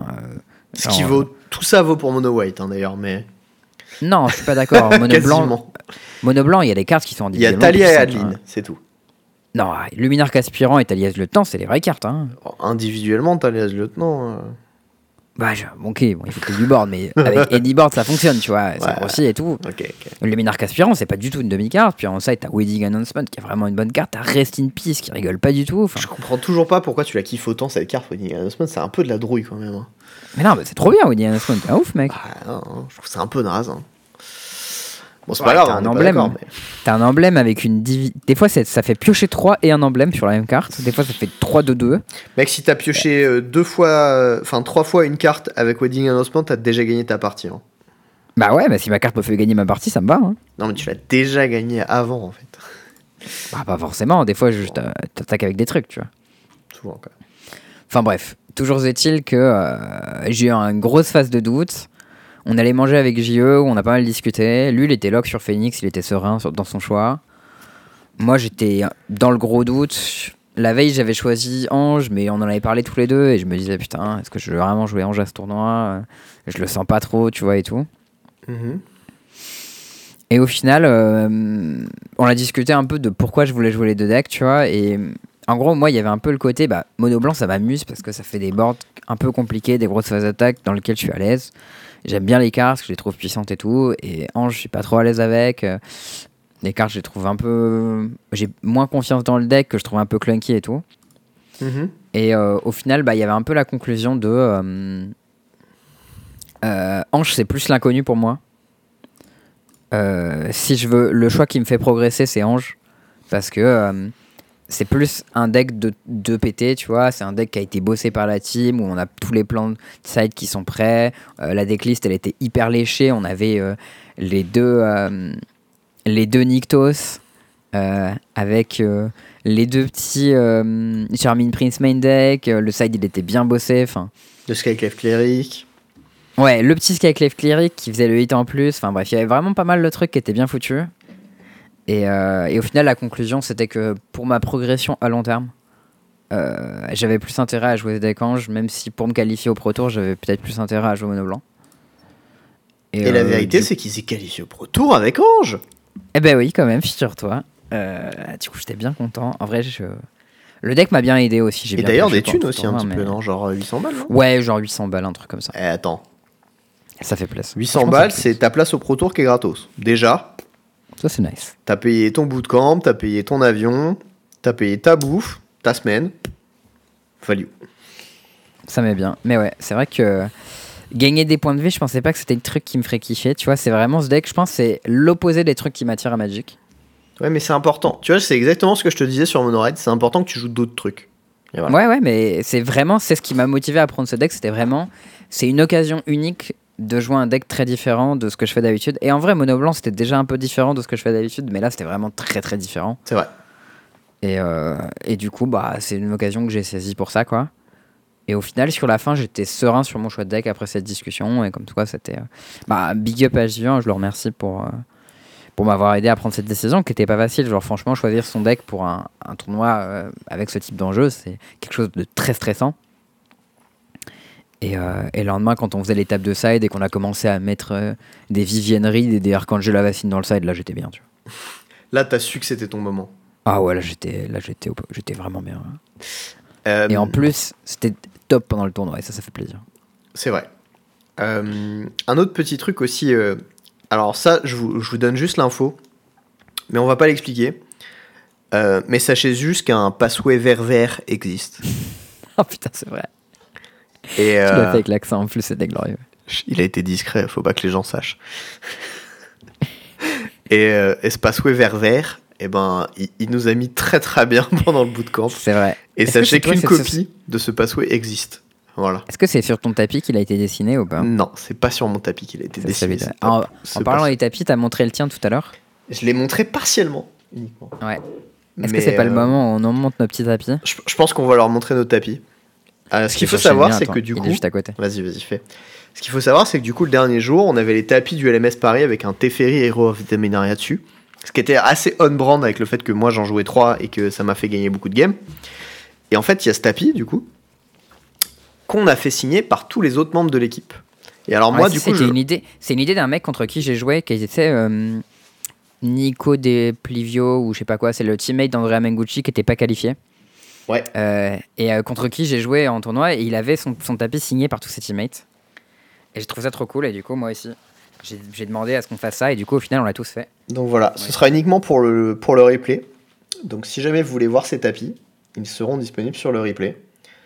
Tout ça vaut pour Mono White, hein, d'ailleurs, mais... Non, je suis pas d'accord. Mono Blanc, il y a des cartes qui sont individuellement... Il y a Talia et Adeline, c'est tout. Non, Luminarque Aspirant et Talia's Lieutenant, c'est les vraies cartes. Hein. Individuellement, Talia's Lieutenant... Ok, il faut que tu aies du board, mais avec any board, ça fonctionne, tu vois. Ça grossit et tout. Okay. Luminarque Aspirant, c'est pas du tout une demi-carte. Puis en side, t'as Wedding Announcement, qui est vraiment une bonne carte. T'as Rest in Peace, qui rigole pas du tout. Je comprends toujours pas pourquoi tu la kiffes autant, cette carte Wedding Announcement. C'est un peu de la drouille, quand même. Hein. Mais non, c'est trop bien, Wedding Announcement. T'es un ouf, mec. Non, je trouve que c'est un peu naze. Hein. Bon, c'est pas grave, t'as un emblème. Mais... T'as un emblème avec une Des fois, ça fait piocher 3 et un emblème sur la même carte. Des fois, ça fait 3 de 2. Mec, si t'as pioché 3 fois une carte avec Wedding Announcement, t'as déjà gagné ta partie. Hein. Bah ouais, si ma carte me fait gagner ma partie, ça me va. Hein. Non, mais tu l'as déjà gagné avant, en fait. Pas forcément. Des fois, juste t'attaques avec des trucs, tu vois. Souvent, quand même. Enfin bref, toujours est-il que j'ai eu une grosse phase de doute. On allait manger avec JE, on a pas mal discuté. Lui, il était lock sur Phoenix, il était serein dans son choix. Moi, j'étais dans le gros doute. La veille, j'avais choisi Ange, mais on en avait parlé tous les deux. Et je me disais, putain, est-ce que je veux vraiment jouer Ange à ce tournoi ? Je le sens pas trop, tu vois, et tout. Mm-hmm. Et au final, on a discuté un peu de pourquoi je voulais jouer les deux decks, tu vois. Et en gros, moi, il y avait un peu le côté, mono blanc, ça m'amuse parce que ça fait des boards un peu compliqués, des grosses phases d'attaque dans lesquelles je suis à l'aise. J'aime bien les cartes, je les trouve puissantes et tout. Et Ange, je suis pas trop à l'aise avec. Les cartes, je les trouve un peu... J'ai moins confiance dans le deck, que je trouve un peu clunky et tout. Mm-hmm. Et au final, il y avait un peu la conclusion de... Ange, c'est plus l'inconnu pour moi. Si je veux... Le choix qui me fait progresser, c'est Ange. Parce que... c'est plus un deck de PT, tu vois. C'est un deck qui a été bossé par la team, où on a tous les plans de side qui sont prêts. La decklist, elle était hyper léchée. On avait les deux Nyctos, avec les deux petits Charming Prince main deck. Le side, il était bien bossé. Enfin, Le Skyclave Cleric. ouais, le petit Skyclave Cleric qui faisait le hit en plus. Enfin bref, il y avait vraiment pas mal de trucs qui étaient bien foutus. Et au final, la conclusion, c'était que pour ma progression à long terme, j'avais plus intérêt à jouer ce deck Ange, même si pour me qualifier au Pro Tour, j'avais peut-être plus intérêt à jouer mono blanc. Et la vérité, c'est qu'il s'est qualifié au Pro Tour avec Ange. Eh ben oui, quand même, figure-toi. Du coup, j'étais bien content. En vrai, le deck m'a bien aidé aussi. Et d'ailleurs, des thunes aussi un petit peu, non? Genre 800 balles, non? Ouais, genre 800 balles, un truc comme ça. Eh, attends. Ça fait plaisir. 800 balles, c'est ta place au Pro Tour qui est gratos. Déjà, ça c'est nice. t'as payé ton bootcamp, t'as payé ton avion, t'as payé ta bouffe, ta semaine. Value. Ça m'est bien. Mais ouais, c'est vrai que gagner des points de vie, je pensais pas que c'était le truc qui me ferait kiffer. Tu vois, c'est vraiment ce deck, je pense, c'est l'opposé des trucs qui m'attirent à Magic. Ouais, mais c'est important. Tu vois, c'est exactement ce que je te disais sur Mono-Red. C'est important que tu joues d'autres trucs. Et voilà. Ouais, mais c'est ce qui m'a motivé à prendre ce deck. C'est une occasion unique de jouer un deck très différent de ce que je fais d'habitude. Et en vrai, Mono Blanc, c'était déjà un peu différent de ce que je fais d'habitude, mais là, c'était vraiment très très différent. C'est vrai. Et du coup, bah, c'est une occasion que j'ai saisie pour ça, quoi. Et au final, sur la fin, j'étais serein sur mon choix de deck après cette discussion. Et comme toi, c'était big up à Julien. Je le remercie pour m'avoir aidé à prendre cette décision qui n'était pas facile. Genre, franchement, choisir son deck pour un tournoi avec ce type d'enjeu, c'est quelque chose de très stressant. Et le lendemain, quand on faisait l'étape de side et qu'on a commencé à mettre des Vivienne Reed et des Archangel Avacyn dans le side, là, j'étais bien, tu vois. Là, t'as su que c'était ton moment. Ah ouais, là, j'étais vraiment bien. Et en plus, c'était top pendant le tournoi et ça fait plaisir. C'est vrai. Un autre petit truc aussi. Alors ça, je vous donne juste l'info, mais on va pas l'expliquer. Mais sachez juste qu'un passway vert existe. Oh putain, c'est vrai. Et tu l'as fait avec l'accent en plus, c'était glorieux. Il a été discret, faut pas que les gens sachent. et ce passway vert, eh ben, il nous a mis très très bien pendant le bootcamp. C'est vrai. Et sachez qu'une copie de ce passway existe. Voilà. Est-ce que c'est sur ton tapis qu'il a été dessiné ou pas? Non, c'est pas sur mon tapis qu'il a été dessiné. En parlant des tapis, t'as montré le tien tout à l'heure? Je l'ai montré partiellement, uniquement. Ouais. Est-ce que c'est pas le moment où on monte nos petits tapis? Je pense qu'on va leur montrer nos tapis. Ce qu'il faut savoir, c'est que du coup... Il est juste à côté. Vas-y, fais. Ce qu'il faut savoir, c'est que du coup, le dernier jour, on avait les tapis du LMS Paris avec un Teferi Hero of Dominaria dessus. Ce qui était assez on-brand avec le fait que moi, j'en jouais 3 et que ça m'a fait gagner beaucoup de games. Et en fait, il y a ce tapis, du coup, qu'on a fait signer par tous les autres membres de l'équipe. Et alors moi, du coup... C'est une idée d'un mec contre qui j'ai joué, qui était Nico De Plivio, ou je sais pas quoi, c'est le teammate d'Andrea Mengucci qui était pas qualifié. Ouais. Et contre qui j'ai joué en tournoi, et il avait son tapis signé par tous ses teammates. Et j'ai trouvé ça trop cool, et du coup, moi aussi, j'ai demandé à ce qu'on fasse ça, et du coup, au final, on l'a tous fait. Donc voilà, ce sera uniquement pour le replay. Donc si jamais vous voulez voir ces tapis, ils seront disponibles sur le replay.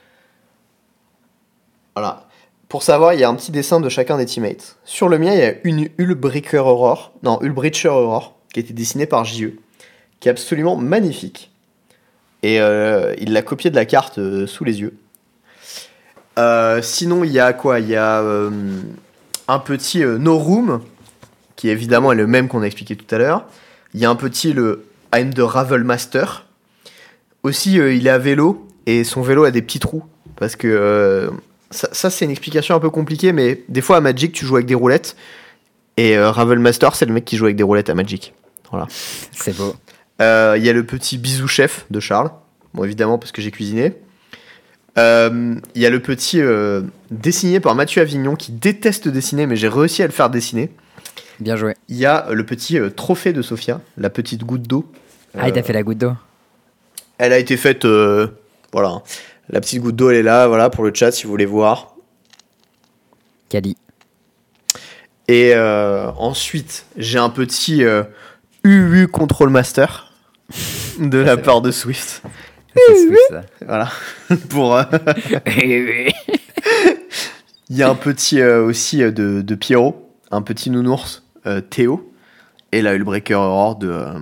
Voilà. Pour savoir, il y a un petit dessin de chacun des teammates. Sur le mien, il y a une Hullbreacher Aurore, qui a été dessinée par JE, qui est absolument magnifique. Et il l'a copié de la carte sous les yeux. Sinon, il y a quoi? Il y a un petit No Room, qui évidemment est le même qu'on a expliqué tout à l'heure. Il y a un petit le I'm the Ravel Master. Aussi, il est à vélo, et son vélo a des petits trous. Parce que ça, c'est une explication un peu compliquée, mais des fois à Magic, tu joues avec des roulettes. Et Ravel Master, c'est le mec qui joue avec des roulettes à Magic. Voilà. C'est beau. Il y a le petit bisou chef de Charles. Bon, évidemment, parce que j'ai cuisiné. Il y a le petit dessiné par Mathieu Avignon, qui déteste dessiner, mais j'ai réussi à le faire dessiner. Bien joué. Il y a le petit trophée de Sophia, la petite goutte d'eau. Il t'a fait la goutte d'eau? Elle a été faite... voilà. La petite goutte d'eau, elle est là, voilà, pour le chat, si vous voulez voir. Cali. Et ensuite, j'ai un petit UU Control Master de la part de Swift. C'est Swift, ça. Voilà. Pour... Il y a un petit aussi de Pierrot, un petit nounours, Théo, et la Hullbreaker Aurore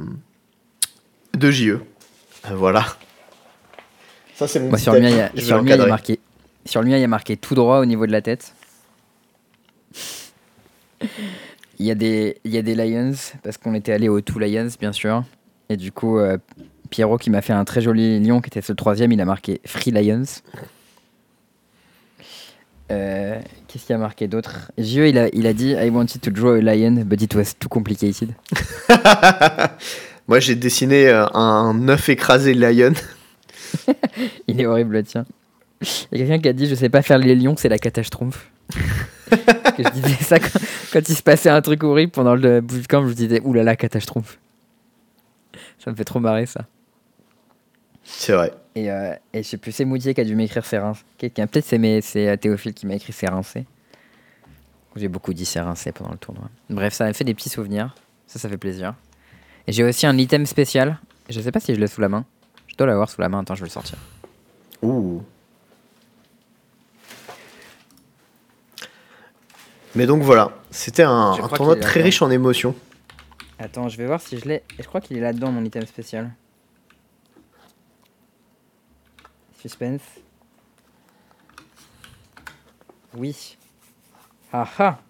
de JE. Voilà. Ça, c'est mon petit sur le mien, il y a marqué tout droit au niveau de la tête. Il y a des Lions, parce qu'on était allé au Two Lions, bien sûr. Et du coup, Pierrot qui m'a fait un très joli lion qui était sur le 3e, il a marqué Free Lions. Qu'est-ce qu'il a marqué d'autre? Gieux, il a dit I wanted to draw a lion, but it was too complicated. Moi, j'ai dessiné un œuf écrasé lion. Il est horrible, le tien. Il y a quelqu'un qui a dit je sais pas faire les lions, c'est la catastrophe. Que je disais ça quand il se passait un truc horrible pendant le bootcamp, je disais oulala, catastrophe. Ça me fait trop marrer, ça. C'est vrai. Et je sais plus, c'est Moutier qui a dû m'écrire ses rincés. Peut-être c'est Théophile qui m'a écrit ses rincés. J'ai beaucoup dit ses rincés pendant le tournoi. Bref, ça m'a fait des petits souvenirs. Ça fait plaisir. Et j'ai aussi un item spécial. Je sais pas si je l'ai sous la main. Je dois l'avoir sous la main. Attends, je vais le sortir. Ouh. Mais donc voilà, c'était un tournoi très riche en émotions. Attends, je vais voir si je l'ai. Je crois qu'il est là-dedans, mon item spécial. Suspense. Oui. Ah ah.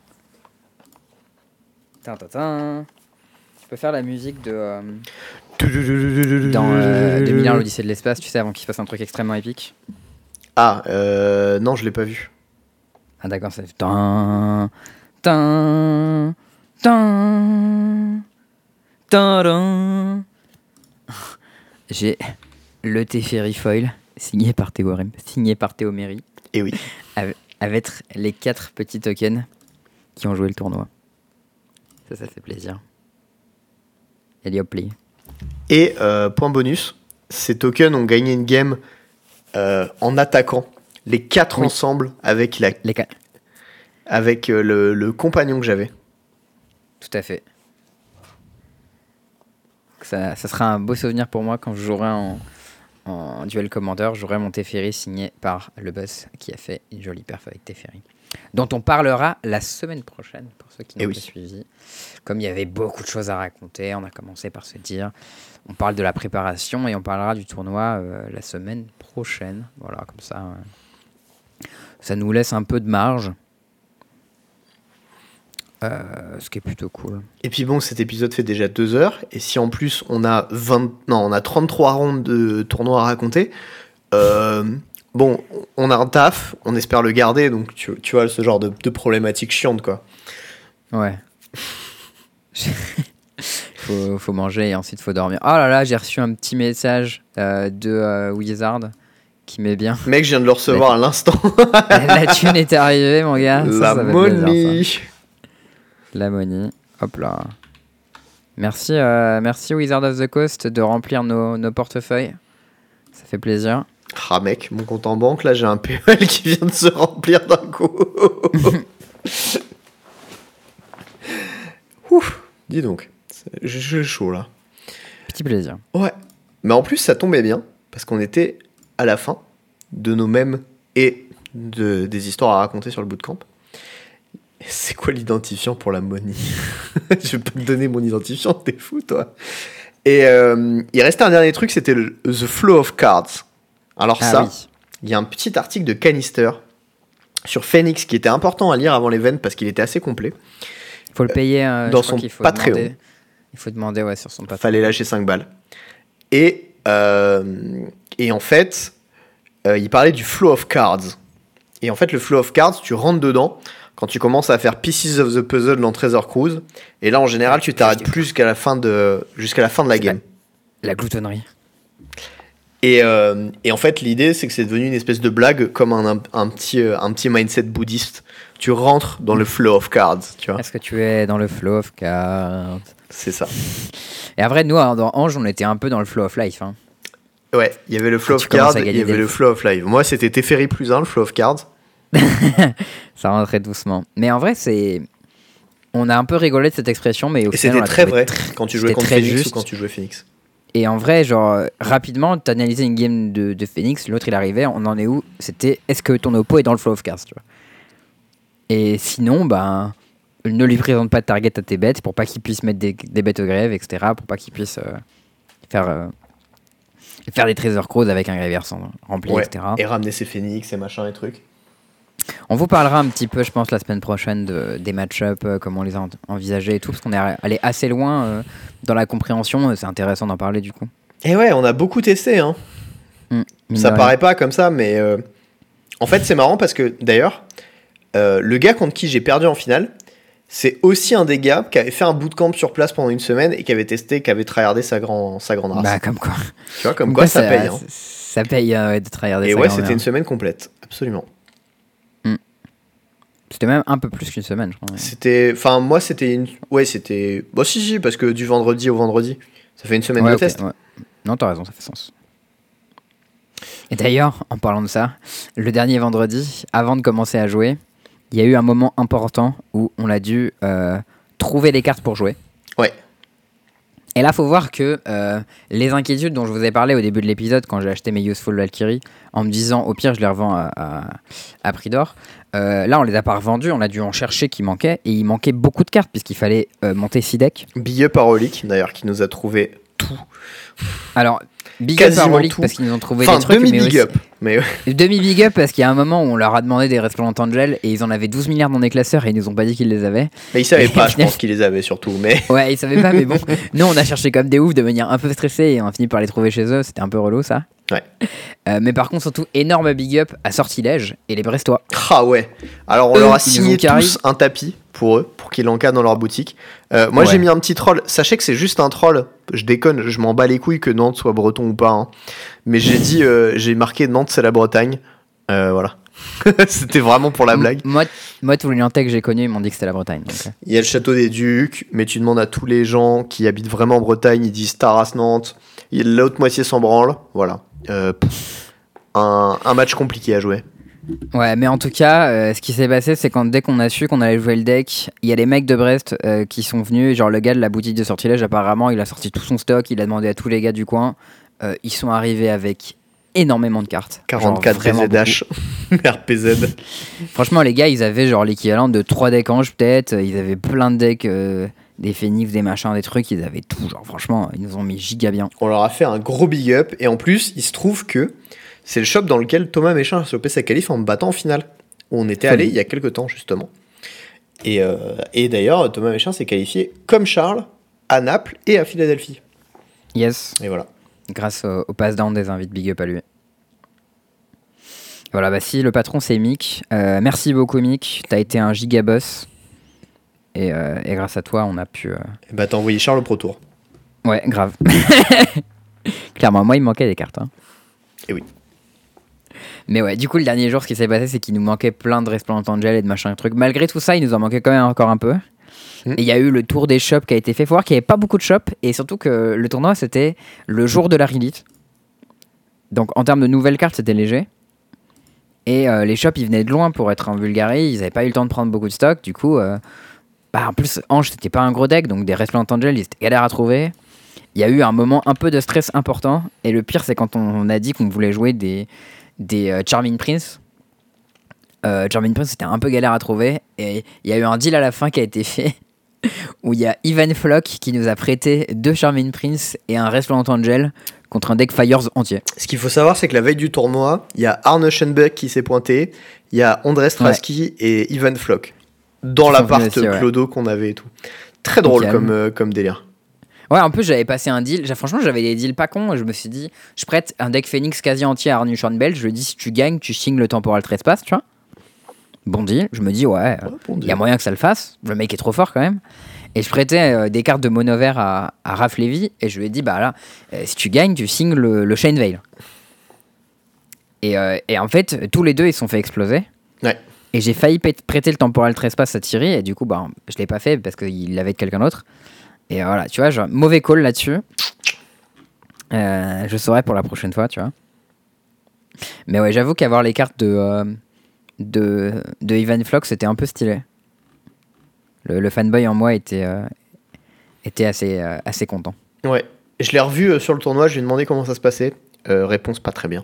Tintin. Tu peux faire la musique de. Dans 2001, l'Odyssée de l'espace, tu sais, avant qu'il se passe un truc extrêmement épique. Ah, non, je l'ai pas vu. Ah d'accord, ça fait... Tin, tin, tin, tin. J'ai le Teferi Foil, signé par Théorème, signé par Théoméry. Et oui. Avec les 4 petits tokens qui ont joué le tournoi. Ça fait plaisir. Allez hop, play. Et point bonus, ces tokens ont gagné une game en attaquant les 4 ensemble avec les 4. Avec le compagnon que j'avais. Tout à fait. Ça sera un beau souvenir pour moi quand je jouerai en duel commander. J'aurai mon Teferi signé par le boss qui a fait une jolie perf avec Teferi, dont on parlera la semaine prochaine pour ceux qui n'ont pas suivi. Comme il y avait beaucoup de choses à raconter, on a commencé par se dire on parle de la préparation et on parlera du tournoi la semaine prochaine. Voilà, comme ça, ça nous laisse un peu de marge. Ce qui est plutôt cool. Et puis bon, cet épisode fait déjà 2 heures. Et si en plus on a 33 rounds de tournoi à raconter, bon, on a un taf, on espère le garder. Donc tu vois, ce genre de problématique chiante, quoi. Ouais. faut manger et ensuite faut dormir. Oh là là, j'ai reçu un petit message de Wizard qui met bien. Mec, je viens de le recevoir à l'instant. La thune est arrivée, mon gars. La money. La money. Hop là. Merci Wizard of the Coast de remplir nos portefeuilles. Ça fait plaisir. Ah mec, mon compte en banque, là, j'ai un PEL qui vient de se remplir d'un coup. Ouf, dis donc. J'ai chaud, là. Petit plaisir. Ouais. Mais en plus, ça tombait bien, parce qu'on était à la fin de nos mèmes et des histoires à raconter sur le bootcamp. C'est quoi l'identifiant pour la money? Je vais pas te donner mon identifiant, t'es fou, toi. Et il restait un dernier truc, c'était The Flow of Cards. Alors il y a un petit article de Canister sur Phoenix qui était important à lire avant l'event parce qu'il était assez complet. Il faut le payer dans son Patreon. Il faut demander sur son Patreon. Fallait lâcher 5 balles. Et en fait, il parlait du Flow of Cards. Et en fait, le Flow of Cards, tu rentres dedans quand tu commences à faire Pieces of the Puzzle dans Treasure Cruise. Et là, en général, tu t'arrêtes plus jusqu'à la fin de la game. La gloutonnerie. Et en fait, l'idée, c'est que c'est devenu une espèce de blague, comme un petit mindset bouddhiste. Tu rentres dans le Flow of Cards, tu vois. Est-ce que tu es dans le Flow of Cards? C'est ça. Et après, nous, dans Ange, on était un peu dans le Flow of Life. Hein. Ouais, il y avait le Flow of Cards et il y avait le Flow of Life. Moi, c'était Teferi plus 1, le Flow of Cards. Ça rentrait doucement. Mais en vrai, on a un peu rigolé de cette expression, mais au final, c'était très vrai quand tu jouais contre Phoenix ou quand tu jouais Phoenix. Et en vrai, genre, rapidement, t'analysais une game de Phoenix, l'autre il arrivait, on en est où? C'était est-ce que ton oppo est dans le Flow of Cards, tu vois? Et sinon, ne lui présente pas de target à tes bêtes pour pas qu'il puisse mettre des bêtes au grève, etc. Pour pas qu'il puisse faire des Treasure Cruise avec un grève rempli, ouais. etc. Et ramener ses Phoenix et machin et trucs. On vous parlera un petit peu, je pense, la semaine prochaine des match-up, comment on les a envisagés et tout, parce qu'on est allé assez loin dans la compréhension. C'est intéressant d'en parler du coup. Et ouais, on a beaucoup testé, hein. Ça paraît pas comme ça, mais en fait, c'est marrant parce que d'ailleurs, le gars contre qui j'ai perdu en finale, c'est aussi un des gars qui avait fait un bootcamp sur place pendant une semaine et qui avait testé, qui avait tryhardé sa grande race. Bah, comme quoi. Tu vois, comme quoi ça paye. Hein. Ça paye de tryharder. Et ouais, c'était une semaine complète, absolument. C'était même un peu plus qu'une semaine, je crois. C'était, enfin, moi, c'était une. Ouais, c'était. Bah, si, parce que du vendredi au vendredi, ça fait une semaine de test. Ouais. Non, t'as raison, ça fait sens. Et d'ailleurs, en parlant de ça, le dernier vendredi, avant de commencer à jouer, il y a eu un moment important où on a dû trouver les cartes pour jouer. Ouais. Et là, faut voir que les inquiétudes dont je vous ai parlé au début de l'épisode, quand j'ai acheté mes Useful Valkyrie, en me disant au pire je les revends à prix d'or, là on les a pas revendus, on a dû en chercher qui manquaient, et il manquait beaucoup de cartes puisqu'il fallait monter 6 decks. Big up à Rolik, d'ailleurs, qui nous a trouvé tout. Alors, big up à Rolik parce qu'ils nous ont trouvé des trucs, demi-big up. Mais demi-big up parce qu'il y a un moment où on leur a demandé des Resplendent Angel et ils en avaient 12 milliards dans des classeurs et ils nous ont pas dit qu'ils les avaient. Mais ils savaient pas, je pense qu'ils les avaient surtout. Mais... Ouais, ils savaient pas, mais bon. Nous, on a cherché comme des oufs de manière un peu stressée et on a fini par les trouver chez eux. C'était un peu relou, ça. Ouais. Mais par contre, surtout, énorme big up à Sortilège et les Brestois. Ah ouais. Alors, on leur a signé tous un tapis pour eux, pour qu'ils l'encadrent dans leur boutique. Moi, j'ai mis un petit troll. Sachez que c'est juste un troll. Je déconne, je m'en bats les couilles que Nantes soit breton ou pas. Hein. Mais j'ai dit, j'ai marqué Nantes, c'est la Bretagne. Voilà. C'était vraiment pour la blague. Moi, tous les Nantais que j'ai connus, ils m'ont dit que c'était la Bretagne. Donc... Il y a le château des Ducs, mais tu demandes à tous les gens qui habitent vraiment en Bretagne, ils disent Taras Nantes. L'autre moitié s'en branle. Voilà. Un match compliqué à jouer. Ouais, mais en tout cas, ce qui s'est passé, c'est quand dès qu'on a su qu'on allait jouer le deck, il y a les mecs de Brest qui sont venus. Genre, le gars de la boutique de Sortilège, apparemment, il a sorti tout son stock, il a demandé à tous les gars du coin. Ils sont arrivés avec énormément de cartes. 44 VZH, RPZ. Franchement, les gars, ils avaient genre l'équivalent de 3 decks anges, peut-être. Ils avaient plein de decks, des phénix, des machins, des trucs. Ils avaient tout. Genre, franchement, ils nous ont mis giga bien. On leur a fait un gros big up. Et en plus, il se trouve que c'est le shop dans lequel Thomas Méchin a chopé sa qualif en me battant en finale. Où on était allé il y a quelques temps, justement. Et d'ailleurs, Thomas Méchin s'est qualifié comme Charles à Naples et à Philadelphie. Yes. Et voilà. Grâce au pass-down des invites, big up à lui. Voilà, bah si le patron c'est Mick, merci beaucoup Mick, t'as été un giga boss. Et grâce à toi, on a pu. Bah t'as envoyé Charles au Pro Tour. Ouais, grave. Clairement, moi il me manquait des cartes. Hein. Et oui. Mais ouais, du coup, le dernier jour, ce qui s'est passé, c'est qu'il nous manquait plein de Resplendent Angel et de machin et trucs. Malgré tout ça, il nous en manquait quand même encore un peu. Et il y a eu le tour des shops qui a été fait. Faut voir qu'il n'y avait pas beaucoup de shops. Et surtout que le tournoi, c'était le jour de la Rilith. Donc en termes de nouvelles cartes, c'était léger. Et les shops, ils venaient de loin pour être en Bulgarie. Ils n'avaient pas eu le temps de prendre beaucoup de stock. Du coup, en plus, Ange, c'était pas un gros deck. Donc des Resplendent Angel, ils étaient galères à trouver. Il y a eu un moment un peu de stress important. Et le pire, c'est quand on a dit qu'on voulait jouer des Charming Prince. Charming Prince, c'était un peu galère à trouver. Et il y a eu un deal à la fin qui a été fait. Où il y a Ivan Flock qui nous a prêté 2 Charming Prince et un Resplendent Angel contre un deck Fires entier. Ce qu'il faut savoir, c'est que la veille du tournoi, il y a Arne Schoenbeck qui s'est pointé, il y a André Strasky et Ivan Flock dans l'appart Clodo qu'on avait et tout. Très drôle comme délire. Ouais, en plus j'avais passé un deal, franchement j'avais des deals pas cons, je me suis dit, je prête un deck Phoenix quasi entier à Arne Schoenbeck, je lui dis si tu gagnes, tu signes le Temporal Trespass, tu vois. Bon deal, je me dis il y a moyen que ça le fasse, le mec est trop fort quand même. Et je prêtais des cartes de mono vert à Raph Levy et je lui ai dit bah là, si tu gagnes, tu signes le Chain Veil. Et en fait, tous les deux ils se sont fait exploser. Ouais. Et j'ai failli prêter le Temporal Trespass à Thierry et du coup bah je l'ai pas fait parce qu'il l'avait de quelqu'un d'autre. Et voilà, tu vois, genre mauvais call là-dessus. Je saurai pour la prochaine fois, tu vois. Mais ouais, j'avoue qu'avoir les cartes de Ivan Flock, c'était un peu stylé. Le fanboy en moi était assez content. Ouais, je l'ai revu sur le tournoi, je lui ai demandé comment ça se passait. Réponse pas très bien.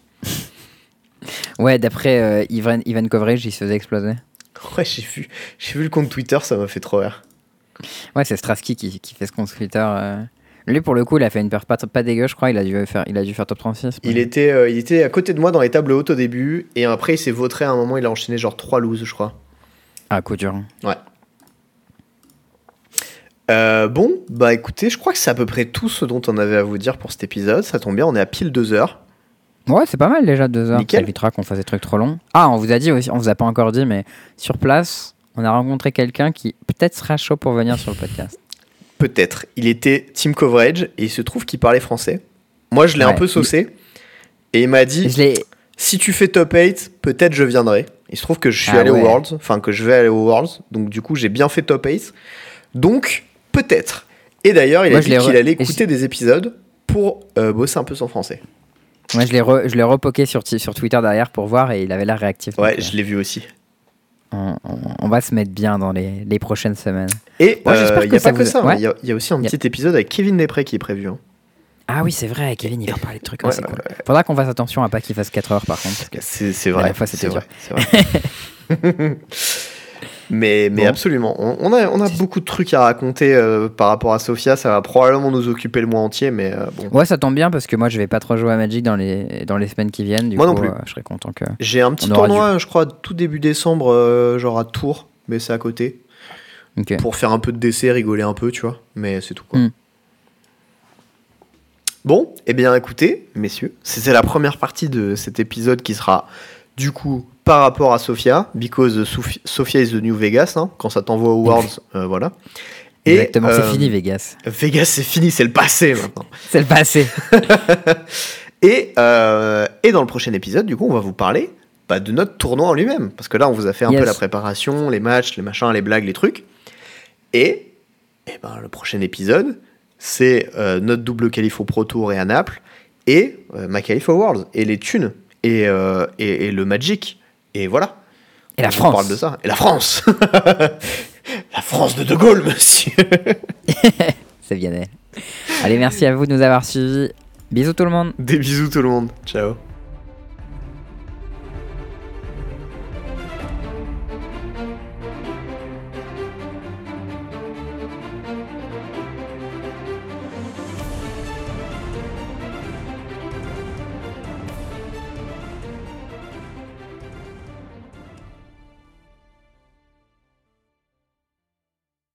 Ouais, d'après Ivan Coverage, il se faisait exploser. Ouais, j'ai vu le compte Twitter, ça m'a fait trop rire. Ouais, c'est Strasky qui fait ce compte Twitter. Lui, pour le coup, il a fait une perf pas dégueu, je crois. Il a dû faire top 36. Il était à côté de moi dans les tables hautes au début, et après il s'est vautré à un moment, il a enchaîné genre 3 loses, je crois. Ah, coup dur. Ouais. Bon, bah écoutez, je crois que c'est à peu près tout ce dont on avait à vous dire pour cet épisode. Ça tombe bien, on est à pile 2 heures. Ouais, c'est pas mal déjà 2 heures. Nickel. Ça évitera qu'on fasse des trucs trop longs. Ah, on vous a dit aussi, on vous a pas encore dit, mais sur place, on a rencontré quelqu'un qui peut-être sera chaud pour venir sur le podcast. Peut-être. Il était team coverage et il se trouve qu'il parlait français. Moi, je l'ai un peu saucé. Et il m'a dit, si tu fais top 8, peut-être je viendrai. Il se trouve que je suis allé aux Worlds, enfin que je vais aller aux Worlds. Donc du coup, j'ai bien fait top 8. Donc, peut-être. Et d'ailleurs, il a dit qu'il allait écouter des épisodes pour bosser un peu son français. Moi, je l'ai repoké sur Twitter derrière pour voir et il avait l'air réactif. Ouais, je l'ai vu aussi. On va se mettre bien dans les prochaines semaines. Et il n'y a pas que ça. Il y a aussi un petit épisode avec Kevin Després qui est prévu. Hein. Ah oui, c'est vrai, Kevin, il va parler de trucs assez cool. Faudra qu'on fasse attention à pas qu'il fasse 4 heures par contre. Parce que c'est vrai. La fois, c'était dur. C'est vrai. mais absolument. On a beaucoup de trucs à raconter par rapport à Sophia. Ça va probablement nous occuper le mois entier. Mais bon. Ouais, ça tombe bien parce que moi, je vais pas trop jouer à Magic dans les semaines qui viennent. Du moi coup, non plus. Je serais content que. J'ai un petit tournoi, je crois, tout début décembre, genre à Tours. Mais c'est à côté. Okay. Pour faire un peu de décès, rigoler un peu, tu vois. Mais c'est tout, quoi. Bon, eh bien écoutez, messieurs, c'était la première partie de cet épisode qui sera du coup par rapport à Sophia, because Sophia is the new Vegas, hein, quand ça t'envoie aux Worlds, voilà. Exactement, c'est fini Vegas. Vegas c'est fini, c'est le passé maintenant. C'est le passé. Et dans le prochain épisode, du coup, on va vous parler de notre tournoi en lui-même, parce que là on vous a fait un peu la préparation, les matchs, les machins, les blagues, les trucs. Et le prochain épisode, c'est notre double qualif au Pro Tour et à Naples, et ma qualif au Worlds, et les thunes, et le Magic, et voilà. Et la France. On parle de ça. Et la France. La France de Gaulle, monsieur. C'est bien. Allez, merci à vous de nous avoir suivis. Bisous tout le monde. Des bisous tout le monde. Ciao.